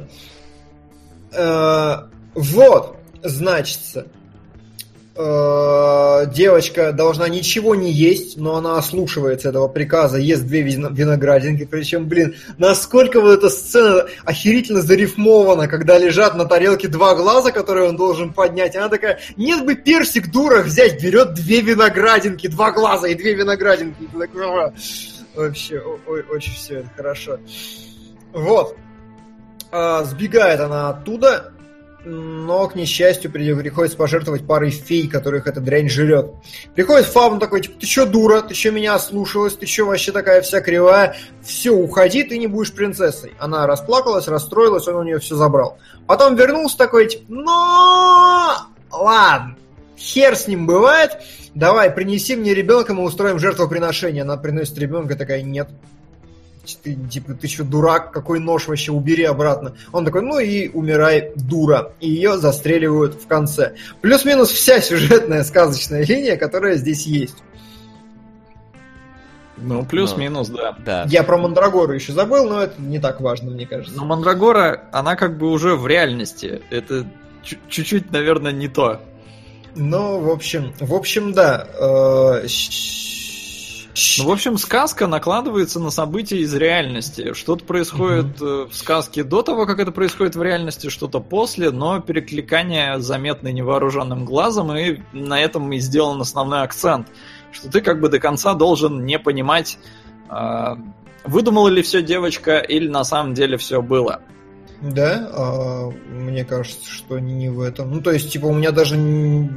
Э, Вот, значится, э, девочка должна ничего не есть, но она ослушивается этого приказа, ест две вино- виноградинки, причем, блин, насколько вот эта сцена охерительно зарифмована, когда лежат на тарелке два глаза, которые он должен поднять, она такая, нет бы персик, дура, взять, берет две виноградинки, два глаза и две виноградинки, и ты такой, «Ага». Вообще, о- ой, очень все это хорошо. Вот. А, сбегает она оттуда, но, к несчастью, при- приходится пожертвовать парой фей, которых эта дрянь жрет. Приходит фавн такой, типа, ты чё, дура, ты чё меня ослушалась, ты чё вообще такая вся кривая, все, уходи, ты не будешь принцессой. Она расплакалась, расстроилась, он у нее все забрал. Потом вернулся такой, типа, но ладно, хер с ним бывает, давай, принеси мне ребенка, мы устроим жертвоприношение. Она приносит ребенка, такая, нет. ты, типа, ты что, дурак, какой нож вообще, убери обратно. Он такой, ну и умирай, дура. И ее застреливают в конце. Плюс-минус вся сюжетная сказочная линия, которая здесь есть. Ну, плюс-минус, да. Да. Я про Мандрагору еще забыл, но это не так важно, мне кажется. Но Мандрагора, она как бы уже в реальности. Это чу- чуть-чуть, наверное, не то. Ну, в общем, в общем, да. Э, Ну, в общем, сказка накладывается на события из реальности. Что-то происходит mm-hmm. в сказке до того, как это происходит в реальности, что-то после, но перекликания заметны невооруженным глазом, и на этом и сделан основной акцент. Что ты как бы до конца должен не понимать, выдумала ли все девочка или на самом деле все было. Да, а, мне кажется, что не в этом. Ну, то есть, типа, у меня даже... Не...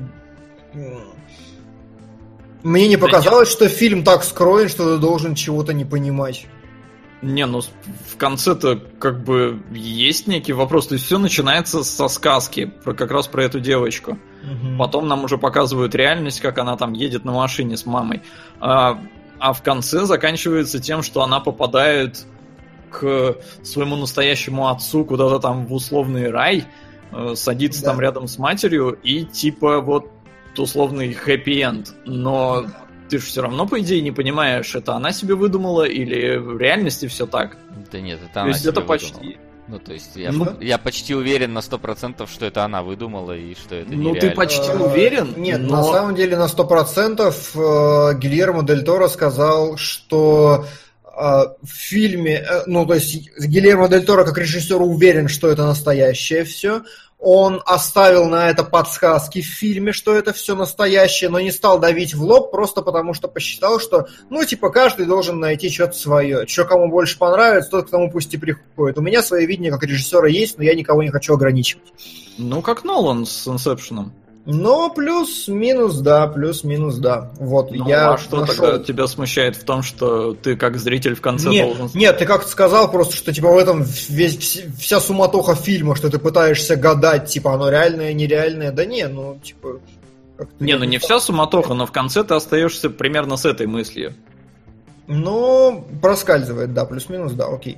Мне не показалось, что фильм так скроен, что ты должен чего-то не понимать. Не, ну в конце-то как бы есть некий вопрос. То есть все начинается со сказки, про, как раз про эту девочку. Угу. Потом нам уже показывают реальность, как она там едет на машине с мамой. А, а в конце заканчивается тем, что она попадает к своему настоящему отцу куда-то там в условный рай, садится да. там рядом с матерью, и типа вот условный хэппи-энд. Но ты же все равно, по идее, не понимаешь, это она себе выдумала или в реальности все так. Да нет, это то она есть себе это выдумала. почти. Ну, то есть я, Ну, я почти уверен на сто процентов, что это она выдумала и что это Ну, нереально. ты почти уверен? Нет, но... на самом деле на сто процентов э, Гильермо Дель Торо сказал, что э, в фильме, э, ну, то есть Гильермо Дель Торо как режиссер уверен, что это настоящее все. Он оставил на это подсказки в фильме, что это все настоящее, но не стал давить в лоб, просто потому что посчитал, что, ну, типа, каждый должен найти что-то свое. Что кому больше понравится, тот к тому пусть и приходит. У меня свое видение как режиссера есть, но я никого не хочу ограничивать. Ну, как Нолан с Инсепшеном. Но плюс-минус, да, плюс-минус, да. Вот, Ну, я а что нашел... тогда тебя смущает в том, что ты как зритель в конце Нет, должен... нет, ты как-то сказал просто, что типа в этом весь, вся суматоха фильма, что ты пытаешься гадать, типа оно реальное, нереальное. Да не, ну типа... Не, ну не вся суматоха, но в конце ты остаешься примерно с этой мыслью. Ну, проскальзывает, да, плюс-минус, да, окей.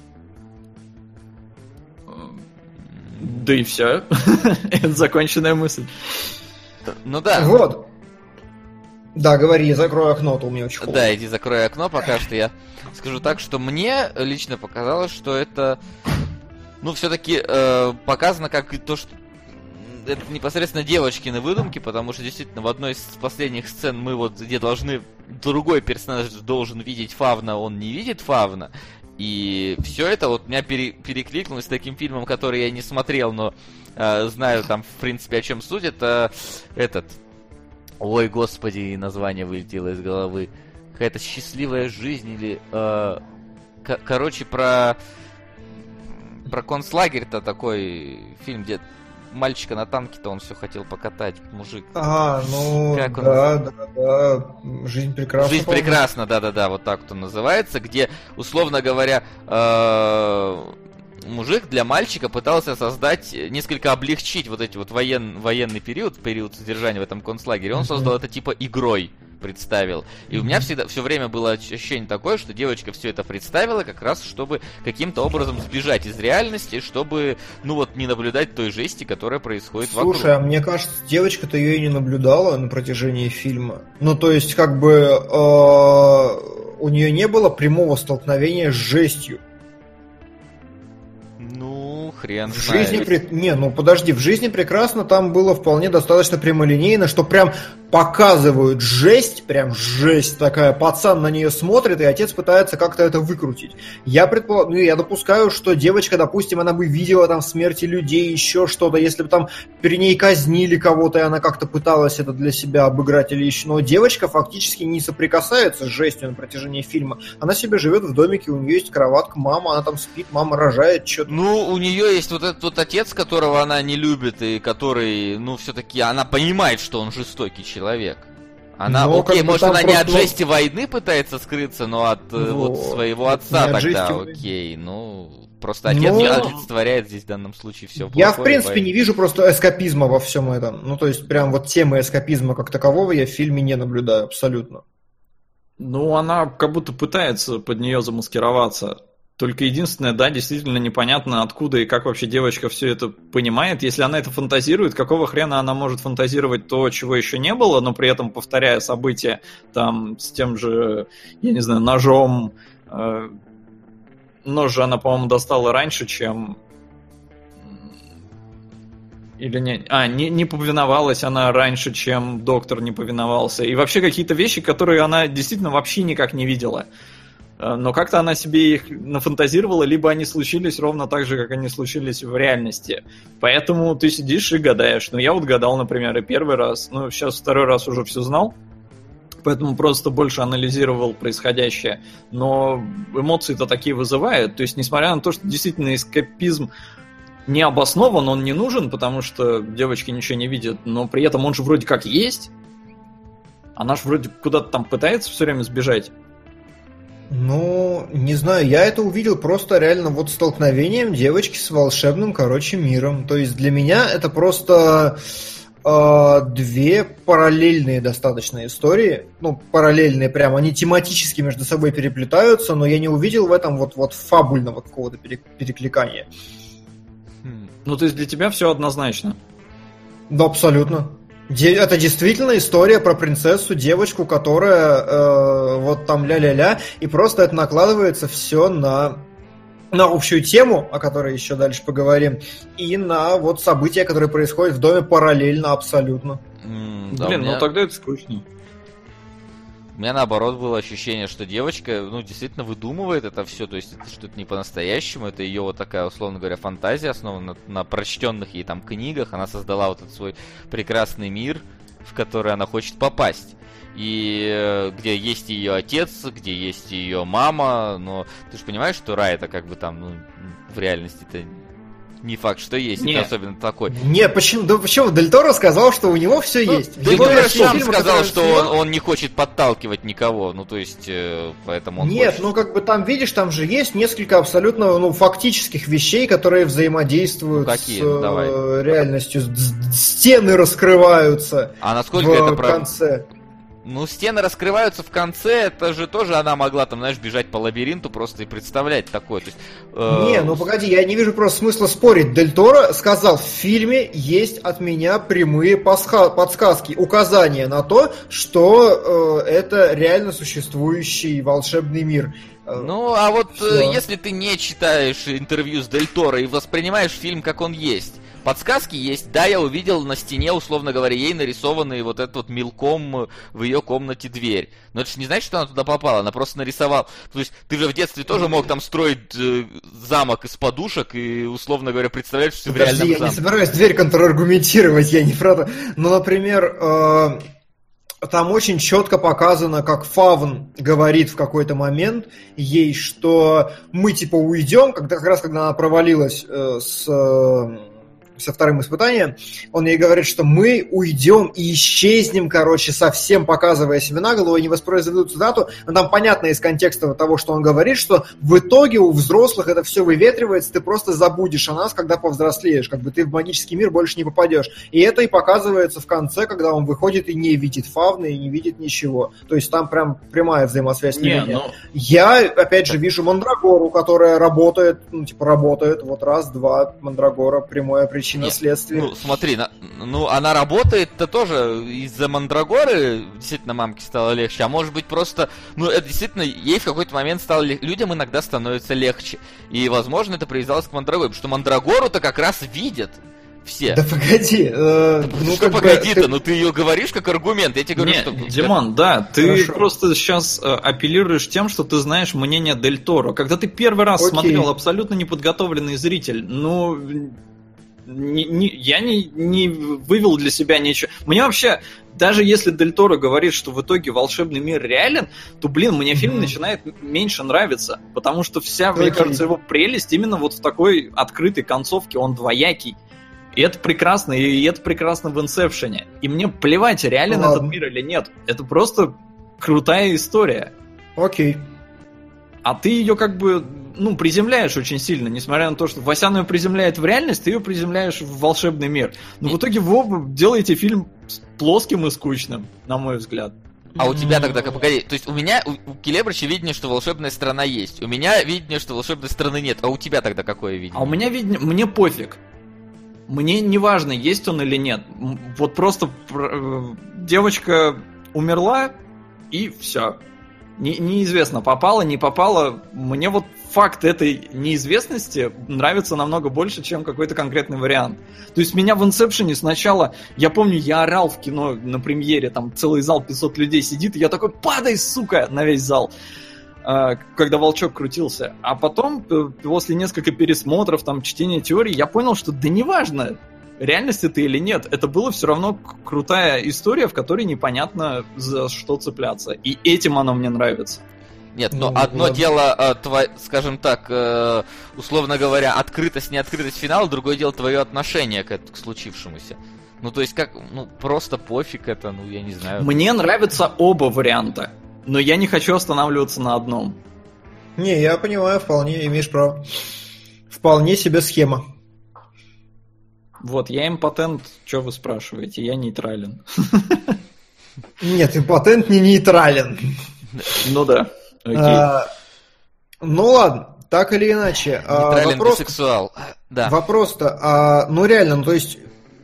Да и все. Это законченная мысль. Ну да. Вот. Да, говори, я закрою окно, то у меня очень холодно. Да, иди закрой окно пока что. Я скажу так, что мне лично показалось, что это, ну, все-таки э, показано как то, что это непосредственно девочкины выдумки, потому что действительно в одной из последних сцен мы вот где должны, другой персонаж должен видеть Фавна, он не видит Фавна. И все это вот меня пере, перекликнулось с таким фильмом, который я не смотрел, но э, знаю там в принципе о чем суть. Это этот, ой, господи, название вылетело из головы. Какая-то счастливая жизнь или, э, к- короче, про про концлагерь-то такой фильм, где мальчика на танке-то он все хотел покатать, мужик. А, ну, Как он? да, да, да, жизнь прекрасна. Жизнь по-моему. прекрасна, да-да-да, вот так вот он называется, где, условно говоря, э, мужик для мальчика пытался создать, несколько облегчить вот эти вот воен, военный период, период содержания в этом концлагере. Он Mm-hmm. создал это типа игрой, представил. И mm-hmm. у меня всегда все время было ощущение такое, что девочка все это представила как раз, чтобы каким-то образом сбежать из реальности, чтобы, ну вот, не наблюдать той жести, которая происходит вокруг. Слушай, а мне кажется, девочка-то ее и не наблюдала на протяжении фильма. Ну, то есть, как бы, э, у нее не было прямого столкновения с жестью. Ну, хрен В знает. жизни... При... Не, ну подожди, в жизни прекрасно там было вполне достаточно прямолинейно, что прям показывают жесть, прям жесть такая, пацан на нее смотрит, и отец пытается как-то это выкрутить. Я предполагаю, ну я допускаю, что девочка, допустим, она бы видела там смерти людей, еще что-то, если бы там при ней казнили кого-то, и она как-то пыталась это для себя обыграть или еще. Но девочка фактически не соприкасается с жестью на протяжении фильма. Она себе живет в домике, у нее есть кроватка, мама, она там спит, мама рожает, что-то. Ну, у нее есть вот этот вот отец, которого она не любит, и который, ну, все-таки она понимает, что он жестокий человек. Она, Но, окей, как бы, может, там она не просто, от ну, жести войны пытается скрыться, но от э, Ну, вот своего не отца от тогда, жести войны. окей, ну, просто отец Ну, не олицетворяет здесь в данном случае все. Я, в принципе, не вижу просто эскапизма во всем этом. Ну, то есть, прям вот темы эскапизма как такового я в фильме не наблюдаю абсолютно. Ну, она как будто пытается под нее замаскироваться. Только единственное, да, действительно непонятно, откуда и как вообще девочка все это понимает. Если она это фантазирует, какого хрена она может фантазировать то, чего еще не было, но при этом повторяя события там с тем же, я не знаю, ножом. Э, нож же она, по-моему, достала раньше, чем... Или не... А, не, не повиновалась она раньше, чем доктор не повиновался. И вообще какие-то вещи, которые она действительно вообще никак не видела. Но как-то она себе их нафантазировала, либо они случились ровно так же, как они случились в реальности. Поэтому ты сидишь и гадаешь. Ну, я вот гадал, например, и первый раз. Ну, сейчас второй раз уже все знал. Поэтому просто больше анализировал происходящее. Но эмоции-то такие вызывают. То есть, несмотря на то, что действительно эскапизм не обоснован, он не нужен, потому что девочки ничего не видят, но при этом он же вроде как есть. Она же вроде куда-то там пытается все время сбежать. Ну, не знаю, я это увидел просто реально вот столкновением девочки с волшебным, короче, миром. То есть для меня это просто э, две параллельные достаточно истории. Ну, параллельные прям, они тематически между собой переплетаются, но я не увидел в этом вот, вот фабульного какого-то перекликания. Ну, то есть для тебя все однозначно? Да, абсолютно. Это действительно история про принцессу, девочку, которая э, вот там ля-ля-ля, и просто это накладывается все на, на общую тему, о которой еще дальше поговорим, и на вот события, которые происходят в доме параллельно абсолютно. Mm, да, Блин, меня... ну тогда это скучно. У меня наоборот было ощущение, что девочка, ну, действительно выдумывает это все, то есть это что-то не по-настоящему, это ее вот такая, условно говоря, фантазия, основана на, на прочтенных ей там книгах, она создала вот этот свой прекрасный мир, в который она хочет попасть. И э, где есть ее отец, где есть ее мама, но ты же понимаешь, что рай это как бы там, ну, в реальности-то не факт, что есть, Нет. это особенно такой. Не, почему? Да почему? Дель Торо сказал, что у него все Ну, есть. Дель Его Торо версия сам фильма, сказал, который что снял- он, он не хочет подталкивать никого, ну то есть, э, поэтому он Нет, хочет... ну как бы там, видишь, там же есть несколько абсолютно ну, фактических вещей, которые взаимодействуют Ну, какие? с Ну, давай. э, реальностью. С- с- Стены раскрываются А насколько в это прав... конце. Ну, стены раскрываются в конце, это же тоже она могла там, знаешь, бежать по лабиринту просто и представлять такое. То есть, э... Не, ну погоди, я не вижу просто смысла спорить. Дель Торо сказал, в фильме есть от меня прямые пасха- подсказки, указания на то, что э, это реально существующий волшебный мир. Э, Ну, а вот э, Всё. если ты не читаешь интервью с Дель Торо и воспринимаешь фильм как он есть, подсказки есть. Да, я увидел на стене, условно говоря, ей нарисованный вот этот вот мелком в ее комнате дверь. Но это же не значит, что она туда попала, она просто нарисовала. То есть ты же в детстве тоже мог там строить э, замок из подушек и, условно говоря, представлять, что ты в Подожди, реальном я замке. не собираюсь дверь контраргументировать, я не про то. Ну, например, э, там очень четко показано, как Фавн говорит в какой-то момент ей, что мы типа уйдем, когда, как раз когда она провалилась э, с... Э, со вторым испытанием, он ей говорит, что мы уйдем и исчезнем, короче, совсем показывая себе на голову и не воспроизведут цитату, но там понятно из контекста того, что он говорит, что в итоге у взрослых это все выветривается, ты просто забудешь о нас, когда повзрослеешь, как бы ты в магический мир больше не попадешь. И это и показывается в конце, когда он выходит и не видит Фавна, и не видит ничего. То есть там прям прямая взаимосвязь. Не, не ну... Я, опять же, вижу Мандрагору, которая работает, ну, типа, работает, вот раз, два, Мандрагора, прямая причина Нет, следствия. Ну, смотри, на, ну, она работает-то тоже из-за Мандрагоры, действительно, мамке стало легче, а может быть просто, ну, это действительно, ей в какой-то момент стало легче, людям иногда становится легче, и, возможно, это привязалось к Мандрагоре, потому что Мандрагору-то как раз видят все. Да погоди, э, ну, что как бы погоди-то, ты- ну ты ее говоришь как аргумент, я тебе говорю, Не, что... Димон, да, ты Хорошо. просто сейчас э, апеллируешь тем, что ты знаешь мнение Дель Торо. Когда ты первый раз Окей. смотрел абсолютно неподготовленный зритель, ну, не- не- я не, не вывел для себя ничего. Мне вообще, даже если Дель Торо говорит, что в итоге волшебный мир реален, то, блин, мне фильм Мгм. начинает меньше нравиться, потому что вся, мне Окей. кажется, его прелесть именно вот в такой открытой концовке, он двоякий. И это прекрасно, и это прекрасно в «Инсепшене». И мне плевать, реален Ладно. этот мир или нет. Это просто крутая история. Окей. А ты ее как бы, ну, приземляешь очень сильно. Несмотря на то, что Васян ее приземляет в реальность, ты ее приземляешь в волшебный мир. Но в итоге вы оба делаете фильм плоским и скучным, на мой взгляд. А у тебя тогда, как погоди, то есть у меня, у, у Келебрыча видение, что волшебная страна есть. У меня видение, что волшебной страны нет. А у тебя тогда какое видение? А у меня видение, мне пофиг. Мне не важно, есть он или нет. Вот просто девочка умерла, и все. Не, неизвестно, попала, не попала. Мне вот факт этой неизвестности нравится намного больше, чем какой-то конкретный вариант. То есть меня в «Инсепшене» сначала, я помню, я орал в кино на премьере, там целый зал пятьсот людей сидит, и я такой: падай, сука, на весь зал, когда волчок крутился. А потом, после нескольких пересмотров, там, чтения теорий, я понял, что да неважно, реальность это или нет, это была все равно крутая история, в которой непонятно за что цепляться. И этим оно мне нравится. Нет, но Ну, одно ладно. дело, э, тво- скажем так, э, условно говоря, открытость, неоткрытость финала, другое дело твое отношение к, эт- к случившемуся. Ну, то есть, как, ну, просто пофиг это, ну, я не знаю. Мне нравятся оба варианта, но я не хочу останавливаться на одном. Не, я понимаю, вполне имеешь право. Вполне себе схема. Вот, я импотент, что вы спрашиваете? Я нейтрален. Нет, импотент не нейтрален. Ну да. Окей. А, ну ладно, так или иначе. а, Нейтрален вопрос, бисексуал. Да. вопрос-то, а, ну реально, ну то есть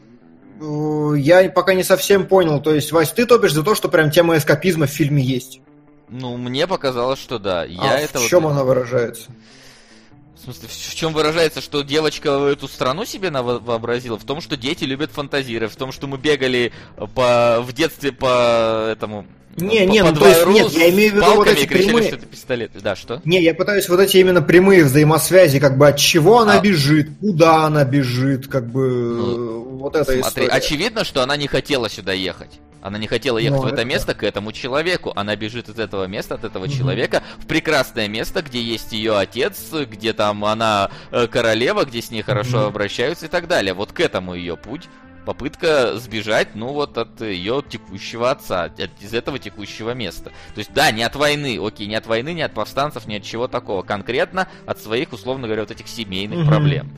э, я пока не совсем понял. То есть, Вась, ты топишь за то, что прям тема эскапизма в фильме есть. Ну, мне показалось, что да. Я А это в вот- чем она выражается? В смысле, в чем выражается, что девочка эту страну себе наво- вообразила? В том, что дети любят фантазировать, в том, что мы бегали по, в детстве по этому... Не, по, не, по ну, то есть, двору нет, с я имею в виду вот палками эти и кричали, прямые- что это пистолет. Да, что? Не, я пытаюсь вот эти именно прямые взаимосвязи, как бы от чего она А. бежит, куда она бежит, как бы Ну, э, вот эта Смотри, история. очевидно, что она не хотела сюда ехать. Она не хотела ехать Ну, в это это место к этому человеку. Она бежит из этого места, от этого Мгм. человека, в прекрасное место, где есть ее отец, где там она э, королева, где с ней хорошо Мгм. обращаются и так далее. Вот к этому ее путь. Попытка сбежать, ну вот от ее текущего отца, от- из этого текущего места. То есть, да, не от войны, окей, не от войны, не от повстанцев, ни от чего такого. Конкретно от своих, условно говоря, вот этих семейных Мгм. проблем.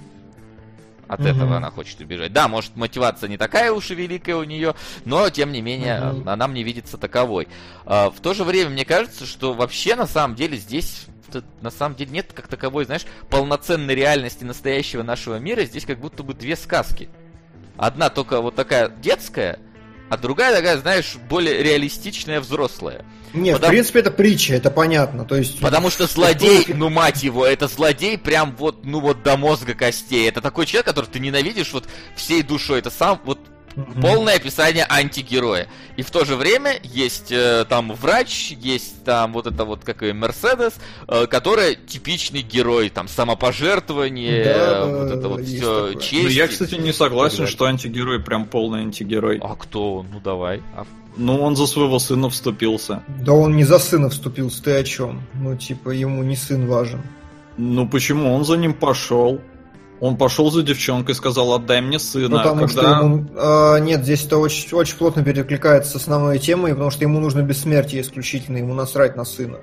От Мгм. этого она хочет убежать. Да, может, мотивация не такая уж и великая у нее, но, тем не менее, Мгм. она мне видится таковой. А, в то же время, мне кажется, что вообще, на самом деле, здесь... т- На самом деле нет как таковой, знаешь, полноценной реальности настоящего нашего мира. Здесь как будто бы две сказки. Одна только вот такая детская, а другая такая, знаешь, более реалистичная, взрослая. Нет, Потому- в принципе, это притча, это понятно. То есть, Потому что злодей, ну мать его, это злодей прям вот, ну вот до мозга костей. Это такой человек, которого ты ненавидишь вот всей душой. Это сам вот Мгм. полное описание антигероя. И в то же время есть э, там врач, есть там вот это вот как и Мерседес, э, которая типичный герой, там самопожертвование, Да, э, вот это вот есть все такое. честь. Ну, я, кстати, не согласен, далее. что антигерой прям полный антигерой. А кто он? Ну давай. А Ну, он за своего сына вступился. Да он не за сына вступился, ты о чем? Ну, типа, ему не сын важен. Ну, почему? Он за ним пошел. Он пошел за девчонкой, сказал: отдай мне сына. Потому Когда- что ему... а, нет, здесь это очень, очень плотно перекликается с основной темой, потому что ему нужно бессмертие исключительно, ему насрать на сына.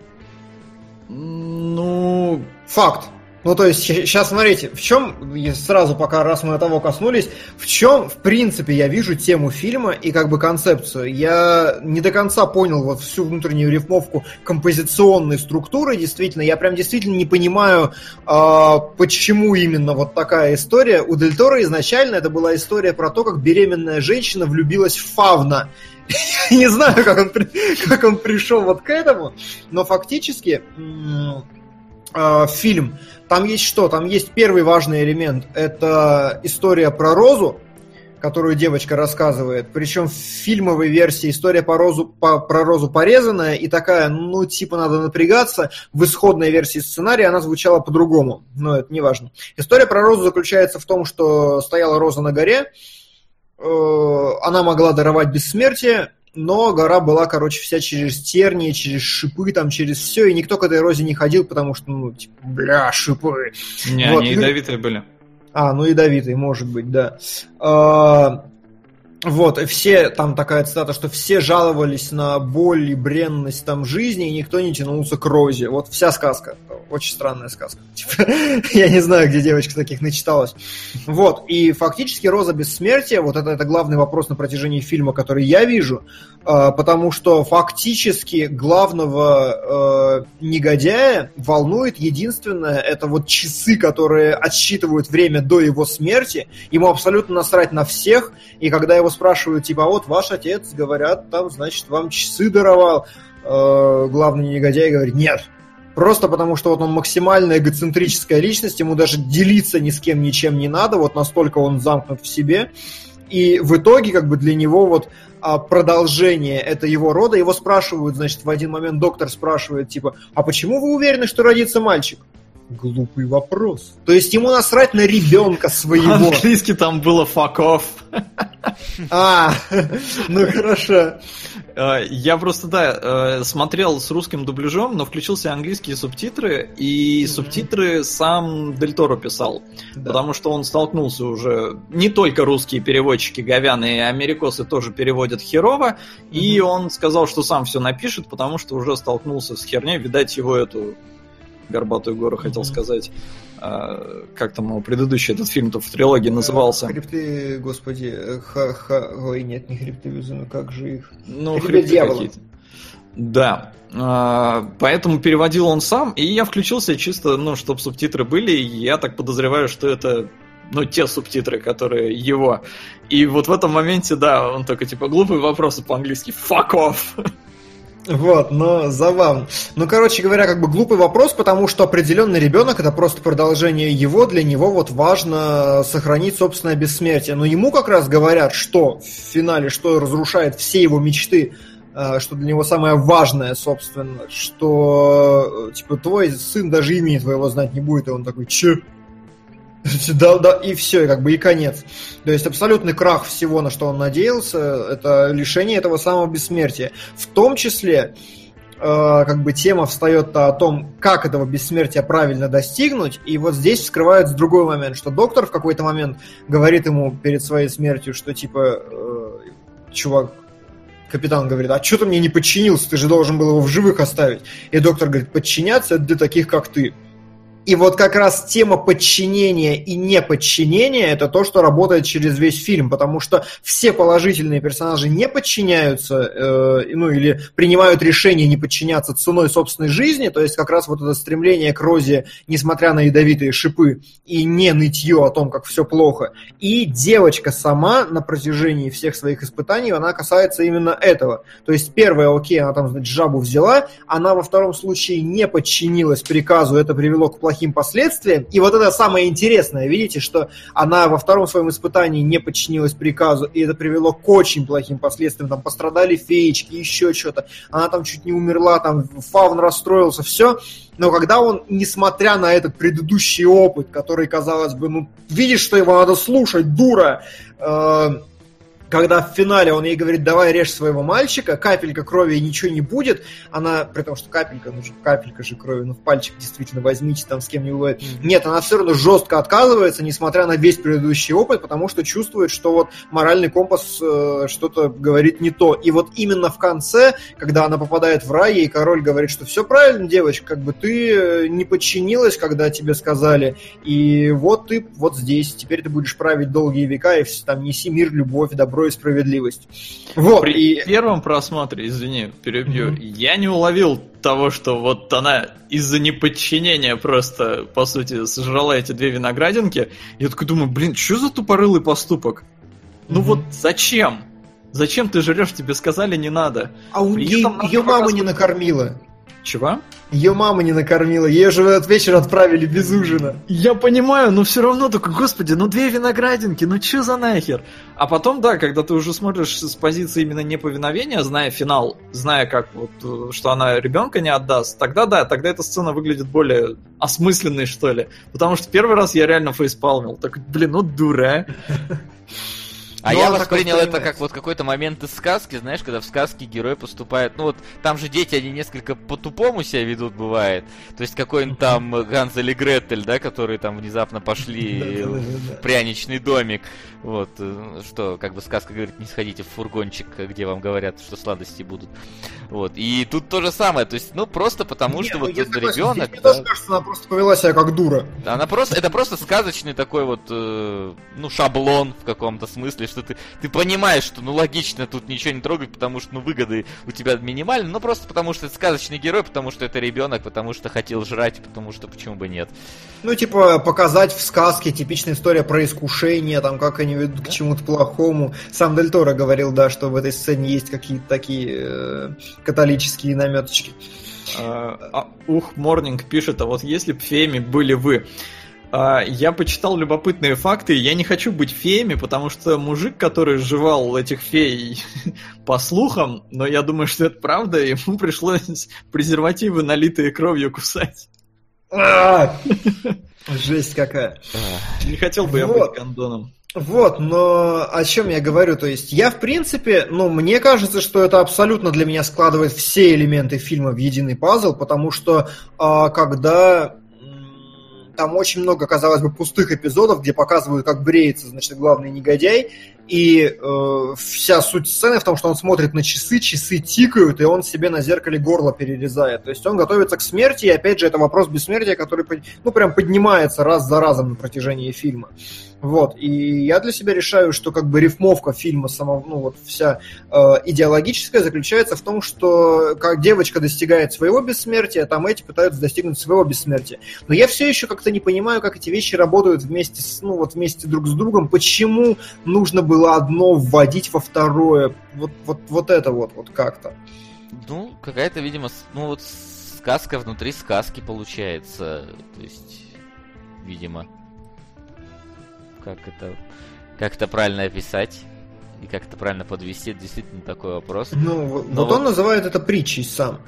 Ну, Факт. Ну, то есть, сейчас смотрите, в чем, сразу пока, раз мы того коснулись, в чем, в принципе, я вижу тему фильма и как бы концепцию. Я не до конца понял вот всю внутреннюю рифмовку композиционной структуры, действительно. Я прям действительно не понимаю, а, почему именно вот такая история. У Дель Торо изначально это была история про то, как беременная женщина влюбилась в фавна. Я не знаю, как он, при- как он пришел вот к этому, но фактически м, э, фильм, там есть что? Там есть первый важный элемент. Это история про Розу, которую девочка рассказывает. Причем в фильмовой версии история по Розу, по, про Розу порезанная и такая, ну, типа, надо напрягаться. В исходной версии сценария она звучала по-другому. Но это не важно. История про Розу заключается в том, что стояла Роза на горе, э, она могла даровать бессмертие, но гора была, короче, вся через тернии, через шипы, там, через все, и никто к этой Розе не ходил, потому что, ну, типа, бля, шипы. не, Вот. они ядовитые были. А, ну ядовитый, может быть, да. А, Вот, и все, там такая цитата, что все жаловались на боль и бренность там жизни, и никто не тянулся к Розе. Вот вся сказка. Очень странная сказка. Я не знаю, где девочка таких начиталась. Вот, и фактически Роза бессмертия, вот это, это главный вопрос на протяжении фильма, который я вижу, потому что фактически главного э, негодяя волнует единственное, это вот часы, которые отсчитывают время до его смерти. Ему абсолютно насрать на всех, и когда его спрашивают, типа, а вот ваш отец, говорят, там, значит, вам часы даровал, э, главный негодяй говорит, нет. Просто потому, что вот он максимально эгоцентрическая личность, ему даже делиться ни с кем ничем не надо, вот настолько он замкнут в себе. И в итоге, как бы, для него вот продолжение это его рода. Его спрашивают, значит, в один момент доктор спрашивает, типа, а почему вы уверены, что родится мальчик? Глупый вопрос. То есть ему насрать на ребенка своего. Английски там было fuck off. А, ну хорошо. Я просто, да, смотрел с русским дубляжом, но включил себе английские субтитры, и mm-hmm. субтитры сам Дель Торо писал. Да. Потому что он столкнулся уже... Не только русские переводчики говяные, америкосы тоже переводят херово, mm-hmm. и он сказал, что сам все напишет, потому что уже столкнулся с херней. Видать, его эту... Горбатую гору, хотел mm-hmm. сказать. А, как там его предыдущий этот фильм-то в трилогии назывался? Хребты, господи, ха, ха, ой, нет, не хребты безумия, как же их? Ну, хребты какие-то. Да. А, поэтому переводил он сам, и я включился чисто, ну, чтобы субтитры были, и я так подозреваю, что это, ну, те субтитры, которые его. И вот в этом моменте, да, он только, типа, глупые вопросы по-английски. Fuck off! Вот, но забавно. Ну, короче говоря, как бы глупый вопрос, потому что определенный ребенок это просто продолжение его, для него вот важно сохранить собственное бессмертие. Но ему как раз говорят, что в финале, что разрушает все его мечты, что для него самое важное, собственно, что типа твой сын даже имени твоего знать не будет, и он такой, че? Да, да, и все, и как бы и конец. То есть абсолютный крах всего, на что он надеялся, это лишение этого самого бессмертия. В том числе, э, как бы тема встает-то о том, как этого бессмертия правильно достигнуть, и вот здесь вскрывается другой момент, что доктор в какой-то момент говорит ему перед своей смертью, что типа, э, чувак, капитан говорит, а что ты мне не подчинился, ты же должен был его в живых оставить. И доктор говорит, подчиняться это для таких, как ты. И вот как раз тема подчинения и неподчинения – это то, что работает через весь фильм, потому что все положительные персонажи не подчиняются, э, ну или принимают решение не подчиняться ценой собственной жизни, то есть как раз вот это стремление к Розе, несмотря на ядовитые шипы, и не нытье о том, как все плохо. И девочка сама на протяжении всех своих испытаний, она касается именно этого. То есть первая, окей, она там, значит, жабу взяла, она во втором случае не подчинилась приказу, это привело к плохим последствиям. И вот это самое интересное, видите, что она во втором своем испытании не подчинилась приказу, и это привело к очень плохим последствиям. Там пострадали феечки, еще что-то. Она там чуть не умерла, там Фавн расстроился, все. Но когда он, несмотря на этот предыдущий опыт, который, казалось бы, ну, видишь, что его надо слушать, дура, э- когда в финале он ей говорит, давай режь своего мальчика, капелька крови и ничего не будет, она, при том, что капелька, ну капелька же крови, ну в пальчик действительно возьмите, там с кем не бывает. Нет, она все равно жестко отказывается, несмотря на весь предыдущий опыт, потому что чувствует, что вот моральный компас э, что-то говорит не то. И вот именно в конце, когда она попадает в рай, ей король говорит, что все правильно, девочка, как бы ты не подчинилась, когда тебе сказали, и вот ты вот здесь, теперь ты будешь править долгие века, и там неси мир, любовь, добро и справедливость. Вот. При и... первом просмотре, извини, перебью, mm-hmm. я не уловил того, что вот она из-за неподчинения просто, по сути, сожрала эти две виноградинки. Я такой думаю, блин, что за тупорылый поступок? Mm-hmm. Ну вот зачем? Зачем ты жрешь? Тебе сказали, не надо. А у нее, ее мама не накормила. Чего? Ее мама не накормила, ее же в этот вечер отправили без ужина. Я понимаю, но все равно такой, господи, ну две виноградинки, ну че за нахер? А потом, да, когда ты уже смотришь с позиции именно неповиновения, зная финал, зная, как вот, что она ребенка не отдаст, тогда да, тогда эта сцена выглядит более осмысленной, что ли. Потому что первый раз я реально фейспалмил. Так, блин, ну дура. А Но я он так воспринял это воспринимается. как вот какой-то момент из сказки, знаешь, когда в сказке герой поступает... Ну вот, там же дети, они несколько по-тупому себя ведут, бывает. То есть какой-нибудь там Ганс или Гретель, да, которые там внезапно пошли в пряничный домик. Вот, э, что, как бы сказка говорит, не сходите в фургончик, где вам говорят, что сладости будут. Вот, и тут то же самое, то есть, ну, просто потому, Не, что ну, вот я этот согласен, ребенок... здесь мне тоже кажется, она просто повела себя как дура. Она просто, это просто сказочный такой вот, э, ну, шаблон в каком-то смысле, что ты, ты понимаешь, что, ну, логично тут ничего не трогать, потому что, ну, выгоды у тебя минимальны, ну, просто потому что это сказочный герой, потому что это ребенок, потому что хотел жрать, потому что почему бы нет. Ну, типа, показать в сказке типичная история про искушение, там, как они ведут к чему-то плохому. Сам Дель Торо говорил, да, что в этой сцене есть какие-то такие э, католические наметочки. А, а, Ух, Морнинг пишет, а вот если б феями были вы... А, я почитал любопытные факты, я не хочу быть феями, потому что мужик, который жевал этих фей по слухам, но я думаю, что это правда, ему пришлось презервативы, налитые кровью, кусать. А! Жесть какая. Не хотел бы я Вот. быть гондоном. Вот, но о чем я говорю, то есть я в принципе, ну, мне кажется, что это абсолютно для меня складывает все элементы фильма в единый пазл, потому что а, когда м, там очень много, казалось бы, пустых эпизодов, где показывают, как бреется, значит, главный негодяй, и э, вся суть сцены в том, что он смотрит на часы, часы тикают, и он себе на зеркале горло перерезает. То есть он готовится к смерти, и опять же, это вопрос бессмертия, который, ну, прям поднимается раз за разом на протяжении фильма. Вот, и я для себя решаю, что как бы рифмовка фильма самого, ну вот вся э, идеологическая заключается в том, что как девочка достигает своего бессмертия, там эти пытаются достигнуть своего бессмертия. Но я все еще как-то не понимаю, как эти вещи работают вместе с, ну вот вместе друг с другом, почему нужно было одно вводить во второе, вот, вот, вот это вот, вот как-то. Ну, какая-то, видимо, с- ну вот сказка внутри сказки получается, то есть, видимо... Как это, как это правильно описать и как это правильно подвести, это действительно такой вопрос. Ну, вот, Но вот он называет это притчей сам.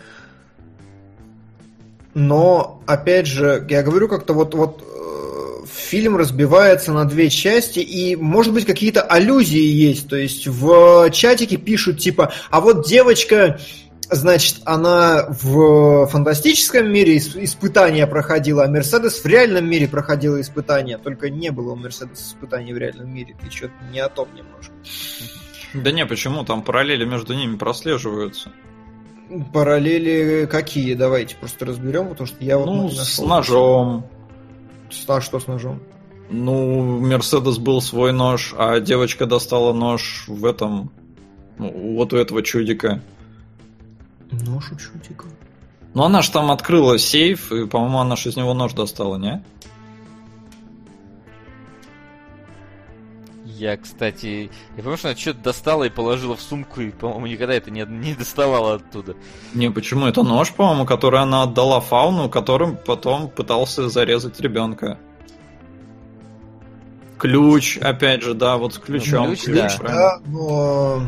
Но, опять же, я говорю как-то вот, вот э, фильм разбивается на две части, и, может быть, какие-то аллюзии есть. То есть в чатике пишут, типа, а вот девочка... Значит, она в фантастическом мире испытания проходила, а Мерседес в реальном мире проходила испытания. Только не было у Мерседес испытаний в реальном мире. Ты что-то не о том немножко. Да не, почему? Там параллели между ними прослеживаются. Параллели какие? Давайте просто разберем, потому что я вот Ну, не с нашел. ножом. А что с ножом? Ну, у Мерседес был свой нож, а девочка достала нож в этом... Ну, вот у этого чудика. Нож у чудика. Ну, она же там открыла сейф, и, по-моему, она же из него нож достала, не? Я, кстати, я помню, что она что-то достала и положила в сумку, и, по-моему, никогда это не, не доставала оттуда. Не, почему? Это нож, по-моему, который она отдала Фауну, которым потом пытался зарезать ребенка. Ключ, опять же, да, вот с ключом. ключ, да. правильно. Да, но...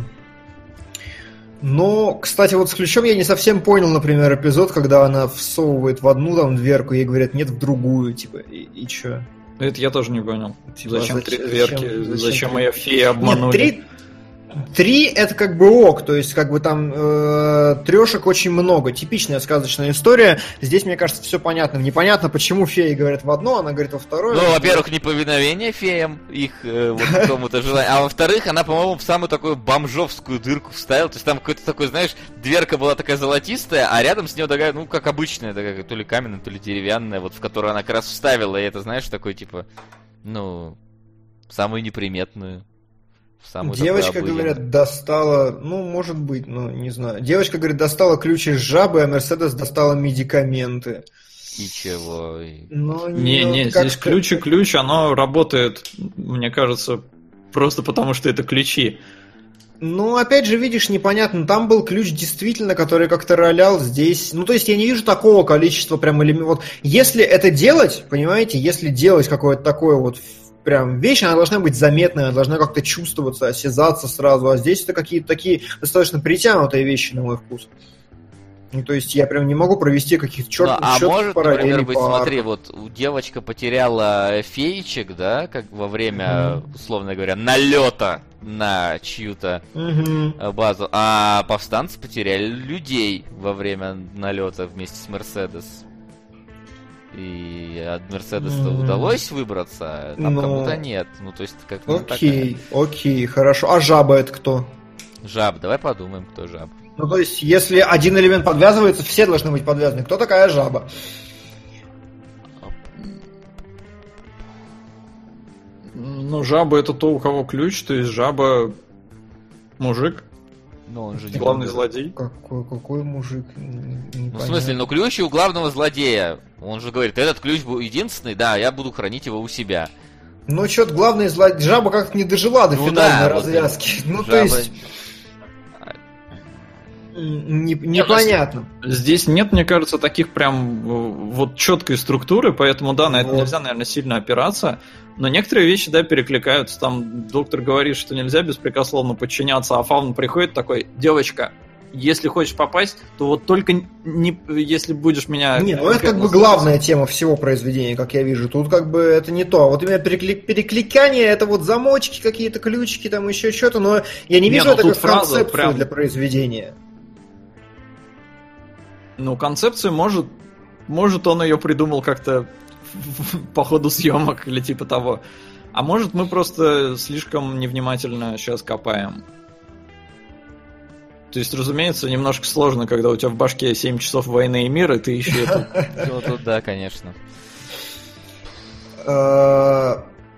Но, кстати, вот с ключом я не совсем понял, например, эпизод, когда она всовывает в одну там дверку, ей говорят, нет, в другую, типа, и, и чё? Это я тоже не понял. Типа, зачем, зачем- три дверки? зачем- Зачем, зачем три- моя фея обманули? Нет, три, три это как бы ок, то есть как бы там э, трешек очень много, типичная сказочная история. Здесь, мне кажется, все понятно. Непонятно, почему феи говорят в одно, она говорит во второе. Ну, во-первых, неповиновение феям, их э, вот какому-то желанию. А во-вторых, она, по-моему, в самую такую бомжовскую дырку вставила. То есть там какой-то такой, знаешь, дверка была такая золотистая, а рядом с ней такая, ну, как обычная, такая, то ли каменная, то ли деревянная, вот в которую она как раз вставила. И это, знаешь, такой, типа, ну, самую неприметную. Самую Девочка, такую обыденную. говорят, достала, ну, может быть, ну, не знаю. Девочка, говорит, достала ключ из жабы, а Мерседес достала медикаменты. И чего? И- Но Не, ну, не, как здесь сказать? ключ и ключ, оно работает, мне кажется, просто потому что это ключи. Ну, опять же, видишь, непонятно, там был ключ действительно, который как-то ролял здесь. Ну, то есть я не вижу такого количества прям элементов. Вот если это делать, понимаете, если делать какое-то такое вот прям вещь, она должна быть заметная, она должна как-то чувствоваться, осязаться сразу. А здесь это какие-то такие достаточно притянутые вещи, на мой вкус. Ну, то есть я прям не могу провести каких-то черт, Ну, а чётких может, параллелей например, быть, по смотри, аркам. вот у девочка потеряла феечек, да, как во время, условно говоря, налета на чью-то Мгм. э, базу, а повстанцы потеряли людей во время налета вместе с Мерседес. И от Мерседеса М. удалось выбраться, а там как Ну. будто нет. Ну, то есть, как ну, Окей, окей, хорошо. А жаба это кто? такая- Жаб, давай подумаем, кто жаб. Ну, то есть, если один элемент подвязывается, все должны быть подвязаны. Кто такая жаба? Ну, жаба это то, у кого ключ, то есть жаба мужик, Ну, он же не главный умер. злодей. Какой, какой мужик? Н- Ну, в непонятно. смысле, ну ключ у главного злодея. Он же говорит, этот ключ был единственный, да, я буду хранить его у себя. Ну, что-то главное, зло... жаба как-то не дожила до Ну финальной да, вот развязки. Ну, то Жаба- есть, м, не- непонятно. Здесь нет, мне кажется, таких прям э, вот четкой структуры, поэтому да, на это Вот. нельзя, наверное, сильно опираться. Но некоторые вещи, да, перекликаются. Там доктор говорит, что нельзя беспрекословно подчиняться, а Фаун приходит такой: девочка, если хочешь попасть, то вот только не, если будешь меня... Не, ну это как бы конкретно главная тема всего произведения, как я вижу. Тут как бы это не то. А вот именно перекли- перекликание, это вот замочки какие-то, ключики, там еще что-то, но я не Не, вижу ну это тут как фраза концепцию прям- для произведения. Ну, концепция может... Может, он ее придумал как-то по ходу съемок или типа того. А может, мы просто слишком невнимательно сейчас копаем. То есть, разумеется, немножко сложно, когда у тебя в башке семь часов войны и мира, и ты еще это... Ну, тут да, конечно. Э,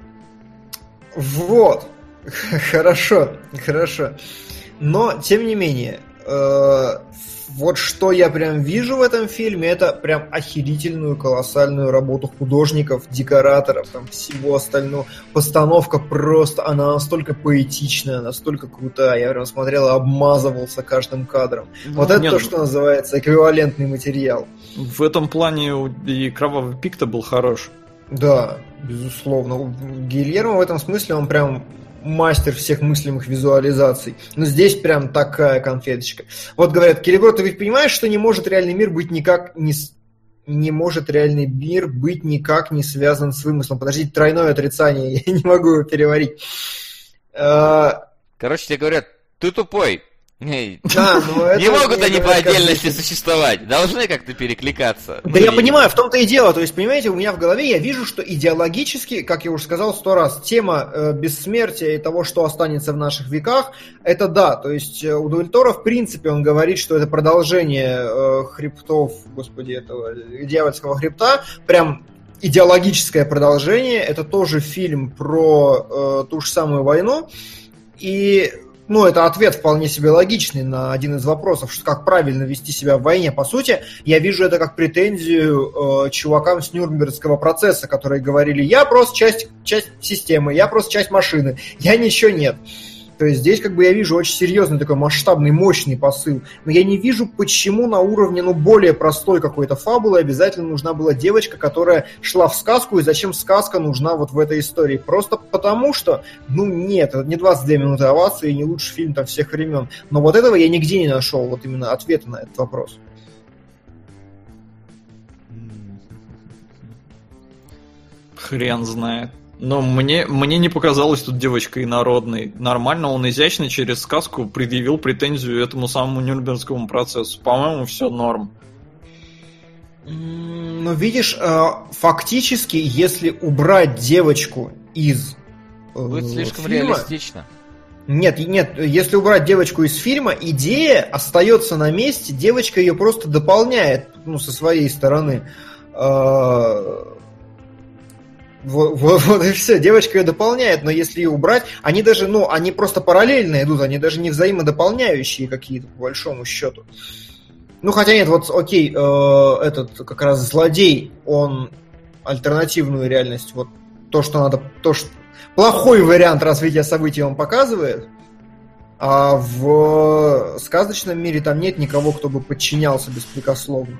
Вот. Хорошо, хорошо. Но, тем не менее, э, вот что я прям вижу в этом фильме, это прям охерительную, колоссальную работу художников, декораторов, там всего остального. Постановка просто, она настолько поэтичная, настолько крутая. Я прям смотрел и обмазывался каждым кадром. Вот это нет, то, ну- что называется эквивалентный материал. В этом плане у- и Кровавый пик-то был хорош. Да, безусловно. Гильермо в этом смысле, он прям мастер всех мыслимых визуализаций. Но здесь прям такая конфеточка. Вот говорят, Келебро, ты ведь понимаешь, что не может реальный мир быть никак не... с- Не может реальный мир быть никак не связан с вымыслом. Подождите, тройное отрицание, я не могу его переварить. А, Короче, тебе говорят, ты тупой. Эй, да, ну это Не могут мне они по говорят, как отдельности бы- существовать. Должны как-то перекликаться. Да Ну, я и- понимаю, в том-то и дело. То есть, понимаете, у меня в голове я вижу, что идеологически, как я уже сказал сто раз, тема э, бессмертия и того, что останется в наших веках, это да. То есть э, у Дель Торо, в принципе, он говорит, что это продолжение э, хребтов, господи, этого дьявольского хребта, прям идеологическое продолжение. Это тоже фильм про э, ту же самую войну. И ну, это ответ вполне себе логичный на один из вопросов, что как правильно вести себя в войне. По сути, я вижу это как претензию э, чувакам с Нюрнбергского процесса, которые говорили: я просто часть, часть системы, я просто часть машины, я ничего нет. То есть здесь как бы я вижу очень серьезный такой масштабный, мощный посыл. Но я не вижу, почему на уровне ну, более простой какой-то фабулы обязательно нужна была девочка, которая шла в сказку, и зачем сказка нужна вот в этой истории. Просто потому что, ну нет, это не двадцать две минуты овации, и не лучший фильм там всех времен. Но вот этого я нигде не нашел, вот именно ответа на этот вопрос. Хрен знает. Но мне, мне не показалось тут девочка инородной. Нормально, он изящно через сказку предъявил претензию этому самому Нюрнбергскому процессу. По-моему, все норм. Ну, видишь, э, фактически, если убрать девочку из э, Будет слишком фильма... реалистично. Нет, нет, если убрать девочку из фильма, идея остается на месте, девочка ее просто дополняет, ну, со своей стороны. А, Вот, вот, вот и все, девочка ее дополняет, но если ее убрать, они даже, ну, они просто параллельно идут, они даже не взаимодополняющие какие-то, по большому счету. Ну, хотя нет, вот, окей, э, этот как раз злодей, он альтернативную реальность, вот то, что надо, то, что плохой вариант развития событий он показывает, а в сказочном мире там нет никого, кто бы подчинялся беспрекословно.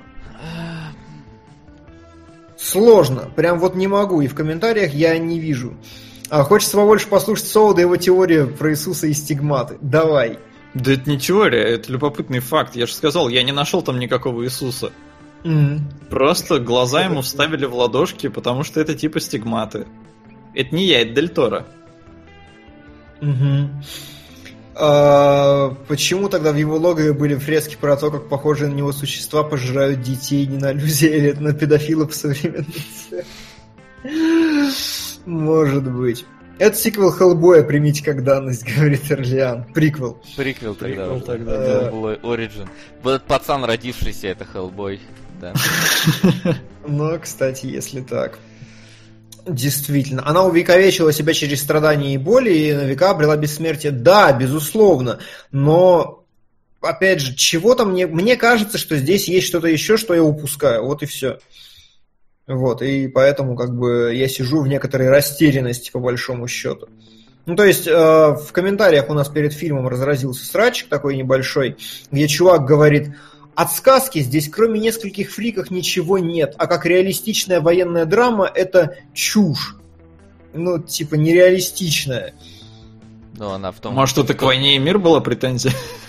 Сложно, прям вот не могу, и в комментариях я не вижу. А хочется побольше послушать Соуда и его теорию про Иисуса и стигматы. Давай. Да это не теория, это любопытный факт. Я же сказал, я не нашел там никакого Иисуса. Mm. Просто глаза ему вставили в ладошки, потому что это типа стигматы. Это не я, это Дель Торо. Угу. А, почему тогда в его логове были фрески про то, как похожие на него существа пожирают детей? Не на аллюзия или это на педофилов современности? Может быть. Это сиквел Хеллбоя, примите как данность, говорит Эрлиан. Приквел. Приквел тогда. Приквел уже. тогда, Да. Hellboy Origin. Вот этот пацан, родившийся, это Hellboy. Да. Ну, кстати, если так. Действительно. Она увековечила себя через страдания и боли, и на века обрела бессмертие. Да, безусловно. Но, опять же, чего-то мне... Мне кажется, что здесь есть что-то еще, что я упускаю. Вот и все. Вот, и поэтому как бы я сижу в некоторой растерянности, по большому счету. Ну, то есть, э, в комментариях у нас перед фильмом разразился срачик такой небольшой, где чувак говорит: от сказки здесь кроме нескольких фриков ничего нет, а как реалистичная военная драма это чушь. Ну, типа, нереалистичная. Но она в том... Может, это к «Войне и мир» была претензия?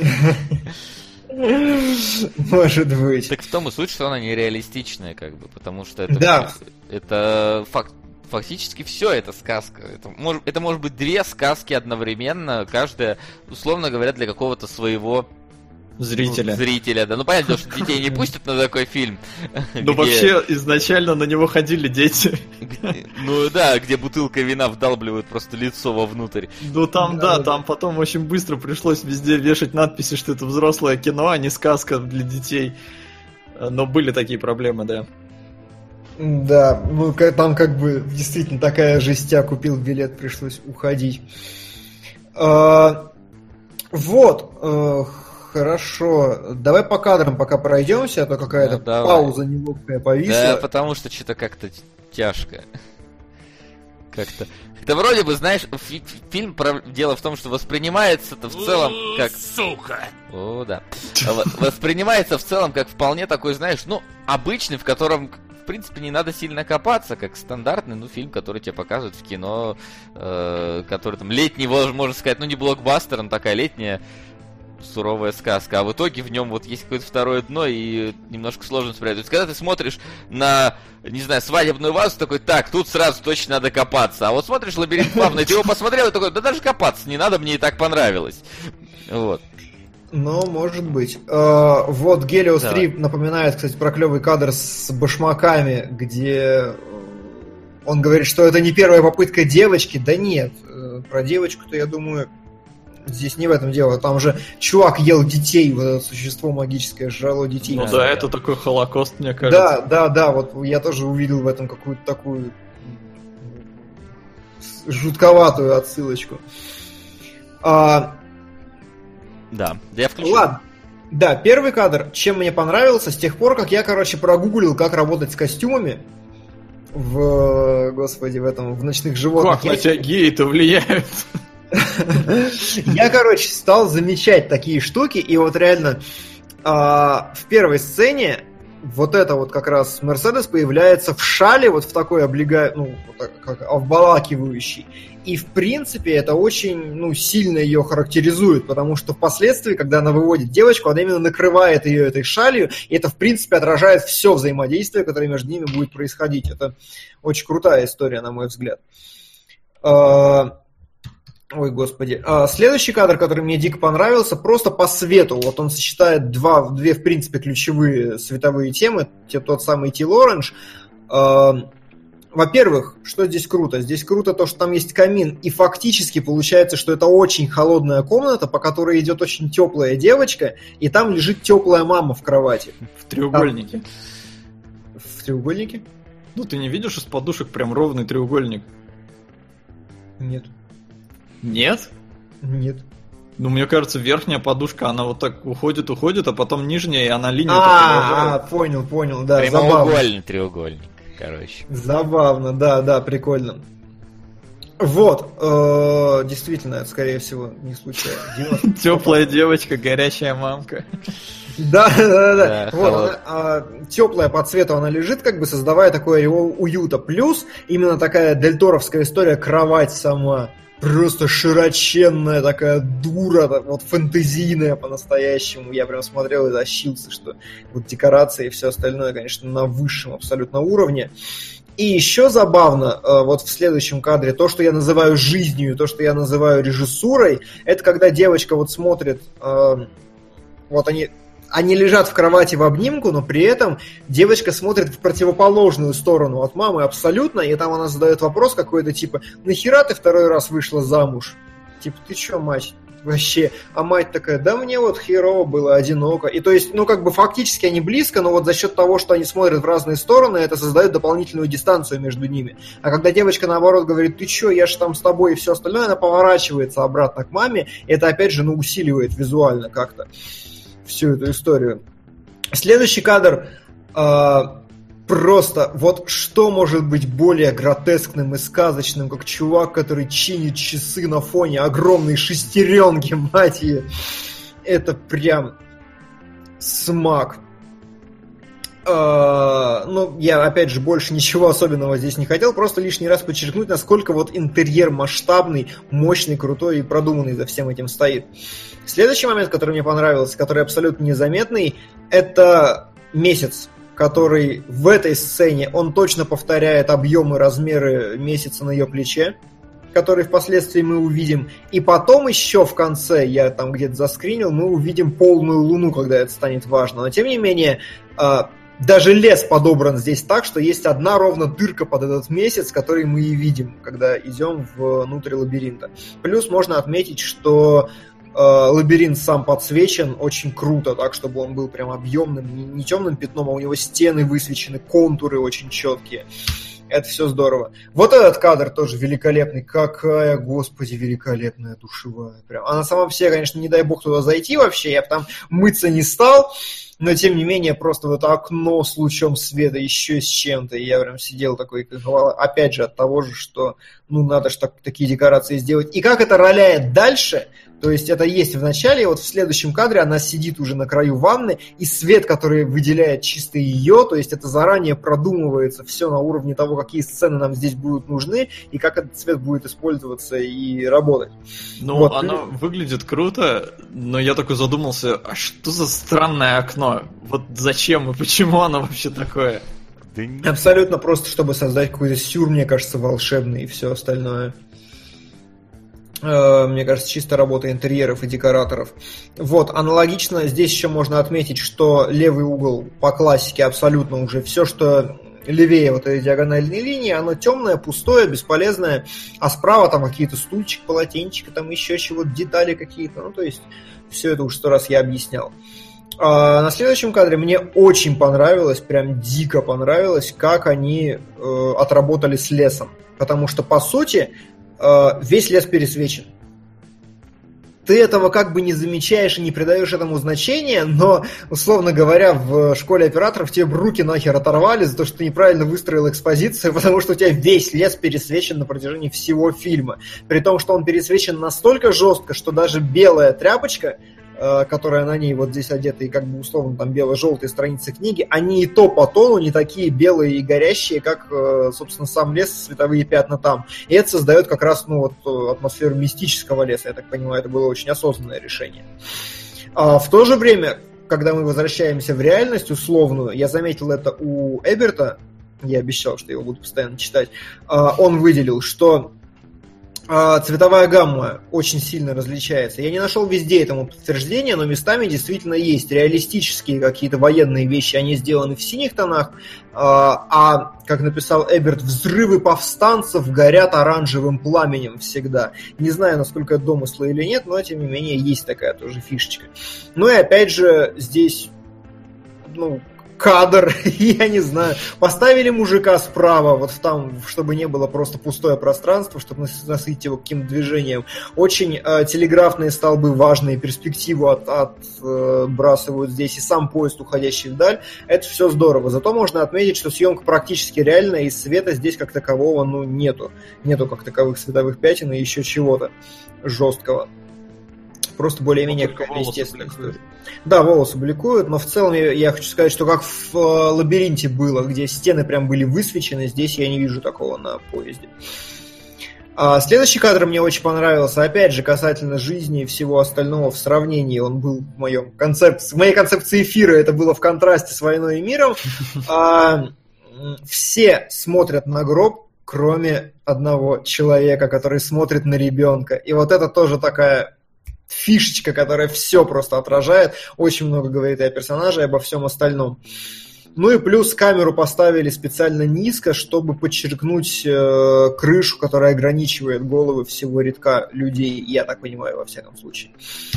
Может быть. Так в том и суть, что она нереалистичная, как бы, потому что это, Да. это факт, фактически все это сказка. Это может, это может быть две сказки одновременно, каждая, условно говоря, для какого-то своего Зрителя. ну, зрителя, да. Ну, понятно, что детей не пустят на такой фильм. Ну, вообще, изначально на него ходили дети. Где, ну да, где бутылка вина вдалбливают просто лицо вовнутрь. Ну, там, да, там потом очень быстро пришлось везде вешать надписи, что это взрослое кино, а не сказка для детей. Но были такие проблемы, да. Да, ну там как бы действительно такая жестя, купил билет, пришлось уходить. А, вот, а, хорошо, давай по кадрам пока пройдемся, а то какая-то да, пауза неловкая повисла. Да, потому что что-то как-то тяжко. Как-то. Это вроде бы, знаешь, фи- фильм про... дело в том, что воспринимается-то в целом как... Сука! О, да. Воспринимается в целом как вполне такой, знаешь, ну, обычный, в котором, в принципе, не надо сильно копаться, как стандартный, ну, фильм, который тебе показывают в кино, э, который там летний, можно сказать, ну, не блокбастер, но такая летняя суровая сказка, а в итоге в нем вот есть какое-то второе дно, и немножко сложно спрятать. То есть, когда ты смотришь на, не знаю, свадебную вазу, такой, так, тут сразу точно надо копаться. А вот смотришь «Лабиринт плавный», ты его посмотрел и такой, да даже копаться не надо, мне и так понравилось. Вот. Ну, может быть. Э, вот Гелиос Давай. три напоминает, кстати, про клевый кадр с башмаками, где он говорит, что это не первая попытка девочки. Да нет, э, про девочку-то, я думаю, здесь не в этом дело. Там же чувак ел детей, вот это существо магическое жрало детей. Ну Да, да, да. это такой холокост, мне кажется. Да, да, да, вот я тоже увидел в этом какую-то такую жутковатую отсылочку. А, Да, да я включил. ладно. Да, первый кадр, чем мне понравился, с тех пор, как я, короче, прогуглил, как работать с костюмами в, господи, в этом, в «Ночных животных». Как на тебя геи-то влияют? Я, короче, стал замечать такие штуки, и вот реально а, в первой сцене вот это вот как раз Мерседес появляется в шале, вот в такой облега... ну, вот как обволакивающий. И, в принципе, это очень, ну, сильно ее характеризует, потому что впоследствии, когда она выводит девочку, она именно накрывает ее этой шалью, и это, в принципе, отражает все взаимодействие, которое между ними будет происходить. Это очень крутая история, на мой взгляд. Ой, господи. А, следующий кадр, который мне дико понравился, просто по свету. Вот он сочетает два, две, в принципе, ключевые световые темы. Тот самый Teal Orange. А, во-первых, что здесь круто? Здесь круто то, что там есть камин. И фактически получается, что это очень холодная комната, по которой идет очень теплая девочка. И там лежит теплая мама в кровати. В треугольнике. В треугольнике? Ну, ты не видишь из подушек прям ровный треугольник? Нет. Нет? Нет. Ну, мне кажется, верхняя подушка, она вот так уходит, уходит, а потом нижняя, и она линию А, понял, понял, да, забавно. Прямоугольный треугольник, короче. Забавно, да, да, прикольно. Вот, э, действительно, это, скорее всего, не случайно. Теплая девочка, горячая мамка. Да, да, да, да. Да, Вот, холод. она, а, теплая по цвету она лежит, как бы создавая такой ореол уюта. Плюс именно такая дельторовская история, кровать сама. Просто широченная такая дура, вот фэнтезийная по-настоящему. Я прям смотрел и защился, что вот декорации и все остальное, конечно, на высшем абсолютно уровне. И еще забавно, вот в следующем кадре, то, что я называю жизнью, то, что я называю режиссурой, это когда девочка вот смотрит, вот они... Они лежат в кровати в обнимку, но при этом девочка смотрит в противоположную сторону от мамы абсолютно, и там она задает вопрос какой-то, типа, нахера ты второй раз вышла замуж? Типа, ты чё, мать, вообще? А мать такая, да мне вот херово было, одиноко. И то есть, ну, как бы фактически они близко, но вот за счет того, что они смотрят в разные стороны, это создает дополнительную дистанцию между ними. А когда девочка, наоборот, говорит, ты чё, я ж там с тобой и все остальное, она поворачивается обратно к маме, и это, опять же, ну, усиливает визуально как-то всю эту историю. Следующий кадр э, просто вот что может быть более гротескным и сказочным, как чувак, который чинит часы на фоне огромной шестеренки, мать ее. Это прям смак. Э, ну, я, опять же, больше ничего особенного здесь не хотел, просто лишний раз подчеркнуть, насколько вот интерьер масштабный, мощный, крутой и продуманный за всем этим стоит. Следующий момент, который мне понравился, который абсолютно незаметный, это месяц, который в этой сцене, он точно повторяет объемы, размеры месяца на ее плече, который впоследствии мы увидим. И потом еще в конце, я там где-то заскринил, мы увидим полную луну, когда это станет важно. Но тем не менее, даже лес подобран здесь так, что есть одна ровно дырка под этот месяц, который мы и видим, когда идем внутрь лабиринта. Плюс можно отметить, что лабиринт сам подсвечен очень круто, так, чтобы он был прям объемным, не темным пятном, а у него стены высвечены, контуры очень четкие. Это все здорово. Вот этот кадр тоже великолепный. Какая, господи, великолепная душевая. Прям. Она сама по себе, конечно, не дай бог туда зайти вообще, я бы там мыться не стал, но тем не менее просто вот окно с лучом света еще с чем-то, и я прям сидел такой, кайфовал, опять же от того же, что ну надо же так, такие декорации сделать. И как это роляет дальше, то есть это есть в начале, вот в следующем кадре она сидит уже на краю ванны, и свет, который выделяет чисто ее, то есть это заранее продумывается все на уровне того, какие сцены нам здесь будут нужны, и как этот цвет будет использоваться и работать. Ну, вот. Оно выглядит круто, но я такой задумался, а что за странное окно? Вот зачем и почему оно вообще такое? Абсолютно просто, чтобы создать какой-то сюр, мне кажется, волшебный и все остальное. Мне кажется, чисто работа интерьеров и декораторов. Вот, аналогично здесь еще можно отметить, что левый угол по классике абсолютно уже все, что левее вот этой диагональной линии, оно темное, пустое, бесполезное, а справа там какие-то стульчик, полотенчик, там еще чего-то, детали какие-то, ну то есть все это уже сто раз я объяснял. А на следующем кадре мне очень понравилось, прям дико понравилось, как они э, отработали с лесом, потому что по сути весь лес пересвечен. Ты этого как бы не замечаешь и не придаешь этому значения, но, условно говоря, в школе операторов тебе бы руки нахер оторвали за то, что ты неправильно выстроил экспозицию, потому что у тебя весь лес пересвечен на протяжении всего фильма. При том, что он пересвечен настолько жестко, что даже белая тряпочка, которая на ней вот здесь одета, и как бы условно там бело-желтые страницы книги, они и то по тону не такие белые и горящие, как, собственно, сам лес, световые пятна там. И это создает как раз, ну, вот, атмосферу мистического леса, я так понимаю, это было очень осознанное решение. А в то же время, когда мы возвращаемся в реальность условную, я заметил это у Эберта, я обещал, что его буду постоянно читать, он выделил, что цветовая гамма очень сильно различается. Я не нашел везде этому подтверждения, но местами действительно есть реалистические какие-то военные вещи, они сделаны в синих тонах, а, как написал Эберт, взрывы повстанцев горят оранжевым пламенем всегда. Не знаю, насколько это домыслы или нет, но тем не менее есть такая тоже фишечка. Ну и опять же здесь, ну, кадр, я не знаю, поставили мужика справа, вот там, чтобы не было просто пустое пространство, чтобы насытить его каким-то движением. Очень э, телеграфные столбы важные, перспективу от, отбрасывают здесь, и сам поезд, уходящий вдаль. Это все здорово. Зато можно отметить, что съемка практически реальная, и света здесь как такового, ну, нету. Нету как таковых световых пятен и еще чего-то жесткого. Просто более-менее какая-то естественная история. Да, волосы бликуют, но в целом я, я хочу сказать, что как в э, лабиринте было, где стены прям были высвечены, здесь я не вижу такого на поезде. А следующий кадр мне очень понравился, опять же, касательно жизни и всего остального в сравнении. Он был в, моем концепции, в моей концепции эфира, это было в контрасте с «Войной и миром». А, все смотрят на гроб, кроме одного человека, который смотрит на ребенка. И вот это тоже такая фишечка, которая все просто отражает. Очень много говорит и о персонаже, и обо всем остальном. Ну и плюс камеру поставили специально низко, чтобы подчеркнуть э, крышу, которая ограничивает головы всего рядка людей, я так понимаю, во всяком случае.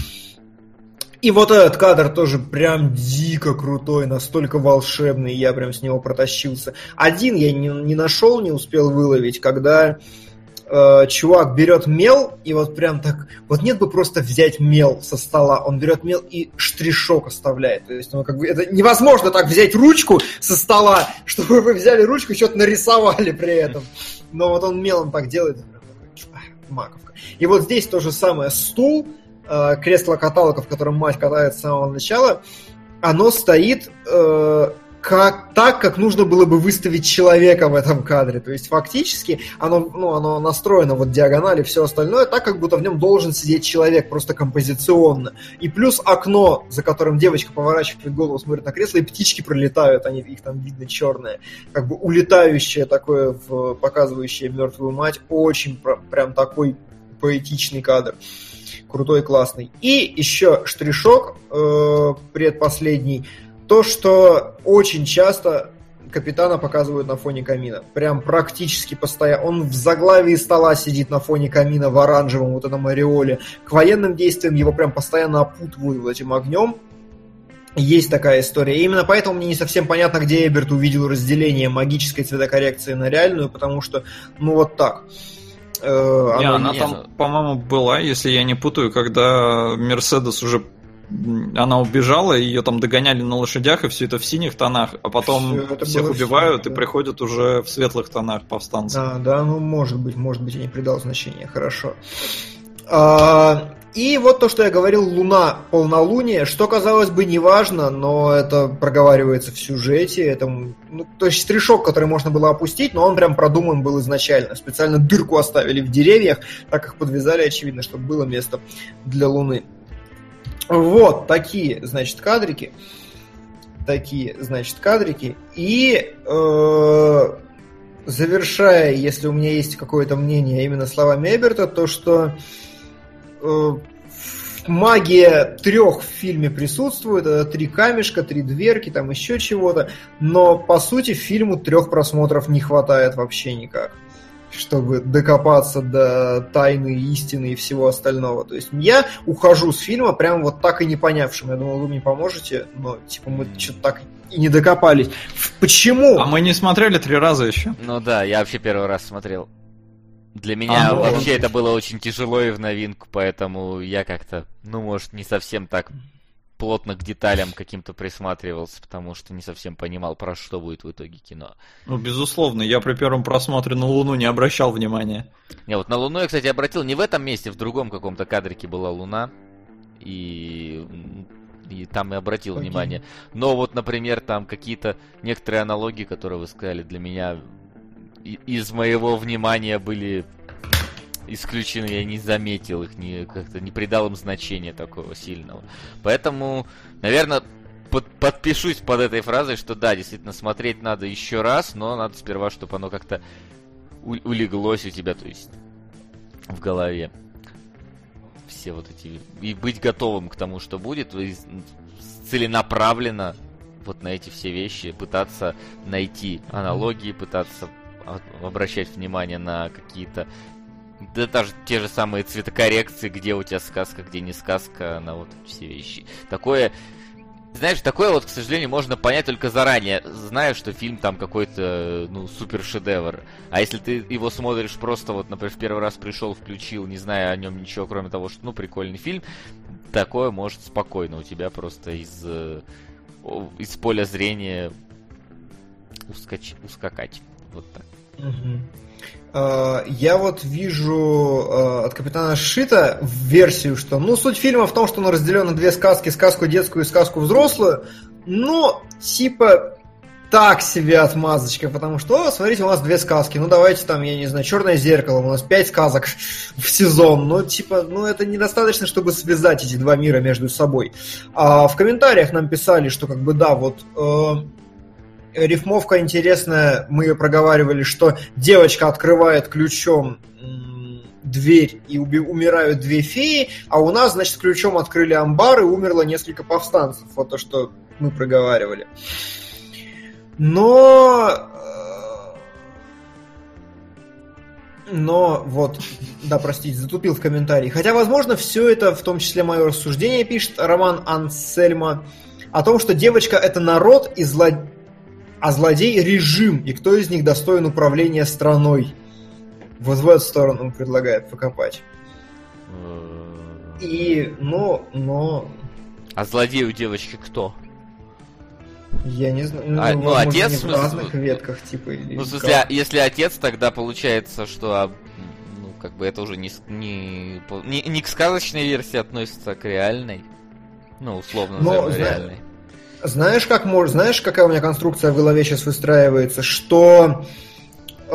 И вот этот кадр тоже прям дико крутой, настолько волшебный, я прям с него протащился. Один я не, не нашел, не успел выловить, когда э, чувак берет мел, и вот прям так, вот нет бы просто взять мел со стола, он берет мел и штришок оставляет. То есть, ну, как бы, это невозможно так взять ручку со стола, чтобы вы взяли ручку и что-то нарисовали при этом. Но вот он мелом так делает, маковка. И вот здесь то же самое, стул, кресло-каталка, в котором мать катает с самого начала, оно стоит э, как, так, как нужно было бы выставить человека в этом кадре. То есть фактически оно, ну, оно настроено вот диагонали и все остальное так, как будто в нем должен сидеть человек, просто композиционно. И плюс окно, за которым девочка поворачивает голову, смотрит на кресло, и птички пролетают, они, их там видно черные. Как бы улетающее такое, в, показывающее мертвую мать. Очень прям такой поэтичный кадр. Крутой, классный. И еще штришок э, предпоследний. То, что очень часто капитана показывают на фоне камина. Прям практически постоянно. Он в заглавии стола сидит на фоне камина в оранжевом вот этом ореоле. К военным действиям его прям постоянно опутывают вот этим огнем. Есть такая история. И именно поэтому мне не совсем понятно, где Эберт увидел разделение магической цветокоррекции на реальную, потому что, ну вот так. Не, она, она не, там, ну... по-моему, была, если я не путаю, когда Мерседес уже... Она убежала, ее там догоняли на лошадях, и все это в синих тонах, а потом все всех убивают, и да. приходят уже в светлых тонах повстанцы. Да, да, ну может быть, может быть, я не придал значения, хорошо. А, и вот то, что я говорил, луна, полнолуние, что, казалось бы, не важно, но это проговаривается в сюжете, это, ну, то есть штришок, который можно было опустить, но он прям продуман был изначально, специально дырку оставили в деревьях, так их подвязали, очевидно, чтобы было место для луны. Вот такие, значит, кадрики, такие, значит, кадрики, и э, завершая, если у меня есть какое-то мнение именно словами Эберта, то что магия трех в фильме присутствует, это три камешка, три дверки, там еще чего-то, но по сути фильму трех просмотров не хватает вообще никак, чтобы докопаться до тайны, истины и всего остального. То есть я ухожу с фильма прям вот так и не понявшим. Я думал, вы мне поможете, но типа мы что-то так и не докопались. Почему? А мы не смотрели три раза еще. Ну да, я вообще первый раз смотрел. Для меня а, ну, вообще это было очень тяжело и в новинку, поэтому я как-то, ну, может, не совсем так плотно к деталям каким-то присматривался, потому что не совсем понимал, про что будет в итоге кино. Ну, безусловно, я при первом просмотре на Луну не обращал внимания. Не, вот на Луну я, кстати, обратил, не в этом месте, в другом каком-то кадрике была Луна, и... и там и обратил okay. внимание. Но вот, например, там какие-то некоторые аналогии, которые вы сказали, для меня из моего внимания были исключены, я не заметил их, не, как-то не придал им значения такого сильного. Поэтому, наверное, под, подпишусь под этой фразой, что да, действительно, смотреть надо еще раз, но надо сперва, чтобы оно как-то у, улеглось у тебя, то есть в голове. Все вот эти... И быть готовым к тому, что будет, и целенаправленно вот на эти все вещи пытаться найти аналогии, пытаться обращать внимание на какие-то, да даже те же самые цветокоррекции, где у тебя сказка, где не сказка, на вот все вещи. Такое, знаешь, такое вот, к сожалению, можно понять только заранее, зная, что фильм там какой-то, ну, супер шедевр. А если ты его смотришь просто вот, например, в первый раз пришел, включил, не зная о нем ничего, кроме того, что, ну, прикольный фильм, такое может спокойно у тебя просто из, из поля зрения ускач, ускакать. Вот так. Uh, я вот вижу uh, от капитана Шита версию, что, ну, суть фильма в том, что он разделен на две сказки, сказку детскую и сказку взрослую, но, типа, так себе отмазочка, потому что, о, смотрите, у нас две сказки, ну, давайте там, я не знаю, «Черное зеркало», у нас пять сказок в сезон, ну, типа, ну, это недостаточно, чтобы связать эти два мира между собой. А в комментариях нам писали, что, как бы, да, вот... Uh, рифмовка интересная, мы ее проговаривали, что девочка открывает ключом м, дверь и уби- умирают две феи, а у нас, значит, ключом открыли амбар и умерло несколько повстанцев. Вот то, что мы проговаривали. Но... Но вот, да, простите, затупил в комментарии. Хотя, возможно, все это, в том числе мое рассуждение, пишет Роман Ансельма, о том, что девочка — это народ, и зло... а злодей — режим, и кто из них достоин управления страной. Вот в эту сторону он предлагает покопать. И, но, но... А злодей у девочки кто? Я не знаю. А, ну, ну, отец, в разных ветках, типа. Или ну, в смысле, а, если отец, тогда получается, что, а, ну, как бы это уже не, не, не, не к сказочной версии относится, а к реальной. Ну, условно назовем реальной. Знаешь, как можешь, знаешь, какая у меня конструкция в голове сейчас выстраивается? Что э,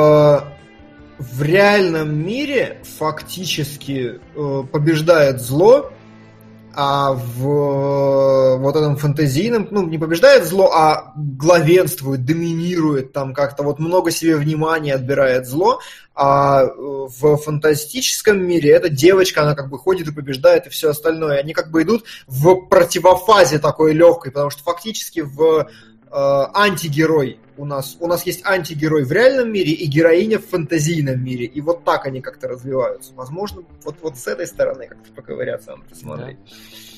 в реальном мире фактически э, побеждает зло, а в э, вот этом фэнтезийном, ну, не побеждает зло, а главенствует, доминирует, там как-то вот много себе внимания отбирает зло, а в фантастическом мире эта девочка, она как бы ходит и побеждает, и все остальное. Они как бы идут в противофазе такой легкой, потому что фактически в э, антигерой у нас, у нас есть антигерой в реальном мире и героиня в фантазийном мире, и вот так они как-то развиваются. Возможно, вот, вот с этой стороны как-то поковыряться, надо посмотреть. Да.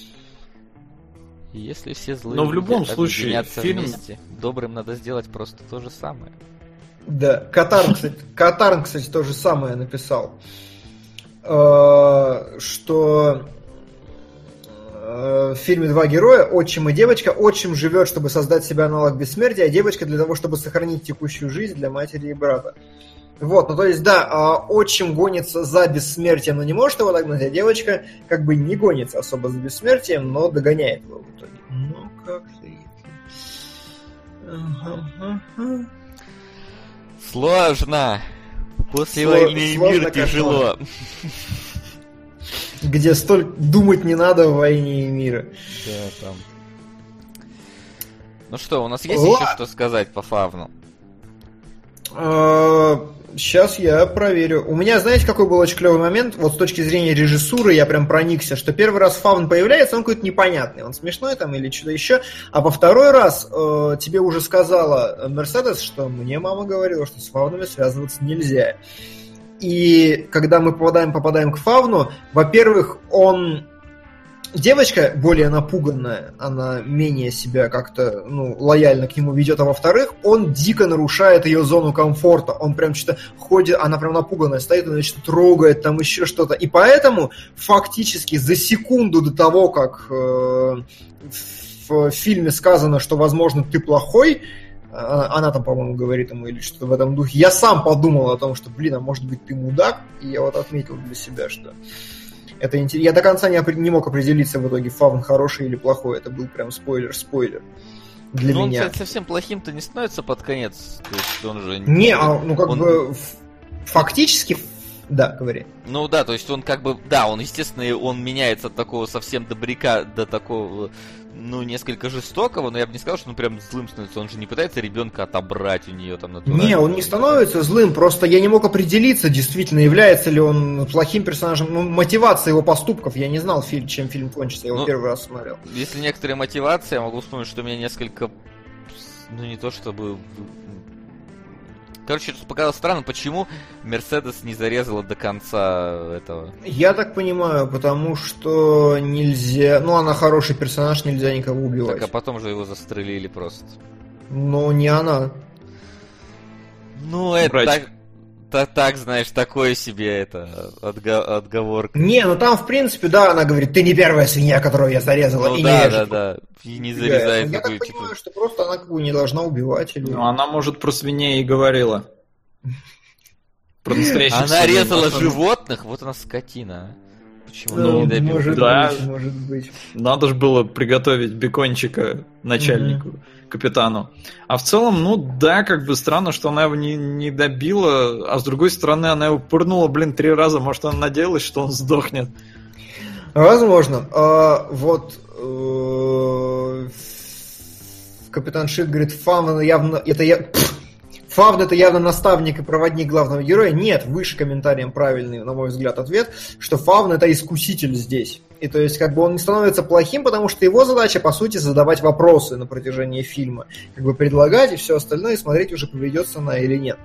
Если все злые но в любом случае фильм... вместе, добрым надо сделать просто то же самое. Да, Катарн, кстати, Катарн, кстати, то же самое написал, что в фильме «Два героя», отчим и девочка. Отчим живет, чтобы создать себе аналог бессмертия, а девочка для того, чтобы сохранить текущую жизнь для матери и брата. Вот, ну то есть, да, отчим гонится за бессмертием, но не может его догнать, а девочка как бы не гонится особо за бессмертием, но догоняет его в итоге. Ну, как-то... Ага. Сложно. После Сло- войны и мира тяжело. Где столько думать не надо в «Войне и мире». Да, там. Ну что, у нас есть Ла- еще что сказать по Фавну? Сейчас я проверю. У меня, знаете, какой был очень клевый момент? Вот с точки зрения режиссуры я прям проникся, что первый раз Фавн появляется, он какой-то непонятный. Он смешной там или что-то еще. А во второй раз э, тебе уже сказала Мерседес, что мне мама говорила, что с Фавнами связываться нельзя. И когда мы попадаем, попадаем к Фавну, во-первых, он... Девочка более напуганная, она менее себя как-то, ну, лояльно к нему ведет, а во-вторых, он дико нарушает ее зону комфорта. Он прям что-то ходит, она прям напуганная стоит, она что-то трогает, там еще что-то. И поэтому фактически за секунду до того, как э, в фильме сказано, что, возможно, ты плохой, она там, по-моему, говорит ему или что-то в этом духе, я сам подумал о том, что, блин, а может быть, ты мудак? И я вот отметил для себя, что... Это интересно. Я до конца не, опри... не мог определиться в итоге, Фавн хороший или плохой. Это был прям спойлер-спойлер для ну, меня. Он, кстати, совсем плохим-то не становится под конец. То есть он же... Не, а, ну как он... бы фактически... Да, говори. Ну да, то есть он как бы... Да, он, естественно, он меняется от такого совсем добряка до такого... Ну, несколько жестокого, но я бы не сказал, что он прям злым становится. Он же не пытается ребенка отобрать у нее там натурально. Не, он не становится злым, просто я не мог определиться, действительно, является ли он плохим персонажем. Ну, мотивация его поступков, я не знал, чем фильм кончится, я его ну, первый раз смотрел. Если некоторые мотивации, я могу вспомнить, что меня несколько... Ну, не то чтобы... Короче, это показалось странно, почему Мерседес не зарезала до конца этого. Я так понимаю, потому что нельзя... Ну, она хороший персонаж, нельзя никого убивать. Так, а потом же его застрелили просто. Ну, не она. Ну, это так, так, так, знаешь, такое себе это отго- отговорка. Не, ну там, в принципе, да, она говорит, ты не первая свинья, которую я зарезала. Ну, и да, не да, да. И не зарезает. Я такую, так типа... понимаю, что просто она как бы не должна убивать. Или... Ну, она, может, про свиней и говорила. Про настоящих Она свиней. резала Может, животных, вот она скотина. Почему Ну, не добила? может Да. быть, может быть. Надо же было приготовить бекончика начальнику, mm-hmm. капитану. А в целом, ну да, как бы странно, что она его не, не добила, а с другой стороны, она его пырнула, блин, три раза. Может, она надеялась, что он сдохнет. Возможно. А, вот э, Капитан Шит говорит, Фавн явно... Это я... Фавн это явно наставник и проводник главного героя. Нет, выше комментарием правильный, на мой взгляд, ответ, что Фавн это искуситель здесь. И то есть, как бы он не становится плохим, потому что его задача, по сути, задавать вопросы на протяжении фильма. Как бы предлагать и все остальное, и смотреть, уже поведется она или нет.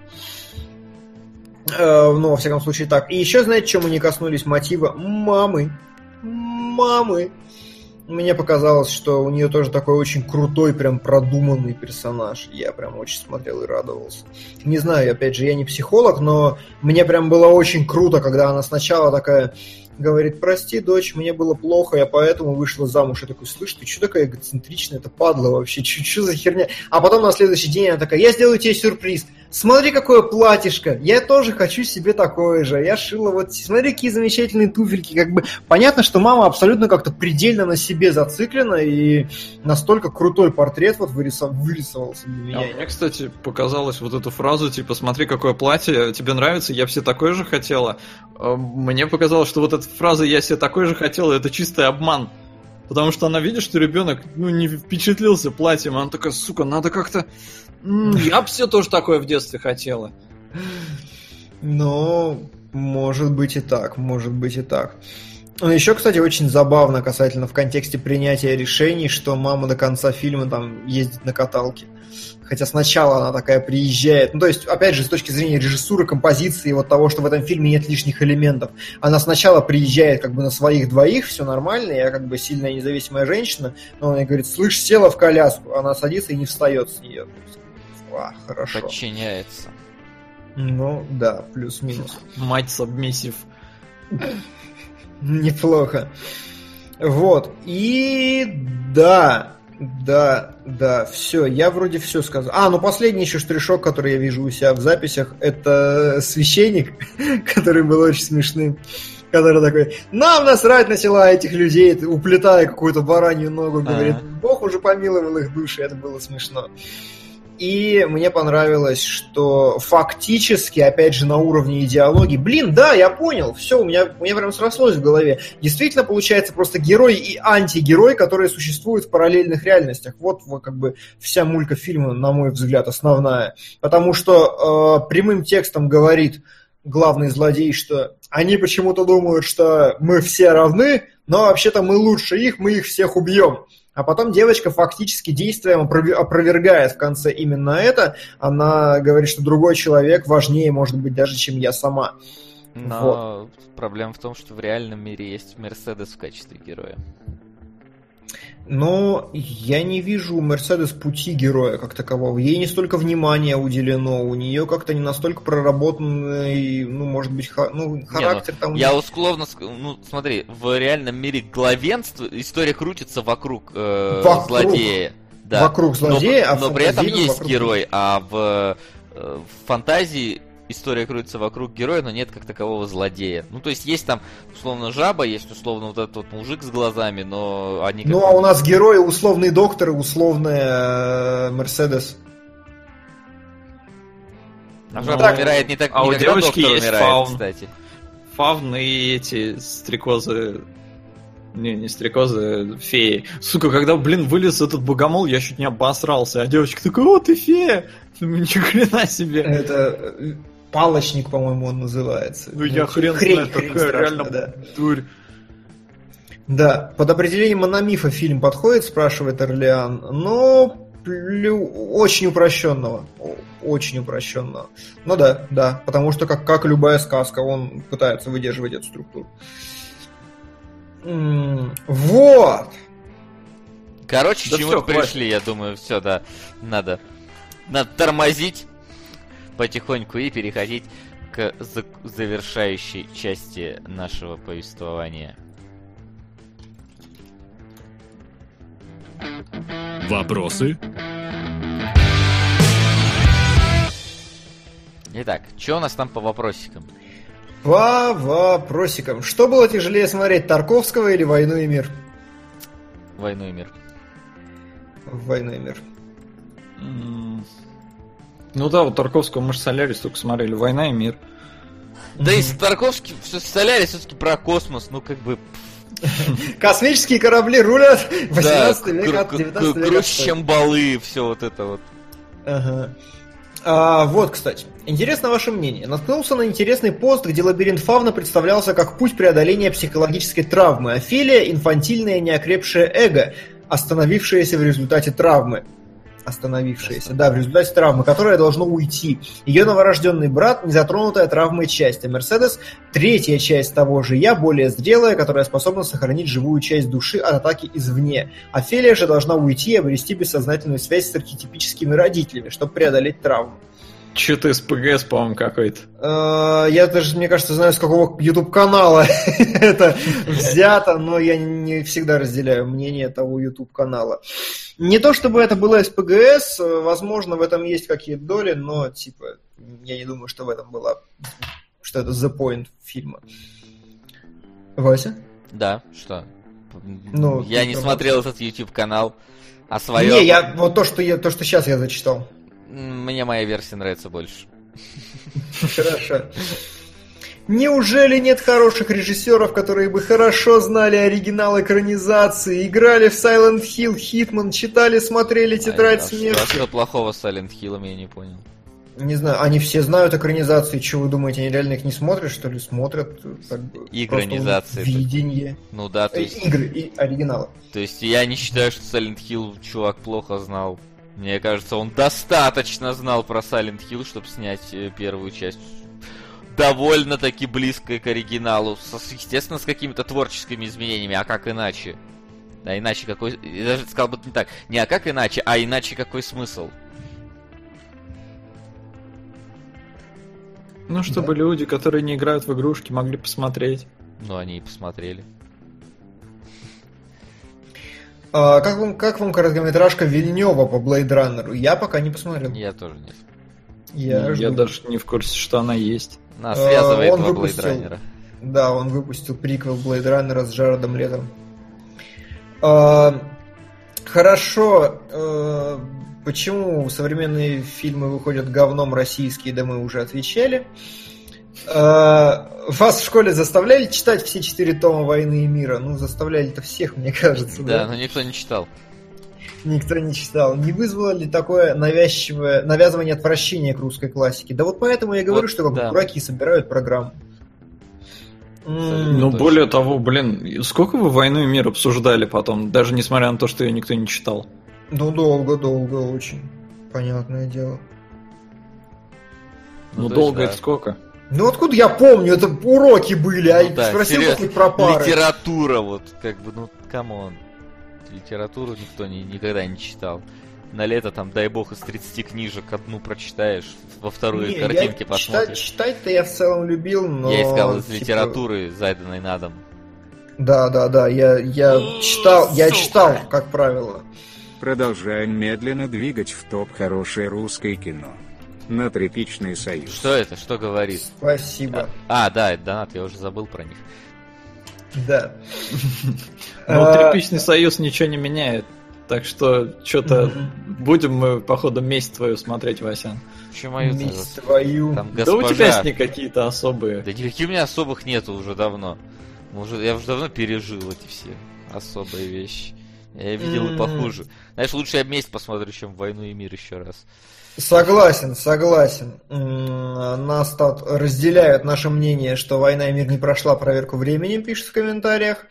Э, ну, во всяком случае, так. И еще, знаете, чем мы не коснулись мотива? Мамы. Мамы. Мне показалось, что у нее тоже такой очень крутой, прям продуманный персонаж. Я прям очень смотрел и радовался. Не знаю, опять же, я не психолог, но мне прям было очень круто, когда она сначала такая говорит, прости, дочь, мне было плохо, я поэтому вышла замуж. Я такой, слышь, ты что такая эгоцентричная, это падла вообще, что за херня? А потом на следующий день она такая, я сделаю тебе сюрприз. Смотри, какое платьишко, я тоже хочу себе такое же. Я шила вот, смотри, какие замечательные туфельки. Как бы понятно, что мама абсолютно как-то предельно на себе зациклена, и настолько крутой портрет вот вырисов... вырисовался для меня. А мне, кстати, показалось вот эту фразу, типа, смотри, какое платье, тебе нравится, я все такое же хотела. Мне показалось, что вот эта фраза «я себе такой же хотела» это чистый обман. Потому что она видит, что ребенок ну, не впечатлился платьем, она такая, сука, надо как-то... Я бы все тоже такое в детстве хотела. Ну, может быть и так, может быть и так. Ну, еще, кстати, очень забавно касательно в контексте принятия решений, что мама до конца фильма там ездит на каталке. Хотя сначала она такая приезжает. Ну, то есть, опять же, с точки зрения режиссуры, композиции, вот того, что в этом фильме нет лишних элементов. Она сначала приезжает как бы на своих двоих, все нормально, я как бы сильная независимая женщина, но она говорит, слышь, села в коляску. Она садится и не встает с нее. А, хорошо. Подчиняется. Ну, да, плюс-минус. Мать сабмиссив. Неплохо. Вот. И да, да, да, все, я вроде все сказал. А, ну последний еще штришок, который я вижу у себя в записях, это священник, который был очень смешным. Который такой, нам насрать на тела этих людей, уплетая какую-то баранью ногу, говорит, Бог уже помиловал их души, это было смешно. И мне понравилось, что фактически, опять же, на уровне идеологии, блин, да, я понял, все, у меня, у меня прям срослось в голове. Действительно, получается просто герой и антигерой, которые существуют в параллельных реальностях. Вот, вот как бы вся мулька фильма, на мой взгляд, основная. Потому что э, прямым текстом говорит главный злодей, что они почему-то думают, что мы все равны, но вообще-то мы лучше их, мы их всех убьем. А потом девочка фактически действием опровергает в конце именно это. Она говорит, что другой человек важнее, может быть, даже, чем я сама. Но вот. Проблема в том, что в реальном мире есть Мерседес в качестве героя. Но я не вижу у Мерседес пути героя как такового. Ей не столько внимания уделено, у нее как-то не настолько проработанный, ну, может быть, ха- ну, характер не, ну, там... Я условно... Ну, смотри, в реальном мире главенство, история крутится вокруг, э, вокруг злодея. Да. Вокруг злодея, но, а но при этом есть вокруг... герой, а в, э, в фантазии... История крутится вокруг героя, но нет как такового злодея. Ну, то есть, есть там, условно, жаба, есть, условно, вот этот вот мужик с глазами, но они... Ну, а у нас герои условный доктор и условная Мерседес. А жаба ну, умирает не так, а не у когда девочки доктор есть умирает, фаун. Кстати. Фавн и эти стрекозы... Не, не стрекозы, феи. Сука, когда, блин, вылез этот богомол, я чуть не обосрался. А девочка такая, о, ты фея! Ни хрена себе. Это палочник, по-моему, он называется. Ну, я хрен хрень, знаю, хрень такая страшная, реально да. дурь. Да, под определением мономифа фильм подходит, спрашивает Орлеан, но плю... очень упрощенного. Очень упрощенного. Ну да, да, потому что, как, как любая сказка, он пытается выдерживать эту структуру. Вот. Короче, да к чему пришли, хватит. Я думаю, все, да. Надо, надо тормозить потихоньку и переходить к за- завершающей части нашего повествования. Вопросы? Итак, что у нас там по вопросикам? По вопросикам. Что было тяжелее смотреть, Тарковского или «Войну и мир»? «Войну и мир». «Войну и мир». Mm. Ну да, вот Тарковского мы же «Солярис» только смотрели. «Война и мир». Да и Тарковский, все «Солярис» все-таки про космос, ну как бы... Космические корабли рулят Да, восемнадцатый век кру- от кру- девятнадцатого века. круче, чем балы, все вот это вот. Ага. А, вот, кстати, интересно ваше мнение. Наткнулся на интересный пост, где лабиринт Фавна представлялся как путь преодоления психологической травмы. Офелия – инфантильное неокрепшее эго, остановившееся в результате травмы. Остановившееся, да, в результате травмы, которое должно уйти. Ее новорожденный брат – незатронутая травмой часть, а Мерседес – третья часть того же «я», более зрелая, которая способна сохранить живую часть души от атаки извне. Офелия же должна уйти и обрести бессознательную связь с архетипическими родителями, чтобы преодолеть травму. Че-то из ПГС, по-моему, какой-то. Э, Я даже, мне кажется, знаю, с какого YouTube-канала это взято, но я не всегда разделяю мнение того YouTube-канала. Не то чтобы это было из ПГС, возможно, в этом есть какие-то доли, но, типа, я не думаю, что в этом была, что это the point фильма. Вася? Да, что? Ну, я не ты смотрел этот YouTube-канал, а свое... Не, я, вот то, что я, то, что сейчас я зачитал. Мне моя версия нравится больше. Хорошо. Неужели нет хороших режиссеров, которые бы хорошо знали оригинал экранизации, играли в Silent Hill, Hitman, читали, смотрели «Тетрадь А, а смерти»? что, что плохого с Silent Hill'ом, я не понял. Не знаю, они все знают экранизации, что вы думаете, они реально их не смотрят, что ли? Смотрят. Как бы, Игранизации. просто видение. Ну да, то Э, есть... Игры, и оригиналы. То есть я не считаю, что Silent Hill чувак плохо знал. Мне кажется, он достаточно знал про Silent Hill, чтобы снять э, первую часть. Довольно-таки близко к оригиналу. Со, естественно, с какими-то творческими изменениями. А как иначе? А иначе какой... Я даже сказал бы не так. Не а как иначе, а иначе какой смысл? Ну, чтобы да. люди, которые не играют в игрушки, могли посмотреть. Ну, они и посмотрели. А, как, вам, как вам короткометражка Вильнёва по Blade Runner? Я пока не посмотрел. Я тоже нет. Я, я даже не в курсе, что она есть. Она связывает а, два выпустил, Blade Runner. Да, он выпустил приквел Blade Runner с Джаредом Летом. А, хорошо. А, почему современные фильмы выходят говном российские, да мы уже отвечали. А, вас в школе заставляли читать все четыре тома «Войны и мира»? Ну, заставляли-то всех, мне кажется. Да, да, но никто не читал. Никто не читал. Не вызвало ли такое навязчивое навязывание отвращения к русской классике? Да вот поэтому я говорю, вот, что как да. дураки собирают программу. Ну, точно. Более того, блин, сколько вы «Войну и мир» обсуждали потом, даже несмотря на то, что ее никто не читал? Ну, долго-долго очень. Понятное дело. Ну, ну долго есть, это да. сколько? Ну, откуда я помню? Это уроки были, а ну, да, спросил серьезно, про пары. Литература, вот, как бы, ну, камон. Литературу никто не, никогда не читал. На лето там, дай бог, из тридцати книжек одну прочитаешь, во вторую не, картинки я посмотришь. Читать, читать-то я в целом любил, но... Я искал из типа... литературы, зайданной на дом. Да, да, да, я, я читал, я читал, как правило. Продолжаем медленно двигать в топ хорошее русское кино. На Тряпичный союз. Что это? Что говорит? Спасибо. А, а да, это донат, я уже забыл про них. Да. Ну, Тряпичный союз ничего не меняет. Так что, что-то будем мы, походу, месть твою смотреть, Васян. Почему мою? Месть твою. Там да у тебя с ней какие-то особые. Да никаких у меня особых нету уже давно. Уже, я уже давно пережил эти все особые вещи. Я видел и похуже. Знаешь, лучше я месть посмотрю, чем «Войну и мир» еще раз. Согласен, согласен. Нас тут разделяют наше мнение, что «Война и мир» не прошла проверку временем, пишет в комментариях.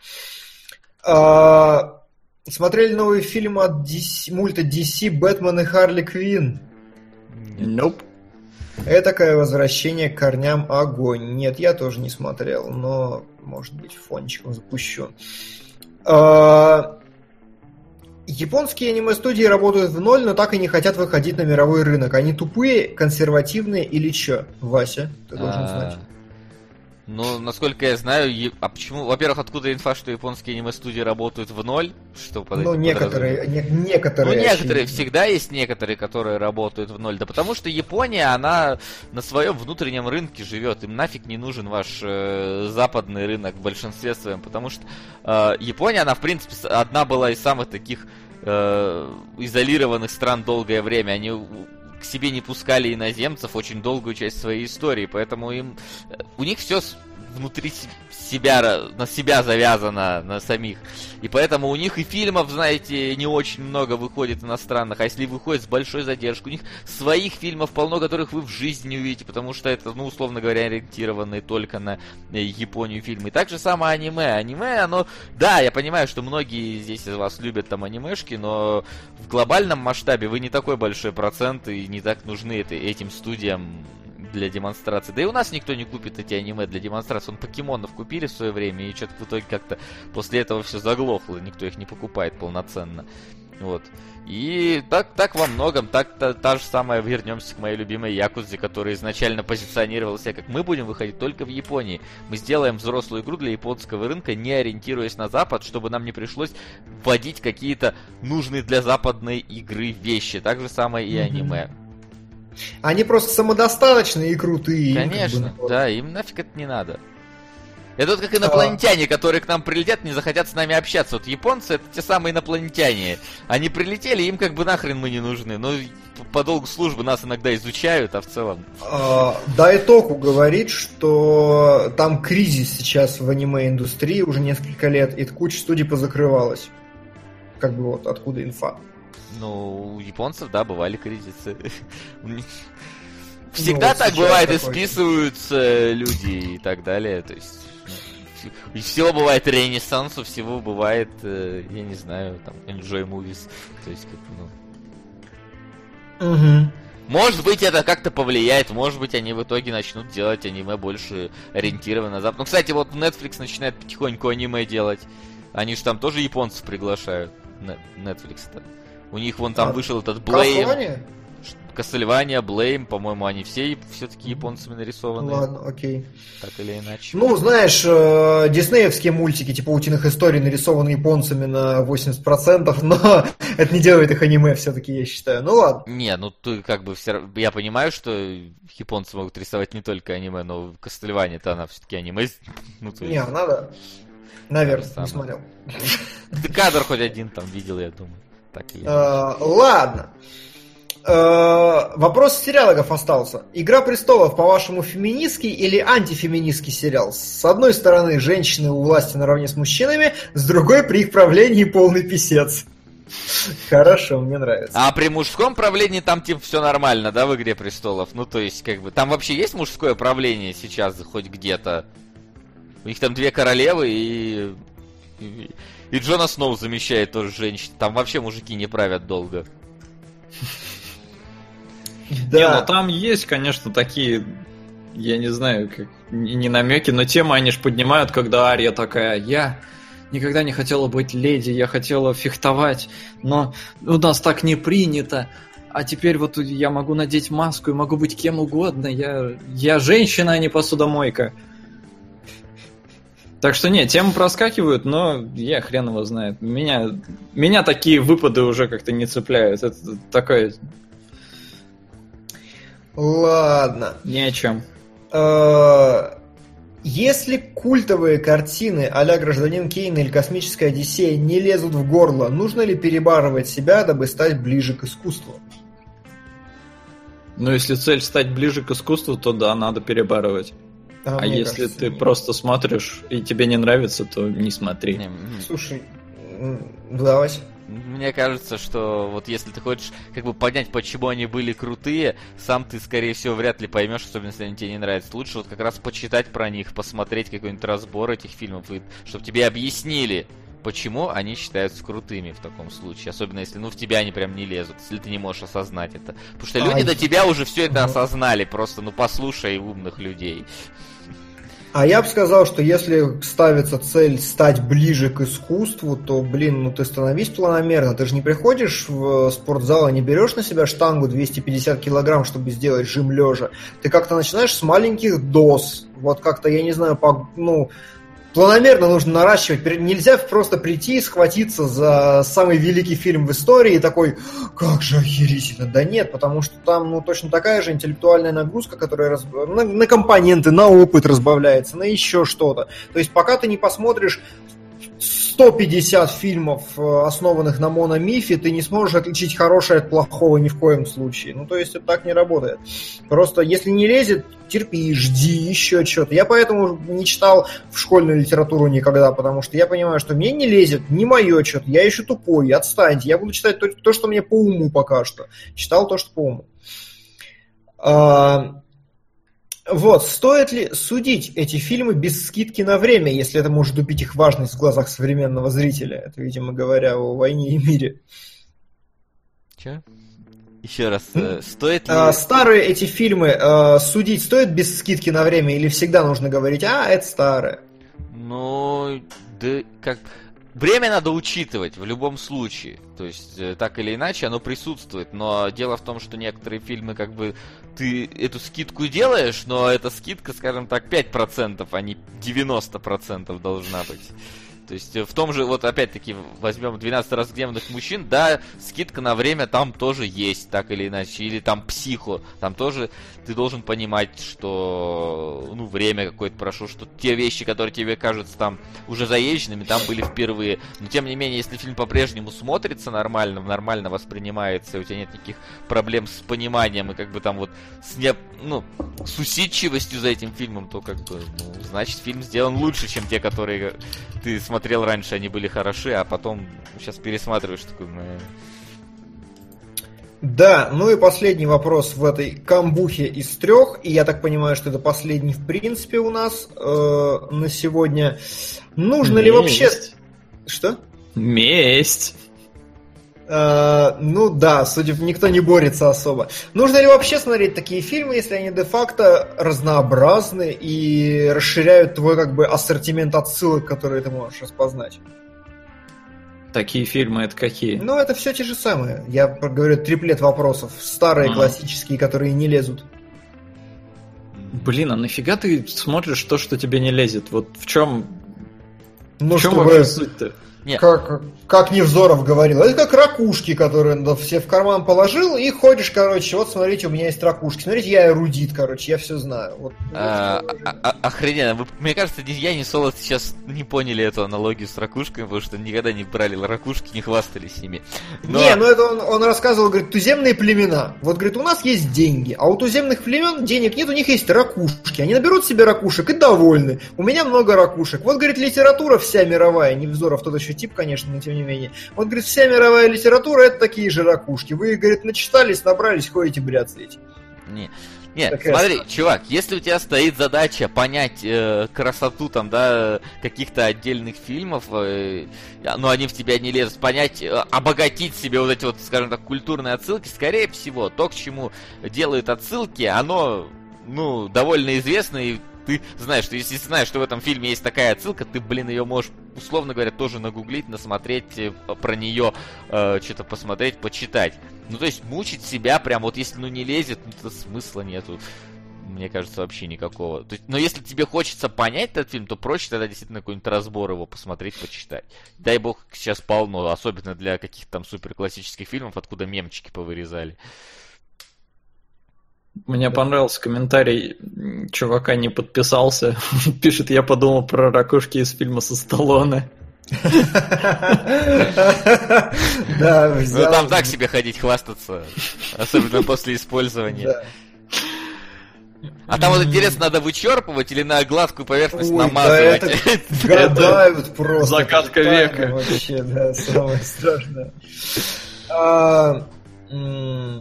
А, смотрели новый фильм от ди си, мульта ди си «Бэтмен и Харли Квинн»? Nope. Этакое возвращение к корням огонь. Нет, я тоже не смотрел, но, может быть, фончиком запущу. А, японские аниме-студии работают в ноль, но так и не хотят выходить на мировой рынок. Они тупые, консервативные или чё? Вася, ты должен знать. Ну, насколько я знаю, е... а почему, во-первых, откуда инфа, что японские аниме-студии работают в ноль? Что под ну, некоторые, не, некоторые. Ну, некоторые, всегда есть некоторые, которые работают в ноль. Да потому что Япония, она на своем внутреннем рынке живет. Им нафиг не нужен ваш э, западный рынок в большинстве своем. Потому что э, Япония, она, в принципе, одна была из самых таких э, изолированных стран долгое время. Они к себе не пускали иноземцев очень долгую часть своей истории, поэтому им у них все внутри себя, на себя завязано, на самих. И поэтому у них и фильмов, знаете, не очень много выходит иностранных, а если выходит с большой задержкой, у них своих фильмов полно, которых вы в жизни не увидите, потому что это, ну, условно говоря, ориентированные только на Японию фильмы. И так же самое аниме. Аниме, оно, да, я понимаю, что многие здесь из вас любят там анимешки, но в глобальном масштабе вы не такой большой процент и не так нужны это, этим студиям для демонстрации. Да и у нас никто не купит эти аниме для демонстрации. Он покемонов купили в свое время, и что-то в итоге как-то после этого все заглохло, никто их не покупает полноценно. Вот. И так, так во многом, так та, та же самая, вернемся к моей любимой Якудзе, которая изначально позиционировала себя как мы будем выходить только в Японии. Мы сделаем взрослую игру для японского рынка, не ориентируясь на Запад, чтобы нам не пришлось вводить какие-то нужные для западной игры вещи. Так же самое и аниме. Они просто самодостаточные и крутые. Конечно, как бы, да, им нафиг это не надо. Это вот как инопланетяне, которые к нам прилетят, не захотят с нами общаться. Вот японцы — это те самые инопланетяне. Они прилетели, им как бы нахрен мы не нужны. Но по долгу службы нас иногда изучают, а в целом... Дайтоку говорит, что там кризис сейчас в аниме-индустрии уже несколько лет, и куча студий позакрывалась. Как бы вот откуда инфа. Ну, у японцев, да, бывали кризисы. Всегда ну, так бывает, и такой. Списываются люди и так далее. То есть, ну, всего бывает ренессанс, у всего бывает, я не знаю, там, enjoy movies. То есть, как, ну... Угу. Может быть, это как-то повлияет, может быть, они в итоге начнут делать аниме больше ориентированно на Запад. Ну, кстати, вот Netflix начинает потихоньку аниме делать. Они же там тоже японцев приглашают, Netflix-то. У них вон там а, вышел этот Blame, Castlevania, Blame, по-моему, они все все-таки японцами нарисованы. Ладно, окей. Так или иначе. Ну, знаешь, диснеевские мультики, типа «Утиных историй», нарисованы японцами на восемьдесят процентов, но это не делает их аниме все-таки, я считаю. Ну ладно. Не, ну ты как бы все... Я понимаю, что японцы могут рисовать не только аниме, но Castlevania-то она все-таки аниме. Ну, то есть... Не, надо. Наверное, не смотрел. Ты кадр хоть один там видел, я думаю. Так и а, ладно. А, вопрос сериалогов остался. «Игра престолов», по-вашему, феминистский или антифеминистский сериал? С одной стороны, женщины у власти наравне с мужчинами, с другой, при их правлении полный писец. Хорошо, мне нравится. А при мужском правлении там типа все нормально, да, в «Игре престолов»? Ну, то есть, как бы, там вообще есть мужское правление сейчас хоть где-то? У них там две королевы и... и... И Джона Сноу замещает тоже женщин. Там вообще мужики не правят долго. Да. Не, ну там есть, конечно, такие, я не знаю, как, не намеки, но темы они ж поднимают, когда Ария такая: я никогда не хотела быть леди, я хотела фехтовать, но у нас так не принято. А теперь вот я могу надеть маску и могу быть кем угодно. Я, я женщина, а не посудомойка. Так что нет, темы проскакивают, но я хрен его знает. Меня, меня такие выпады уже как-то не цепляют. Это такое... Ладно. Ни о чем. Если культовые картины а-ля «Гражданин Кейн» или «Космическая Одиссея» не лезут в горло, нужно ли перебарывать себя, дабы стать ближе к искусству? Ну, если цель стать ближе к искусству, то да, надо перебарывать. А, а если кажется, ты нет. просто смотришь и тебе не нравится, то не смотри. Не, Слушай, давай. Мне кажется, что вот если ты хочешь как бы понять, почему они были крутые, сам ты, скорее всего, вряд ли поймешь, особенно если они тебе не нравятся. Лучше вот как раз почитать про них, посмотреть какой-нибудь разбор этих фильмов, и чтобы тебе объяснили, почему они считаются крутыми в таком случае. Особенно если, ну, в тебя они прям не лезут, если ты не можешь осознать это. Потому что люди а, до тебя уже все это осознали, просто, ну, послушай умных людей. А я бы сказал, что если ставится цель стать ближе к искусству, то, блин, ну ты становись планомерно. Ты же не приходишь в спортзал и не берешь на себя штангу двести пятьдесят килограмм, чтобы сделать жим лежа. Ты как-то начинаешь с маленьких доз. Вот как-то, я не знаю, по, ну... Планомерно нужно наращивать. Нельзя просто прийти и схватиться за самый великий фильм в истории и такой: как же охерительно. Да нет, потому что там ну, точно такая же интеллектуальная нагрузка, которая раз... на, на компоненты, на опыт разбавляется, на еще что-то. То есть пока ты не посмотришь сто пятьдесят фильмов, основанных на мономифе, ты не сможешь отличить хорошее от плохого ни в коем случае. Ну, то есть это так не работает. Просто если не лезет, терпи, жди еще что-то. Я поэтому не читал в школьную литературу никогда, потому что я понимаю, что мне не лезет, не мое что-то, я еще тупой, отстаньте. Я буду читать то, то что мне по уму пока что. Читал то, что по уму. А... Вот, стоит ли судить эти фильмы без скидки на время, если это может убить их важность в глазах современного зрителя? Это, видимо, говоря о «Войне и мире». Че? Еще раз, э, стоит ли... А, старые эти фильмы э, судить стоит без скидки на время или всегда нужно говорить, а, это старое? Ну, да как... Время надо учитывать в любом случае. То есть, так или иначе, оно присутствует. Но дело в том, что некоторые фильмы, как бы, ты эту скидку делаешь, но эта скидка, скажем так, пять процентов, а не девяносто процентов должна быть. То есть, в том же, вот опять-таки, возьмем двенадцать разгневанных мужчин, да, скидка на время там тоже есть, так или иначе. Или там «Психо», там тоже ты должен понимать, что, ну, время какое-то прошло, что те вещи, которые тебе кажутся там уже заезженными, там были впервые. Но, тем не менее, если фильм по-прежнему смотрится нормально, нормально воспринимается, и у тебя нет никаких проблем с пониманием, и как бы там вот с, не, ну, с усидчивостью за этим фильмом, то как бы, ну, значит, фильм сделан лучше, чем те, которые ты смотрел. Смотрел раньше, они были хороши, а потом сейчас пересматриваешь такой... Да, ну и последний вопрос в этой камбухе из трех, и я так понимаю, что это последний в принципе у нас э, на сегодня. Нужно Месть. ли вообще... Что? Месть. Uh, ну да, судя по никто не борется особо. Нужно ли вообще смотреть такие фильмы, если они де-факто разнообразны и расширяют твой как бы ассортимент отсылок, которые ты можешь распознать? Такие фильмы это какие? Ну, это все те же самые. Я говорю, триплет вопросов. Старые, А-а. классические, которые не лезут. Блин, а нафига ты смотришь то, что тебе не лезет? Вот в чем, Ну, в чем чтобы... вообще суть-то? Нет. Как, как Невзоров говорил, это как ракушки, которые да, все в карман положил, и ходишь, короче, вот смотрите, у меня есть ракушки. Смотрите, я эрудит, короче, я все знаю. Вот, А, а, а, охрененно. Вы, мне кажется, ни я, ни Солод сейчас не поняли эту аналогию с ракушками, потому что никогда не брали ракушки, не хвастались ими. Но... Не, ну это он, он рассказывал, говорит, туземные племена. Вот, говорит, у нас есть деньги, а у туземных племен денег нет, у них есть ракушки. Они наберут себе ракушек и довольны. У меня много ракушек. Вот, говорит, литература вся мировая, Невзоров тот еще тип, конечно, но тем не менее. Вот, говорит, вся мировая литература это такие же ракушки. Вы, говорит, начитались, набрались, ходите бряцаете. Не. Нет, Такая смотри, страшная. чувак, если у тебя стоит задача понять э, красоту там, да, каких-то отдельных фильмов, э, но они в тебя не лезут, понять, э, обогатить себе вот эти вот, скажем так, культурные отсылки, скорее всего, то, к чему делают отсылки, оно, ну, довольно известно, и ты знаешь, что если знаешь, что в этом фильме есть такая отсылка, ты, блин, ее можешь, условно говоря, тоже нагуглить, насмотреть про нее, э, что-то посмотреть, почитать. Ну, то есть, мучить себя прям, вот если, ну, не лезет, ну, то смысла нету, мне кажется, вообще никакого. То есть, но если тебе хочется понять этот фильм, то проще тогда действительно какой-нибудь разбор его посмотреть, почитать. Дай бог, сейчас полно, особенно для каких-то там суперклассических фильмов, откуда мемчики повырезали. Мне понравился комментарий, чувака не подписался, пишет, я подумал про ракушки из фильма со Сталлоне. Да, Ну там так себе ходить, хвастаться, особенно после использования. А там вот интересно, надо вычерпывать или на гладкую поверхность Ой, да намазывать? это гадают просто. Загадка века. Вообще, да, самое страшное. А, м-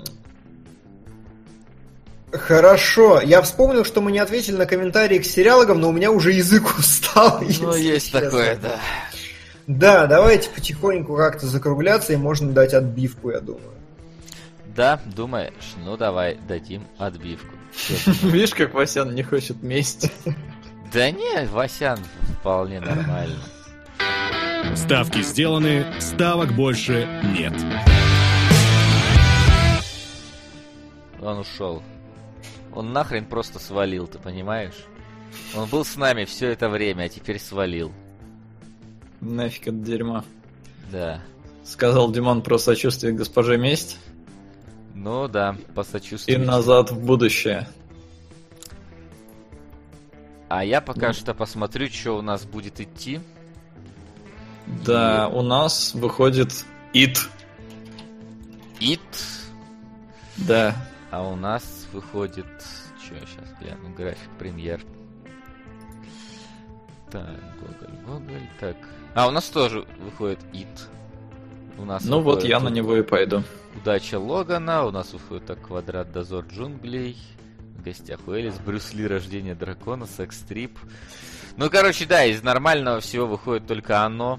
Хорошо, я вспомнил, что мы не ответили на комментарии к сериалогам, но у меня уже язык устал. Ну, если есть честно. такое, да. Да, давайте потихоньку как-то закругляться, и можно дать отбивку, я думаю. Да, думаешь? Ну, давай дадим отбивку. Видишь, как Васян не хочет мести. Да не, Васян вполне нормально. Ставки сделаны, ставок больше нет. Он ушел. Он нахрен просто свалил, ты понимаешь? Он был с нами все это время, а теперь свалил. Нафиг это дерьмо. Да. Сказал Димон про сочувствие к госпоже Месть. Ну да, И посочувствуйте. назад в будущее. А я пока что посмотрю, что у нас будет идти. Да, у нас выходит It. It. Да. А у нас выходит... Че, сейчас гляну, график премьер. Так, Гоголь, Гоголь, так... А, у нас тоже выходит It. У нас ну вот я тут... на него и пойду. Удача Логана, у нас выходит так, Квадрат, Дозор джунглей. В гостях у Элис, Брюс Ли, Рождение дракона, Секс-трип. Ну, короче, да, из нормального всего выходит только оно.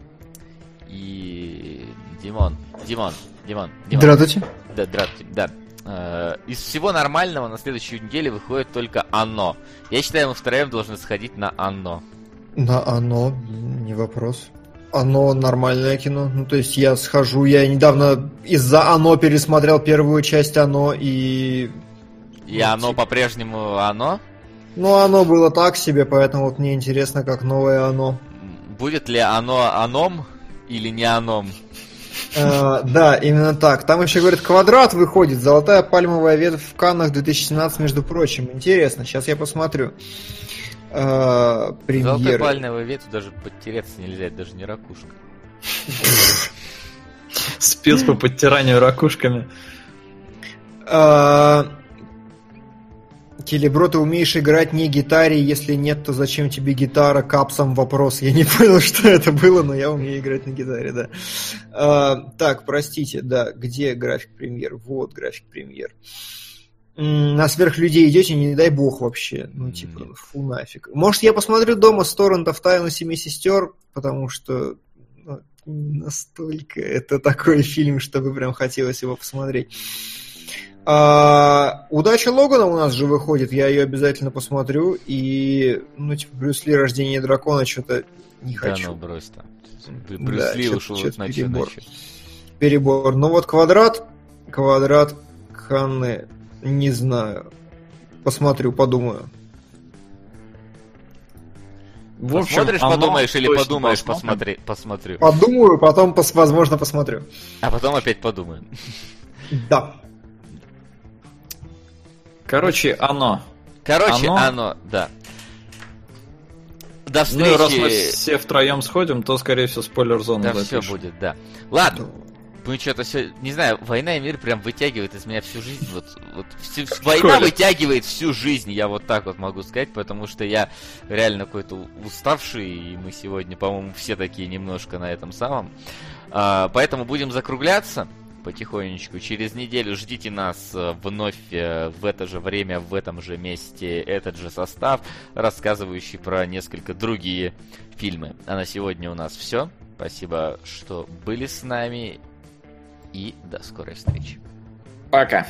И... Димон, Димон, Димон, Димон. Здравствуйте. Да, здравствуйте, да. Э, из всего нормального на следующей неделе выходит только оно. Я считаю, мы втроем должны сходить на оно. На оно, не вопрос. Оно нормальное кино. Ну, то есть я схожу, я недавно из-за оно пересмотрел первую часть оно и... И ну, оно типа... по-прежнему оно? Ну, оно было так себе, поэтому вот мне интересно, как новое оно. Будет ли оно оном или не оном? Uh, да, именно так. Там еще, говорит, Квадрат выходит. Золотая пальмовая ветвь в Каннах две тысячи семнадцать, между прочим. Интересно, сейчас я посмотрю. Uh, премьеры. Золотая пальмовая ветвь даже подтереться нельзя, это даже не ракушка. Спец по подтиранию ракушками. Телебро, ты умеешь играть не гитаре, если нет, то зачем тебе гитара? Капсом вопрос. Я не понял, что это было, но я умею играть на гитаре, да. А, так, простите, да, где график премьер? Вот график премьер. На сверхлюдей идете, не дай бог вообще. Ну, типа, mm-hmm. фу нафиг. Может, я посмотрю дома с торрентов «Тайну семи сестер», потому что ну, настолько это такой фильм, чтобы прям хотелось его посмотреть. А, «Удача Логана» у нас же выходит, я ее обязательно посмотрю. И, ну, типа, Брюс Ли, «Рождение дракона» что-то не да хочу. Да, ну, брось там. Брюс да, Ли что-то, ушел что-то на перебор. Перебор. Ну, вот «Квадрат», «Квадрат», «Канны», не знаю. Посмотрю, подумаю. В общем, посмотришь, оно подумаешь или подумаешь, посмотрим. посмотри, посмотрю. Подумаю, потом, пос- возможно, посмотрю. А потом опять подумаю. Да. Короче, оно. Короче, оно, оно да. До встречи. Ну и раз мы все втроем сходим, то, скорее всего, спойлер-зону да, запишем. все будет, да. Ладно. Мы что-то все, не знаю, «Война и мир» прям вытягивает из меня всю жизнь. Вот, вот всю, война вытягивает всю жизнь, я вот так вот могу сказать, потому что я реально какой-то уставший, и мы сегодня, по-моему, все такие немножко на этом самом. А, поэтому будем закругляться потихонечку. Через неделю ждите нас вновь в это же время, в этом же месте, этот же состав, рассказывающий про несколько другие фильмы. А на сегодня у нас все. Спасибо, что были с нами. И до скорой встречи. Пока.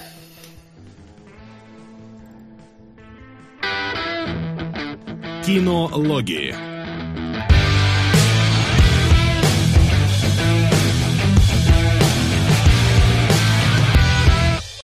Кинологии.